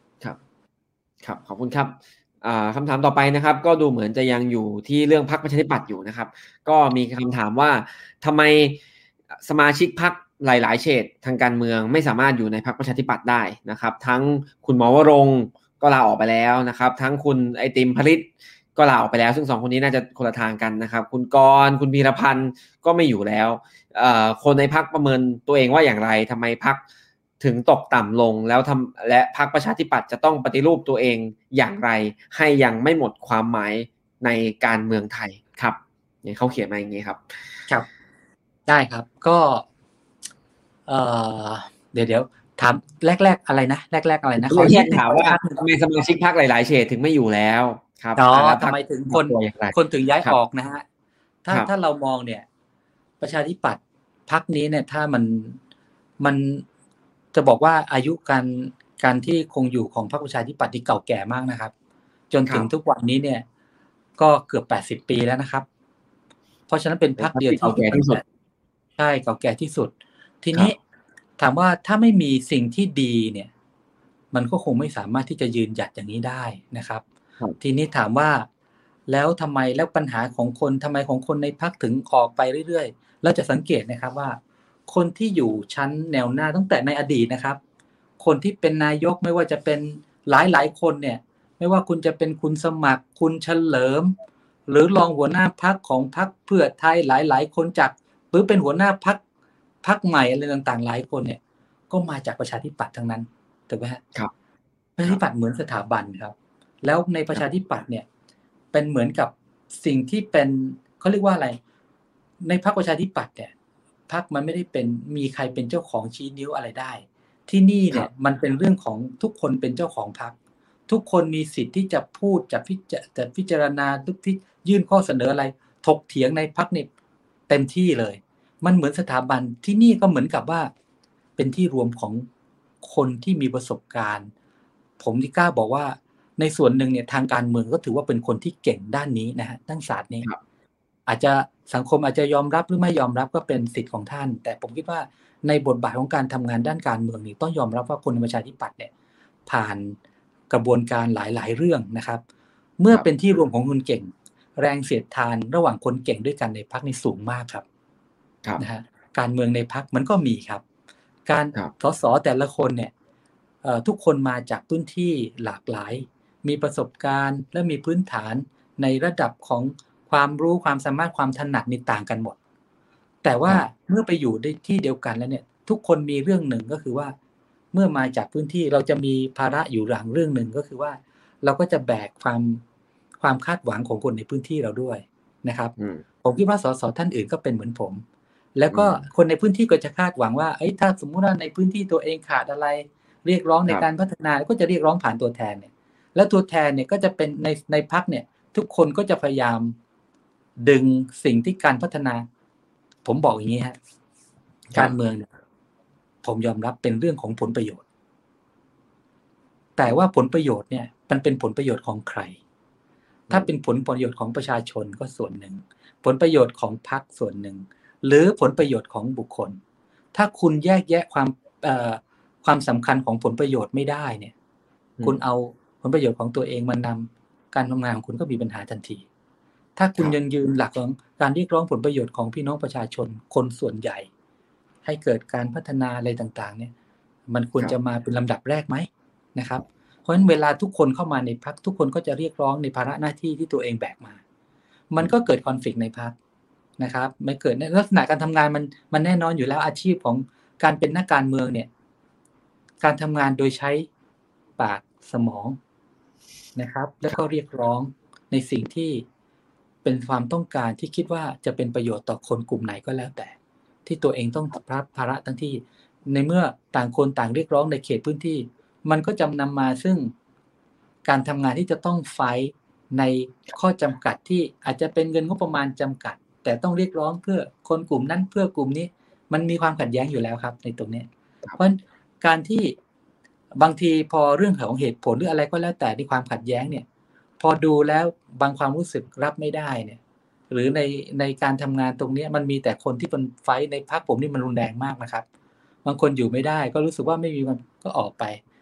S1: ครับขอบคุณครับคำถามต่อไปนะครับก็ดูเหมือนจะยังอยู่ที่เรื่องพรรคประชาธิปัตย์อยู่นะครับก็มีคำถามว่าทำไมสมาชิกพรรคหลายๆเฉดทางการเมืองไม่สามารถอยู่ในพรรคประชาธิปัตย์ได้นะครับทั้งคุณหมอวรงค์ก็ลาออกไปแล้วนะครับทั้งคุณไอติมพฤทธิ์ก็ลาออกไปแล้วซึ่งสองคนนี้น่าจะคนละทางกันนะครับคุณกรณ์คุณพีรพันธ์ก็ไม่อยู่แล้วคนในพรรคประเมินตัวเองว่าอย่างไรทำไมพรรคถึงตกต่ำลงแล้วและพรรคประชาธิปัตย์จะต้องปฏิรูปตัวเองอย่างไรให้ยังไม่หมดความหมายในการเมืองไทยครับเนี่ยเขาเขียนมาอย่างนี้ครับ
S2: ครับได้ครับก็เอ่อเดี๋ยวถามแรกๆอะไรนะแรกๆอะไรนะขอ
S1: แย
S2: นิด
S1: กถามว่าทำไมสมาชิกพรรคหลายๆเฉดถึงไม่อยู่แล้วครับแล้วพรรค
S2: ทำไมถึง
S1: ตัวอย่างไร
S2: คนถึงย้าย
S1: ครับ
S2: ออกนะฮะถ้าเรามองเนี่ยประชาธิปัตย์พรรคนี้เนี่ยถ้ามันจะบอกว่าอายุการที่คงอยู่ของพรรคประชาธิปัตย์ที่เก่าแก่มากนะครับจนถึงทุกวันนี้เนี่ยก็เกือบ80 ปีแล้วนะครับเพราะฉะนั้นเป็นพรรคเดียวที่
S1: เก่าแก่ที่สุด
S2: ใช่เก่าแก่ที่สุดทีนี้ถามว่าถ้าไม่มีสิ่งที่ดีเนี่ยมันก็คงไม่สามารถที่จะยืนหยัดอย่างนี้ได้นะครับทีนี้ถามว่าแล้วทำไมแล้วปัญหาของคนทำไมของคนในพรรคถึงออกไปเรื่อยๆเราจะสังเกตนะครับว่าคนที่อยู่ชั้นแนวหน้าตั้งแต่ในอดีตนะครับคนที่เป็นนายกไม่ว่าจะเป็นหลายๆคนเนี่ยไม่ว่าคุณจะเป็นคุณสมัครคุณเฉลิมหรือรองหัวหน้าพรรคของพรรคเพื่อไทยหลายๆคนจากหรือเป็นหัวหน้าพรรคใหม่อะไรต่างๆหลายคนเนี่ยก็มาจากประชาธิปัตย์ทั้งนั้นถูกไหมฮะ
S1: ครับ
S2: ประชาธิปัตย์เหมือนสถาบันครับแล้วในประชาธิปัตย์เนี่ยเป็นเหมือนกับสิ่งที่เป็นเขาเรียกว่าอะไรในพรรคประชาธิปัตย์เนี่ยพรรคมันไม่ได้เป็นมีใครเป็นเจ้าของชี้นิ้วอะไรได้ที่นี่เนี่ยมันเป็นเรื่องของทุกคนเป็นเจ้าของพรรคทุกคนมีสิทธิ์ที่จะพูดจะพิจารณาทุกที่ยื่นข้อเสนออะไรถกเถียงในพรรคเนี่ยเต็มที่เลยมันเหมือนสถาบันที่นี่ก็เหมือนกับว่าเป็นที่รวมของคนที่มีประสบการณ์ผมที่กล้าบอกว่าในส่วนหนึ่งเนี่ยทางการเมืองก็ถือว่าเป็นคนที่เก่งด้านนี้นะฮะด้านศาสตร์นี้อาจจะสังคมอาจจะยอมรับหรือไม่ยอมรับก็เป็นสิทธิ์ของท่านแต่ผมคิดว่าในบทบาทของการทำงานด้านการเมืองนี่ต้องยอมรับว่าคนในประชาธิปัตย์เนี่ยผ่านกระบวนการหลายๆเรื่องนะครับเมื่อเป็นที่รวมของคนเก่งแรงเสียดทานระหว่างคนเก่งด้วยกันในพรรคนี่สูงมากครับนะฮะการเมืองในพรรคมันก็มีครับการสสแต่ละคนเนี่ยทุกคนมาจากพื้นที่หลากหลายมีประสบการณ์และมีพื้นฐานในระดับของความรู้ความสามารถความถนัดนี่ต่างกันหมดแต่ว่าเมื่อไปอยู่ในที่เดียวกันแล้วเนี่ยทุกคนมีเรื่องหนึ่งก็คือว่าเมื่อมาจากพื้นที่เราจะมีภาระอยู่หลังเรื่องหนึ่งก็คือว่าเราก็จะแบกความคาดหวังของคนในพื้นที่เราด้วยนะครับผมคิดว่าสสท่านอื่นก็เป็นเหมือนผมแล้วก็คนในพื้นที่ก็จะคาดหวังว่าถ้าสมมุติว่าในพื้นที่ตัวเองขาดอะไรเรียกร้องในการพัฒนาก็จะเรียกร้องผ่านตัวแทนเนี่ยแล้วตัวแทนเนี่ยก็จะเป็นในพรรคเนี่ยทุกคนก็จะพยายามดึงสิ่งที่การพัฒนาผมบอกอย่างนี้ฮะการเมืองเนี่ยผมยอมรับเป็นเรื่องของผลประโยชน์แต่ว่าผลประโยชน์เนี่ยมันเป็นผลประโยชน์ของใครถ้าเป็นผลประโยชน์ของประชาชนก็ส่วนหนึ่งผลประโยชน์ของพรรคส่วนหนึ่งหรือผลประโยชน์ของบุคคลถ้าคุณแยกแยะความสำคัญของผลประโยชน์ไม่ได้เนี่ยคุณเอาผลประโยชน์ของตัวเองมานำการทำงานของคุณก็มีปัญหาทันทีถ้าคุณยังยืนหลักของการเรียกร้องผลประโยชน์ของพี่น้องประชาชนคนส่วนใหญ่ให้เกิดการพัฒนาอะไรต่างๆเนี่ยมันควรจะมาเป็นลำดับแรกไหมนะครับเพราะฉะนั้นเวลาทุกคนเข้ามาในพรรคทุกคนก็จะเรียกร้องในภาระหน้าที่ที่ตัวเองแบกมามันก็เกิดคอนฟลิกต์ในพรรคนะครับไม่เกิดในลักษณะการทำงานมันแน่นอนอยู่แล้วอาชีพของการเป็นนักการเมืองเนี่ยการทำงานโดยใช้ปากสมองนะครับแล้วก็เรียกร้องในสิ่งที่เป็นความต้องการที่คิดว่าจะเป็นประโยชน์ต่อคนกลุ่มไหนก็แล้วแต่ที่ตัวเองต้องรับภาระทั้งที่ในเมื่อต่างคนต่างเรียกร้องในเขตพื้นที่มันก็จะนำมาซึ่งการทำงานที่จะต้องไฟท์ในข้อจำกัดที่อาจจะเป็นเงินงบประมาณจำกัดแต่ต้องเรียกร้องเพื่อคนกลุ่มนั้นเพื่อกลุ่มนี้มันมีความขัดแย้งอยู่แล้วครับในตรงนี้เพราะการที่บางทีพอเรื่องของเหตุผลหรืออะไรก็แล้วแต่ในความขัดแย้งเนี่ยพอดูแล้วบางความรู้สึกรับไม่ได้เนี่ยหรือในการทำงานตรงนี้มันมีแต่คนที่เป็นไฟท์ในพรรคผมนี่มันรุนแรงมากนะครับบางคนอยู่ไม่ได้ก็รู้สึกว่าไม่มีมันก็ออกไป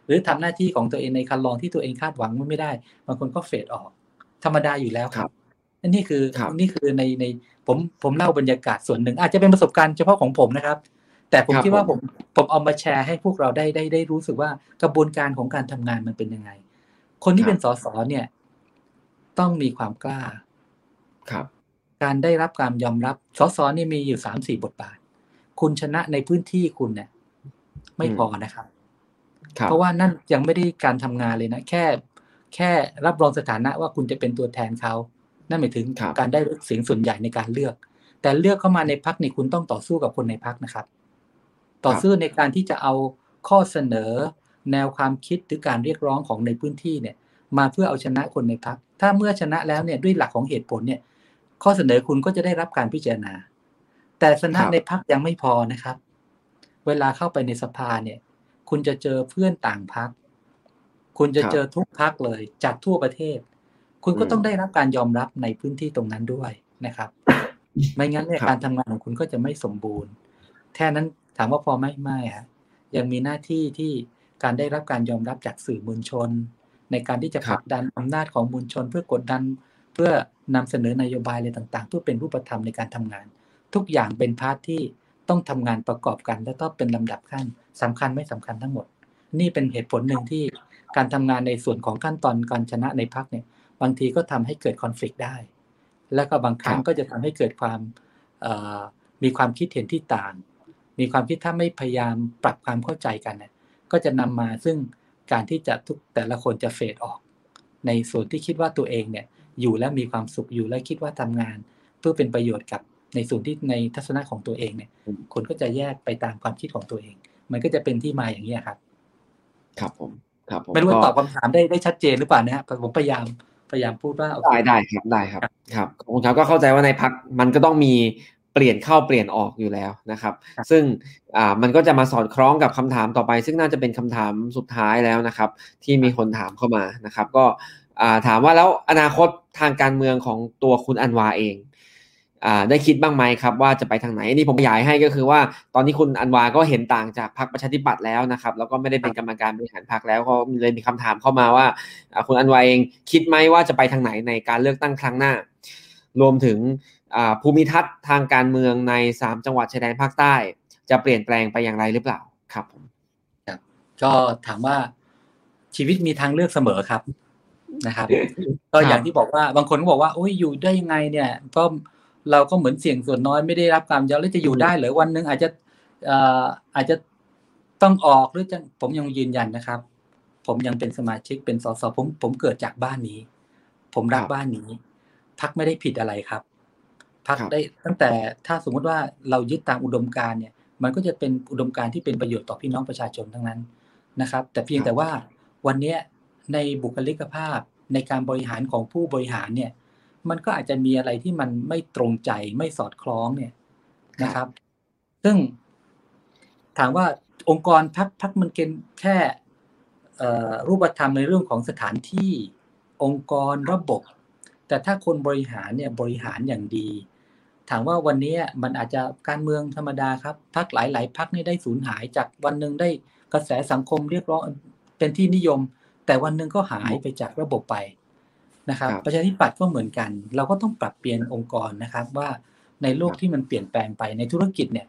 S2: หรือทำหน้าที่ของตัวเองในคันลองที่ตัวเองคาดหวังไม่ได้บางคนก็เฟดออกธรรมดาอยู่แล้วครับนี่คือในผมเล่าบรรยากาศส่วนหนึ่งอาจจะเป็นประสบการณ์เฉพาะของผมนะครับแต่ผมคิดว่าผมเอามาแชร์ให้พวกเราได้รู้สึกว่ากระบวนการของการทำงานมันเป็นยังไงคนที่เป็นสสเนี่ยต้องมีความกล้าการได้รับการยอมรับสสนี่มีอยู่ 3-4 บทบาทคุณชนะในพื้นที่คุณเนี่ยไม่พอนะครับเพราะว่านั่นยังไม่ได้การทำงานเลยนะแค่รับรองสถานะว่าคุณจะเป็นตัวแทนเขานั่นหมายถึงการได้เสียงส่วนใหญ่ในการเลือกแต่เลือกเข้ามาในพรรคนี่คุณต้องต่อสู้กับคนในพรรคนะครับต่อสู้ในการที่จะเอาข้อเสนอแนวความคิดหรือการเรียกร้องของในพื้นที่เนี่ยมาเพื่อเอาชนะคนในพรรคถ้าเมื่อชนะแล้วเนี่ยด้วยหลักของเหตุผลเนี่ยข้อเสนอคุณก็จะได้รับการพิจารณาแต่ชนะในพรรคยังไม่พอนะครับเวลาเข้าไปในสภาเนี่ยคุณจะเจอเพื่อนต่างพรรคคุณจะเจอทุกพรรคเลยจากทั่วประเทศคุณก็ต้องได้รับการยอมรับในพื้นที่ตรงนั้นด้วยนะครับไม่งั้นเนี่ยการทำงานของคุณก็จะไม่สมบูรณ์แค่นั้นถามว่าพอไม่ฮะยังมีหน้าที่ที่การได้รับการยอมรับจากสื่อมวลชนในการที่จะผลักดันอำนาจของมวลชนเพื่อกดดันเพื่อนำเสนอนโยบายอะไรต่างๆเพื่อเป็นรูปธรรมในการทำงานทุกอย่างเป็นพาร์ทที่ต้องทำงานประกอบกันและต้องเป็นลำดับขั้นสำคัญไม่สำคัญทั้งหมดนี่เป็นเหตุผลหนึ่งที่การทำงานในส่วนของขั้นตอนการชนะในพรรคเนี่ยบางทีก็ทำให้เกิดคอนฟลิกต์ได้แล้วก็บางครั้งก็จะทำให้เกิดความมีความคิดเห็นที่ต่างมีความคิดถ้าไม่พยายามปรับความเข้าใจกันเนี่ยก็จะนำมาซึ่งการที่จะแต่ละคนจะเฟดออกในส่วนที่คิดว่าตัวเองเนี่ยอยู่และมีความสุขอยู่และคิดว่าทำงานเพื่อเป็นประโยชน์กับในส่วนที่ในทัศนะของตัวเองเนี่ยคนก็จะแยกไปตามความคิดของตัวเองมันก็จะเป็นที่มาอย่างนี้ครับ
S1: ครับผม
S2: ไม่รู้ว่าตอบคำถามได้ชัดเจนหรือเปล่านะฮะผมพยายามพูดว่า
S1: ได้ครับขอบคุณครับก็เข้าใจว่าในพรรคมันก็ต้องมีเปลี่ยนเข้าเปลี่ยนออกอยู่แล้วนะครับซึ่งมันก็จะมาสอดคล้องกับคำถามต่อไปซึ่งน่าจะเป็นคำถามสุดท้ายแล้วนะครับที่มีคนถามเข้ามานะครับก็ถามว่าแล้วอนาคตทางการเมืองของตัวคุณอันวาเองได้คิดบ้างไหมครับว่าจะไปทางไหนนี่ผมขยายให้ก็คือว่าตอนนี้คุณอันวาก็เห็นต่างจากพรรคประชาธิปัตย์แล้วนะครับแล้วก็ไม่ได้เป็นกรรมการบริหารพรรคแล้วก็เลยมีคำถามเข้ามาว่าคุณอันวาเองคิดไหมว่าจะไปทางไหนในการเลือกตั้งครั้งหน้ารวมถึงภูมิทัศน์ทางการเมืองใน3จังหวัดชายแดนภาคใต้จะเปลี่ยนแปลงไปอย่างไรหรือเปล่าครับผม
S2: ครับก็ถามว่าชีวิตมีทางเลือกเสมอครับนะครับก็อย่างที่บอกว่าบางคนก็บอกว่าโอ้ยอยู่ได้ยังไงเนี่ยก็เราก็เหมือนเสี่ยงส่วนน้อยไม่ได้รับการยอมรับจะอยู่ได้หรือวันนึงอาจจะต้องออกหรือจะผมยังยืนยันนะครับผมยังเป็นสมาชิกเป็นสสผมเกิดจากบ้านนี้ผมรักบ้านนี้พรรคไม่ได้ผิดอะไรครับพรรคได้ตั้งแต่ถ้าสมมติว่าเรายึดตามอุดมการณ์เนี่ยมันก็จะเป็นอุดมการณ์ที่เป็นประโยชน์ต่อพี่น้องประชาชนทั้งนั้นนะครับแต่เพียงแต่ว่าวันนี้ในบุคลิกภาพในการบริหารของผู้บริหารเนี่ยมันก็อาจจะมีอะไรที่มันไม่ตรงใจไม่สอดคล้องเนี่ยนะครับซึ่งถามว่าองค์กรพรรคมันเกณฑ์แค่รูปธรรมในเรื่องของสถานที่องค์กรระบบแต่ถ้าคนบริหารเนี่ยบริหารอย่างดีถามว่าวันนี้มันอาจจะการเมืองธรรมดาครับพรรคหลายๆพรรคนี่ได้สูญหายจากวันนึงได้กระแสสังคมเรียกร้องเป็นที่นิยมแต่วันนึงก็หายไปจากระบบไปนะครับประชาธิปัตย์ก็เหมือนกันเราก็ต้องปรับเปลี่ยนองค์กรนะครับว่าในโลกที่มันเปลี่ยนแปลงไปในธุรกิจเนี่ย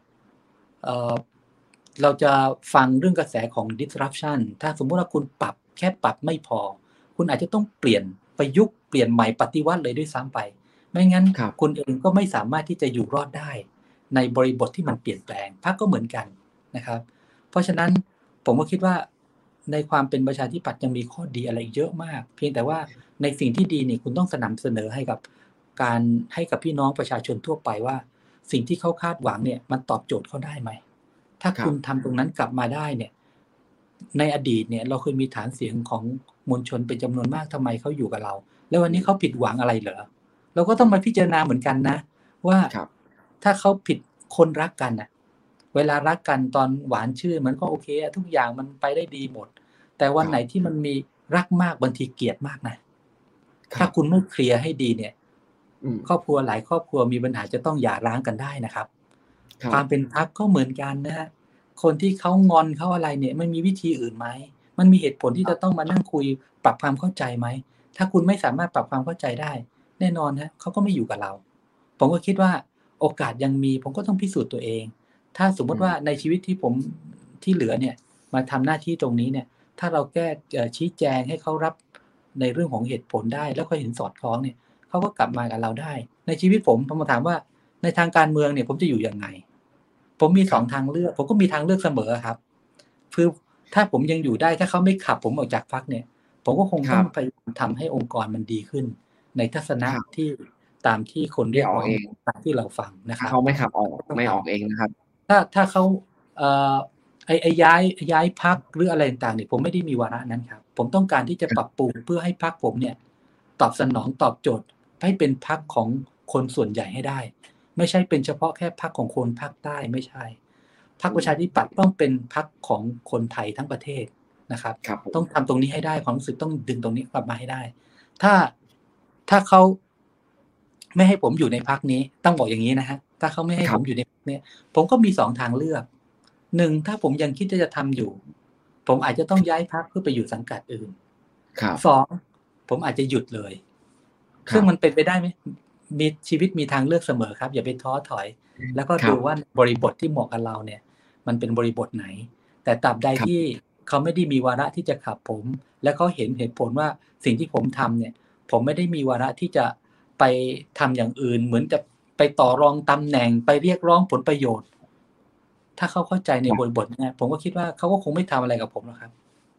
S2: เราจะฟังเรื่องกระแสของ disruption ถ้าสมมติว่าคุณแค่ปรับไม่พอคุณอาจจะต้องเปลี่ยนประยุกต์เปลี่ยนใหม่ปฏิวัติเลยด้วยซ้ำไปไม่งั้นคุณเองก็ไม่สามารถที่จะอยู่รอดได้ในบริบทที่มันเปลี่ยนแปลงพรรคก็เหมือนกันนะครับเพราะฉะนั้นผมก็คิดว่าในความเป็นประชาธิปัตย์ยังมีข้อดีอะไรเยอะมากเพียงแต่ว่าในสิ่งที่ดีนี่คุณต้องสนับสนุนให้กับพี่น้องประชาชนทั่วไปว่าสิ่งที่เขาคาดหวังเนี่ยมันตอบโจทย์เขาได้ไหมถ้าคุณทำตรงนั้นกลับมาได้เนี่ยในอดีตเนี่ยเราเคยมีฐานเสียงของมวลชนเป็นจำนวนมากทำไมเขาอยู่กับเราแล้ววันนี้เขาผิดหวังอะไรเหรอเราก็ต้องมาพิจารณาเหมือนกันนะว่าถ้าเขาผิดคนรักกันน่ะเวลารักกันตอนหวานชื่นมันก็โอเคทุกอย่างมันไปได้ดีหมดแต่วันไหนที่มันมีรักมากบางทีเกลียดมากนะถ้าคุณไม่เคลียร์ให้ดีเนี่ยครอบครัวหลายครอบครัวมีปัญหาจะต้องหย่าร้างกันได้นะครับความเป็นพรรคก็เหมือนกันนะฮะคนที่เขางอนเขาอะไรเนี่ยมันมีวิธีอื่นไหมมันมีเหตุผลที่จะต้องมานั่งคุยปรับความเข้าใจไหมถ้าคุณไม่สามารถปรับความเข้าใจได้แน่นอนฮะเขาก็ไม่อยู่กับเราผมก็คิดว่าโอกาสยังมีผมก็ต้องพิสูจน์ตัวเองถ้าสมมติว่าในชีวิตที่ผมที่เหลือเนี่ยมาทำหน้าที่ตรงนี้เนี่ยถ้าเราแก้ชี้แจงให้เขารับในเรื่องของเหตุผลได้แล้วก็เห็นสอดคล้องเนี่ยเขาก็กลับมากับเราได้ในชีวิตผมมาถามว่าในทางการเมืองเนี่ยผมจะอยู่ยังไงผมมี2ทางเลือกผมก็มีทางเลือกเสมอครับคือถ้าผมยังอยู่ได้ถ้าเขาไม่ขับผมออกจากพรรคเนี่ยผมก็คงต้องพยายามทำให้องค์กรมันดีขึ้นในทัศนะที่ตามที่คนเรียกร้องตามที่เราฟังนะครับ
S1: เขาไม่ขับออกไม่ออกเองนะครับ
S2: ถ้าเขาย้ายพรรคหรืออะไรต่างๆเนี่ยผมไม่ได้มีวาระนั้นครับผมต้องการที่จะปรับปรุงเพื่อให้พรรคผมเนี่ยตอบสนองตอบโจทย์ให้เป็นพรรคของคนส่วนใหญ่ให้ได้ไม่ใช่เป็นเฉพาะแค่พรรคของคนภาคใต้ไม่ใช่พรรคประชาธิปัตย์ต้องเป็นพรรคของคนไทยทั้งประเทศนะครับต้องทำตรงนี้ให้ได้ความรู้สึกต้องดึงตรงนี้กลับมาให้ได้ถ้าเขาไม่ให้ผมอยู่ในพรรคนี้ต้องบอกอย่างนี้นะฮะถ้าเขาไม่ให้ผมอยู่ในพรรคนี้ผมก็มี2ทางเลือก1ถ้าผมยังคิดจะทำอยู่ผมอาจจะต้องย้ายพรรคเพื่อไปอยู่สังกัดอื่น2ผมอาจจะหยุดเลยซึ่งมันเป็นไปได้ไหมมีชีวิตมีทางเลือกเสมอครับอย่าไปท้อถอยแล้วก็ดูว่าบริบทที่เหมาะกับเราเนี่ยมันเป็นบริบทไหนแต่ตราบใดที่เขาไม่ได้มีวาระที่จะขับผมและเขาเห็นเหตุผลว่าสิ่งที่ผมทำเนี่ยผมไม่ได้มีวาระที่จะไปทำอย่างอื่นเหมือนจะไปต่อรองตำแหน่งไปเรียกร้องผลประโยชน์ถ้าเขาเข้าใจในบริบทเนี่ยผมก็คิดว่าเขาก็คงไม่ทำอะไรกับผมหรอกครับ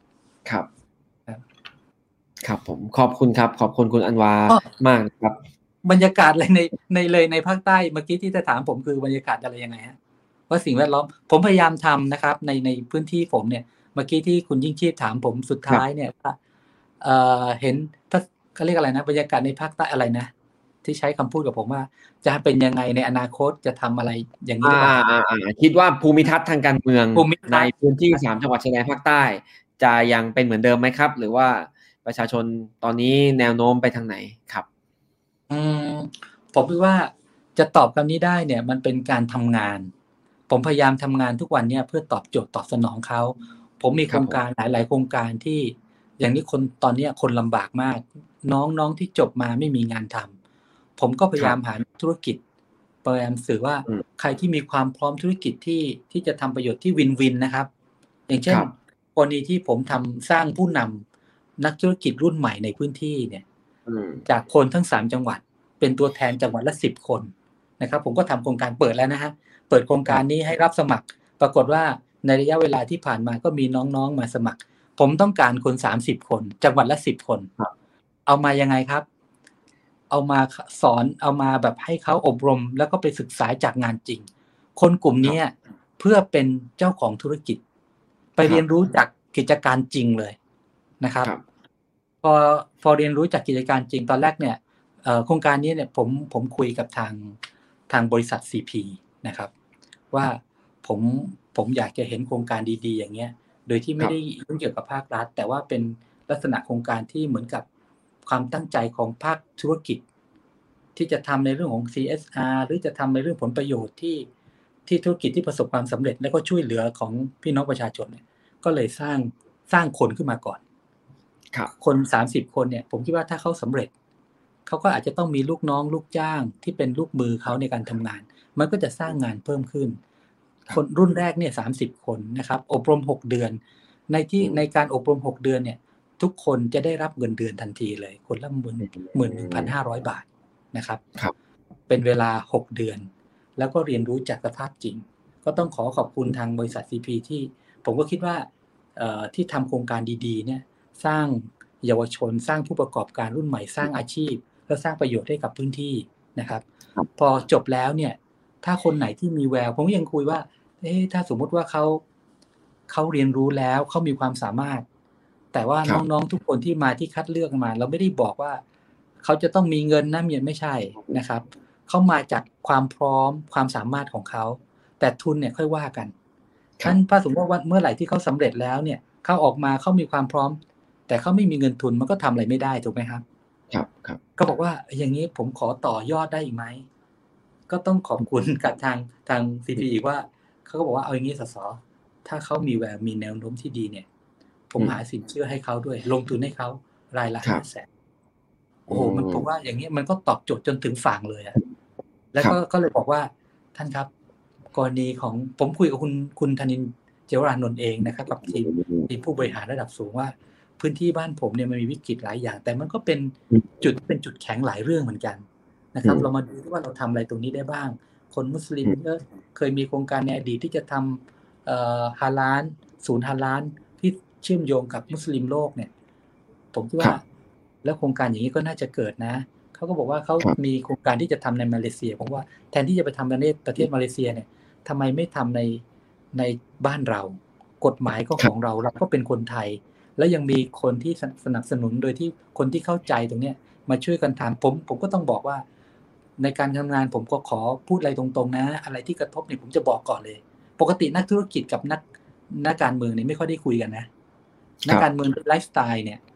S1: ครับผมขอบคุณครับขอบคุณคุณอันวามากครับ
S2: บรรยากาศอะไรในภาคใต้เมื่อกี้ที่จะถามผมคือบรรยากาศอะไรยังไงฮะว่าสิ่งแวดล้อมผมพยายามทำนะครับในพื้นที่ผมเนี่ยเมื่อกี้ที่คุณยิ่งชีพถามผมสุดท้ายเนี่ยเห็นถ้าเขาเรียกอะไรนะบรรยากาศในภาคใต้อะไรนะที่ใช้คำพูดกับผมว่าจะเป็นยังไงในอนาคตจะทำอะไรอย่างนี้หรือเปล่า
S1: คิดว่าภูมิทัศน์ทางการเมืองในพื้นที่3จังหวัดชายแดนภาคใต้จะยังเป็นเหมือนเดิมไหมครับหรือว่าประชาชนตอนนี้แนวโน้มไปทางไหนครับ
S2: ผมคิดว่าจะตอบคำนี้ได้เนี่ยมันเป็นการทำงานผมพยายามทำงานทุกวันเนี่ยเพื่อตอบโจทย์ตอบสนองเขาผมมีโครงการหลายๆโครงการที่อย่างนี้คนตอนนี้คนลำบากมากน้องที่จบมาไม่มีงานทำผมก็พยายามหาธุรกิจพยายามสื่อว่าใครที่มีความพร้อมธุรกิจที่จะทำประโยชน์ที่วินวินนะครับอย่างเช่นกรณีที่ผมทำสร้างผู้นำนักธุรกิจรุ่นใหม่ในพื้นที่เนี่ยจากคนทั้ง3จังหวัดเป็นตัวแทนจังหวัดละ10 คนนะครับผมก็ทำโครงการเปิดแล้วนะฮะเปิดโครงการนี้ให้รับสมัครปรากฏว่าในระยะเวลาที่ผ่านมาก็มีน้องๆมาสมัครผมต้องการคน30 คนจังหวัดละ10 คนเอามายังไงครับเอามาสอนเอามาแบบให้เขาอบรมแล้วก็ไปศึกษาจากงานจริงคนกลุ่มนี้เพื่อเป็นเจ้าของธุรกิจไปเรียนรู้จากกิจการจริงเลยนะครับพอเรียนรู้จากกิจการจริงตอนแรกเนี่ยโครงการนี้เนี่ยผมคุยกับทางบริษัท CP นะครับว่าผมอยากจะเห็นโครงการดีๆอย่างเงี้ยโดยที่ไม่ได้ยุ่งเกี่ยวกับภาครัฐแต่ว่าเป็นลักษณะโครงการที่เหมือนกับความตั้งใจของภาคธุรกิจที่จะทำในเรื่องของ CSR หรือจะทำในเรื่องผลประโยชน์ที่ธุรกิจที่ประสบความสำเร็จและก็ช่วยเหลือของพี่น้องประชาชนเนี่ยก็เลยสร้างคนขึ้นมาก่อนคน30 คนเนี่ยผมคิดว่าถ้าเขาสำเร็จเขาก็อาจจะต้องมีลูกน้องลูกจ้างที่เป็นลูกมือเขาในการทำงานมันก็จะสร้างงานเพิ่มขึ้นคนรุ่นแรกเนี่ย30 คนนะครับอบรม6 เดือนในการอบรม6 เดือนเนี่ยทุกคนจะได้รับเงินเดือนทันทีเลยคนละ11,500 บาทนะครับเป็นเวลา6 เดือนแล้วก็เรียนรู้จากสภาพจริงก็ต้องขอบคุณทางบริษัท CP ที่ผมก็คิดว่าที่ทำโครงการดีๆเนี่ยสร้างเยาวชนสร้างผู้ประกอบการรุ่นใหม่สร้างอาชีพและสร้างประโยชน์ให้กับพื้นที่นะครับพอจบแล้วเนี่ยถ้าคนไหนที่มีแววผมก็ยังคุยว่าถ้าสมมติว่าเขาเรียนรู้แล้วเขามีความสามารถแต่ว่าน้องๆทุกคนที่มาที่คัดเลือกมาเราไม่ได้บอกว่าเขาจะต้องมีเงินนะไม่ใช่นะครับเขามาจากความพร้อมความสามารถของเขาแต่ทุนเนี่ยค่อยว่ากันท่านถ้าสมมติว่าเมื่อไหร่ที่เขาสำเร็จแล้วเนี่ยเขาออกมาเขามีความพร้อมแต่เขาไม่มีเงินทุนมันก็ทำอะไรไม่ได้ถูกไหมครับ
S1: ครับ
S2: ก็บอกว่าอย่างนี้ผมขอต่อยอดได้อีกไหมก็ต้องขอบคุณกับทาง CP อีกว่าเขาก็บอกว่าเอาอย่างนี้สสถ้าเขามีแววมีแนวโน้มที่ดีเนี่ยผมหาสินเชื่อให้เขาด้วยลงทุนให้เขารายละ500,000โอ้โหมันผมว่าอย่างนี้มันก็ตอบโจทย์จนถึงฝั่งเลยอ่ะแล้วก็เลยบอกว่าท่านครับกรณีของผมคุยกับคุณธนินทร์เจวรานนท์เองนะครับกับทีมผู้บริหารระดับสูงว่าพื้นที่บ้านผมเนี่ยมันมีวิกฤตหลายอย่างแต่มันก็เป็นจุดแข็งหลายเรื่องเหมือนกันนะครับเรามาดูว่าเราทำอะไรตรงนี้ได้บ้างคนมุสลิมก็เคยมีโครงการในอดีตที่จะทำฮาลาลศูนย์ฮาลาลที่เชื่อมโยงกับมุสลิมโลกเนี่ยผมคิดว่าแล้วโครงการอย่างนี้ก็น่าจะเกิดนะเขาก็บอกว่าเขามีโครงการที่จะทำในมาเลเซียผมว่าแทนที่จะไปทำในประเทศมาเลเซียเนี่ยทำไมไม่ทำในบ้านเรากฎหมายก็ของเราก็เป็นคนไทยแล้วยังมีคนที่สนับสนุนโดยที่คนที่เข้าใจตรงเนี้ยมาช่วยกันทำผมก็ต้องบอกว่าในการทำงานผมก็ขอพูดอะไรตรงๆนะอะไรที่กระทบเนี่ยผมจะบอกก่อนเลยปกตินักธุรกิจกับนักการเมืองเนี่ยไม่ค่อยได้คุยกันนะนักการเมืองไลฟ์สไตล์เนี่ย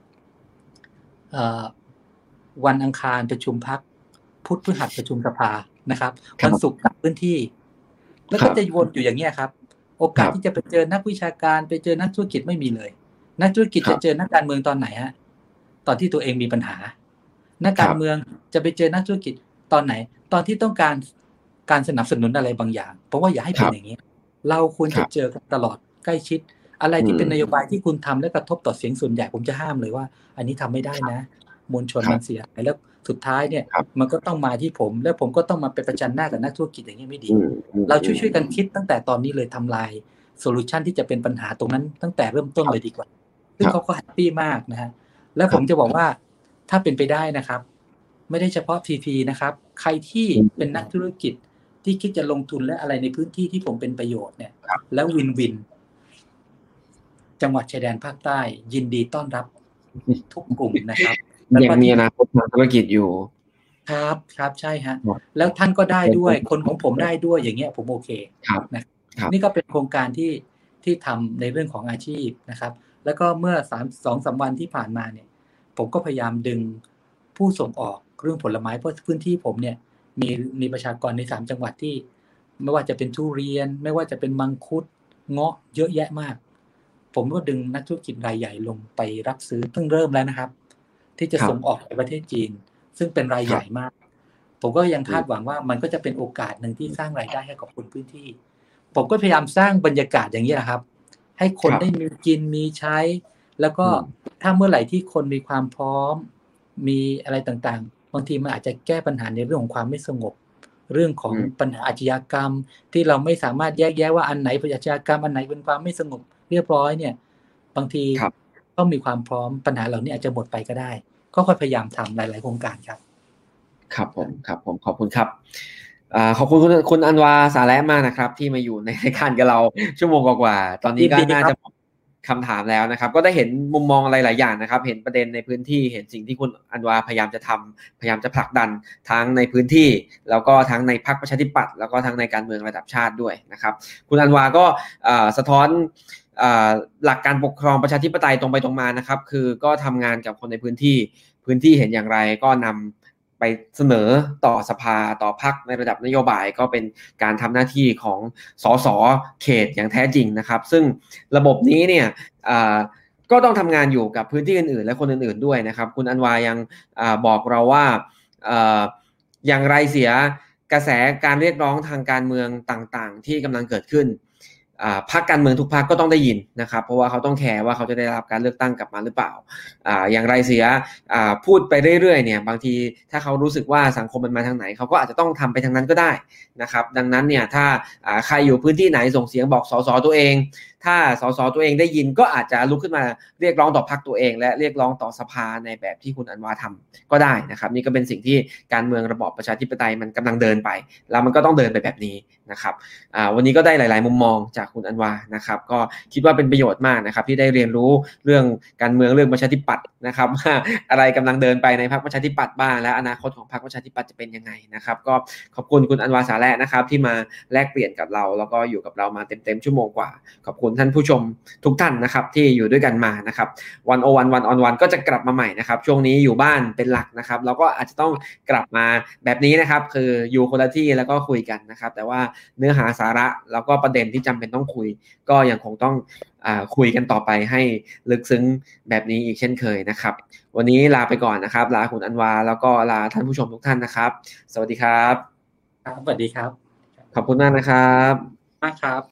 S2: วันอังคารประชุมพรรคพุธพฤหัสประชุมสภานะครับวันศุกร์กลับพื้นที่แล้วก็จะวนอยู่อย่างเงี้ยครับโอกาสที่จะไปเจอนักวิชาการไปเจอนักธุรกิจไม่มีเลยนักธุรกิจจะเจอนักการเมืองตอนไหนฮะตอนที่ตัวเองมีปัญหานักการเมืองจะไปเจอนักธุรกิจตอนไหนตอนที่ต้องการสนับสนุนอะไรบางอย่างเพราะว่าอย่าให้เป็นอย่างนี้เราควรจะเจอกันตลอดใกล้ชิดอะไรที่เป็นนโยบายที่คุณทำและกระทบต่อเสียงส่วนใหญ่ผมจะห้ามเลยว่าอันนี้ทำไม่ได้นะมวลชนมันเสียหายแล้วสุดท้ายเนี่ยมันก็ต้องมาที่ผมแล้วผมก็ต้องมาเป็นประจันหน้ากับนักธุรกิจอย่างนี้ไม่ดีเราช่วยกันคิดตั้งแต่ตอนนี้เลยทำลายโซลูชันที่จะเป็นปัญหาตรงนั้นตั้งแต่เริ่มต้นเลยดีกว่าซึ่งเขาก็แฮปปี้มากนะฮะแล้วผมจะบอกว่าถ้าเป็นไปได้นะครับไม่ได้เฉพาะ TP นะครับใครที่เป็นนักธุรกิจที่คิดจะลงทุนและอะไรในพื้นที่ที่ผมเป็นประโยชน์เนี่ยแล้ววินจังหวัดชายแดนภาคใต้ยินดีต้อนรับทุกกลุ่มนะครับ
S1: ยังมีอนาคตทางธุรกิจอยู่
S2: ครับใช่ฮะแล้วท่านก็ได้ด้วยคนของผมได้ด้วยอย่างเงี้ยผมโอเคนะนี่ก็เป็นโครงการที่ทำในเรื่องของอาชีพนะครับแล้วก็เมื่อ2-3 วันที่ผ่านมาเนี่ยผมก็พยายามดึงผู้ส่งออกเรื่องผลไม้เพราะพื้นที่ผมเนี่ยมีประชากรใน3จังหวัดที่ไม่ว่าจะเป็นทุเรียนไม่ว่าจะเป็นมังคุดเงาะเยอะแยะมากผมก็ดึงนักธุรกิจรายใหญ่ลงไปรับซื้อเพิ่งเริ่มแล้วนะครับที่จะส่งออกไปประเทศจีนซึ่งเป็นรายใหญ่มากผมก็ยังคาดหวังว่ามันก็จะเป็นโอกาสหนึ่งที่สร้างรายได้ให้กับคนพื้นที่ผมก็พยายามสร้างบรรยากาศอย่างนี้นะครับให้คนได้มีกินมีใช้แล้วก็ถ้าเมื่อไหร่ที่คนมีความพร้อมมีอะไรต่างๆบางทีมันอาจจะแก้ปัญหาในเรื่องของความไม่สงบเรื่องของปัญหาอาชญากรรมที่เราไม่สามารถแยกแยะว่าอันไหนเป็นอาชญากรรมอันไหนเป็นความไม่สงบเรียบร้อยเนี่ยบางทีต้องมีความพร้อมปัญหาเหล่านี้อาจจะหมดไปก็ได้ก็ค่อยพยายามทำหลายๆโครงการครับ
S1: ครับผมขอบคุณครับขอบคุณคุณอันวาสาแลมากนะครับที่มาอยู่ในรายการกับเราชั่วโมงกว่าๆตอนนี้ก็น่าจะคำถามแล้วนะครับก็ได้เห็นมุมมองอะไรหลายอย่างนะครับเห็นประเด็นในพื้นที่เห็นสิ่งที่คุณอันวาพยายามจะทำพยายามจะผลักดันทั้งในพื้นที่แล้วก็ทั้งในพรรคประชาธิปัตย์แล้วก็ทั้งในการเมืองระดับชาติด้วยนะครับคุณอันวาก็สะท้อนหลักการปกครองประชาธิปไตยตรงไปตรงมานะครับคือก็ทำงานกับคนในพื้นที่เห็นอย่างไรก็นำไปเสนอต่อสภาต่อพรรคในระดับนโยบายก็เป็นการทำหน้าที่ของสสเขตอย่างแท้จริงนะครับซึ่งระบบนี้เนี่ยก็ต้องทำงานอยู่กับพื้นที่อื่นๆและคนอื่นๆด้วยนะครับคุณอันวายังบอกเราว่าอย่างไรเสียกระแสการเรียกร้องทางการเมืองต่างๆที่กำลังเกิดขึ้นพรรคการเมืองทุกพรรคก็ต้องได้ยินนะครับเพราะว่าเขาต้องแคร์ว่าเขาจะได้รับการเลือกตั้งกลับมาหรือเปล่าอย่างไรเสียพูดไปเรื่อยๆเนี่ยบางทีถ้าเขารู้สึกว่าสังคมมันมาทางไหนเขาก็อาจจะต้องทำไปทางนั้นก็ได้นะครับดังนั้นเนี่ยถ้าใครอยู่พื้นที่ไหนส่งเสียงบอกสสตัวเองถ้าสสตัวเองได้ยินก็อาจจะลุกขึ้นมาเรียกร้องต่อพรรคตัวเองและเรียกร้องต่อสภาในแบบที่คุณอันวาทำก็ได้นะครับนี่ก็เป็นสิ่งที่การเมืองระบอบประชาธิปไตยมันกำลังเดินไปแล้วมันก็ต้องเดินไปแบบนี้นะครับวันนี้ก็ได้หลายๆมุมมองจากคุณอันวานะครับก็คิดว่าเป็นประโยชน์มากนะครับที่ได้เรียนรู้เรื่องการเมืองเรื่องประชาธิปัตย์นะครับว่าอะไรกำลังเดินไปในพรรคประชาธิปัตย์บ้างและอนาคตของพรรคประชาธิปัตย์จะเป็นยังไงนะครับก็ขอบคุณคุณอันวาสาแลนะครับที่มาแลกเปลี่ยนกับเราแล้วก็อยู่กับเรามาเต็มชั่วโมงกว่าขอบคุณคุณท่านผู้ชมทุกท่านนะครับที่อยู่ด้วยกันมานะครับ101 ก็จะกลับมาใหม่นะครับช่วงนี้อยู่บ้านเป็นหลักนะครับแล้วก็อาจจะต้องกลับมาแบบนี้นะครับคืออยู่คนละที่แล้วก็คุยกันนะครับแต่ว่าเนื้อหาสาระแล้วก็ประเด็นที่จำเป็นต้องคุยก็ยังคงต้องคุยกันต่อไปให้ลึกซึ้งแบบนี้อีกเช่นเคยนะครับวันนี้ลาไปก่อนนะครับลาคุณอันวาแล้วก็ลาท่านผู้ชมทุกท่านนะครับสวัสดีครับ
S2: ครับสวัสดีครับ
S1: ขอบคุณมากนะครับ
S2: มากครับ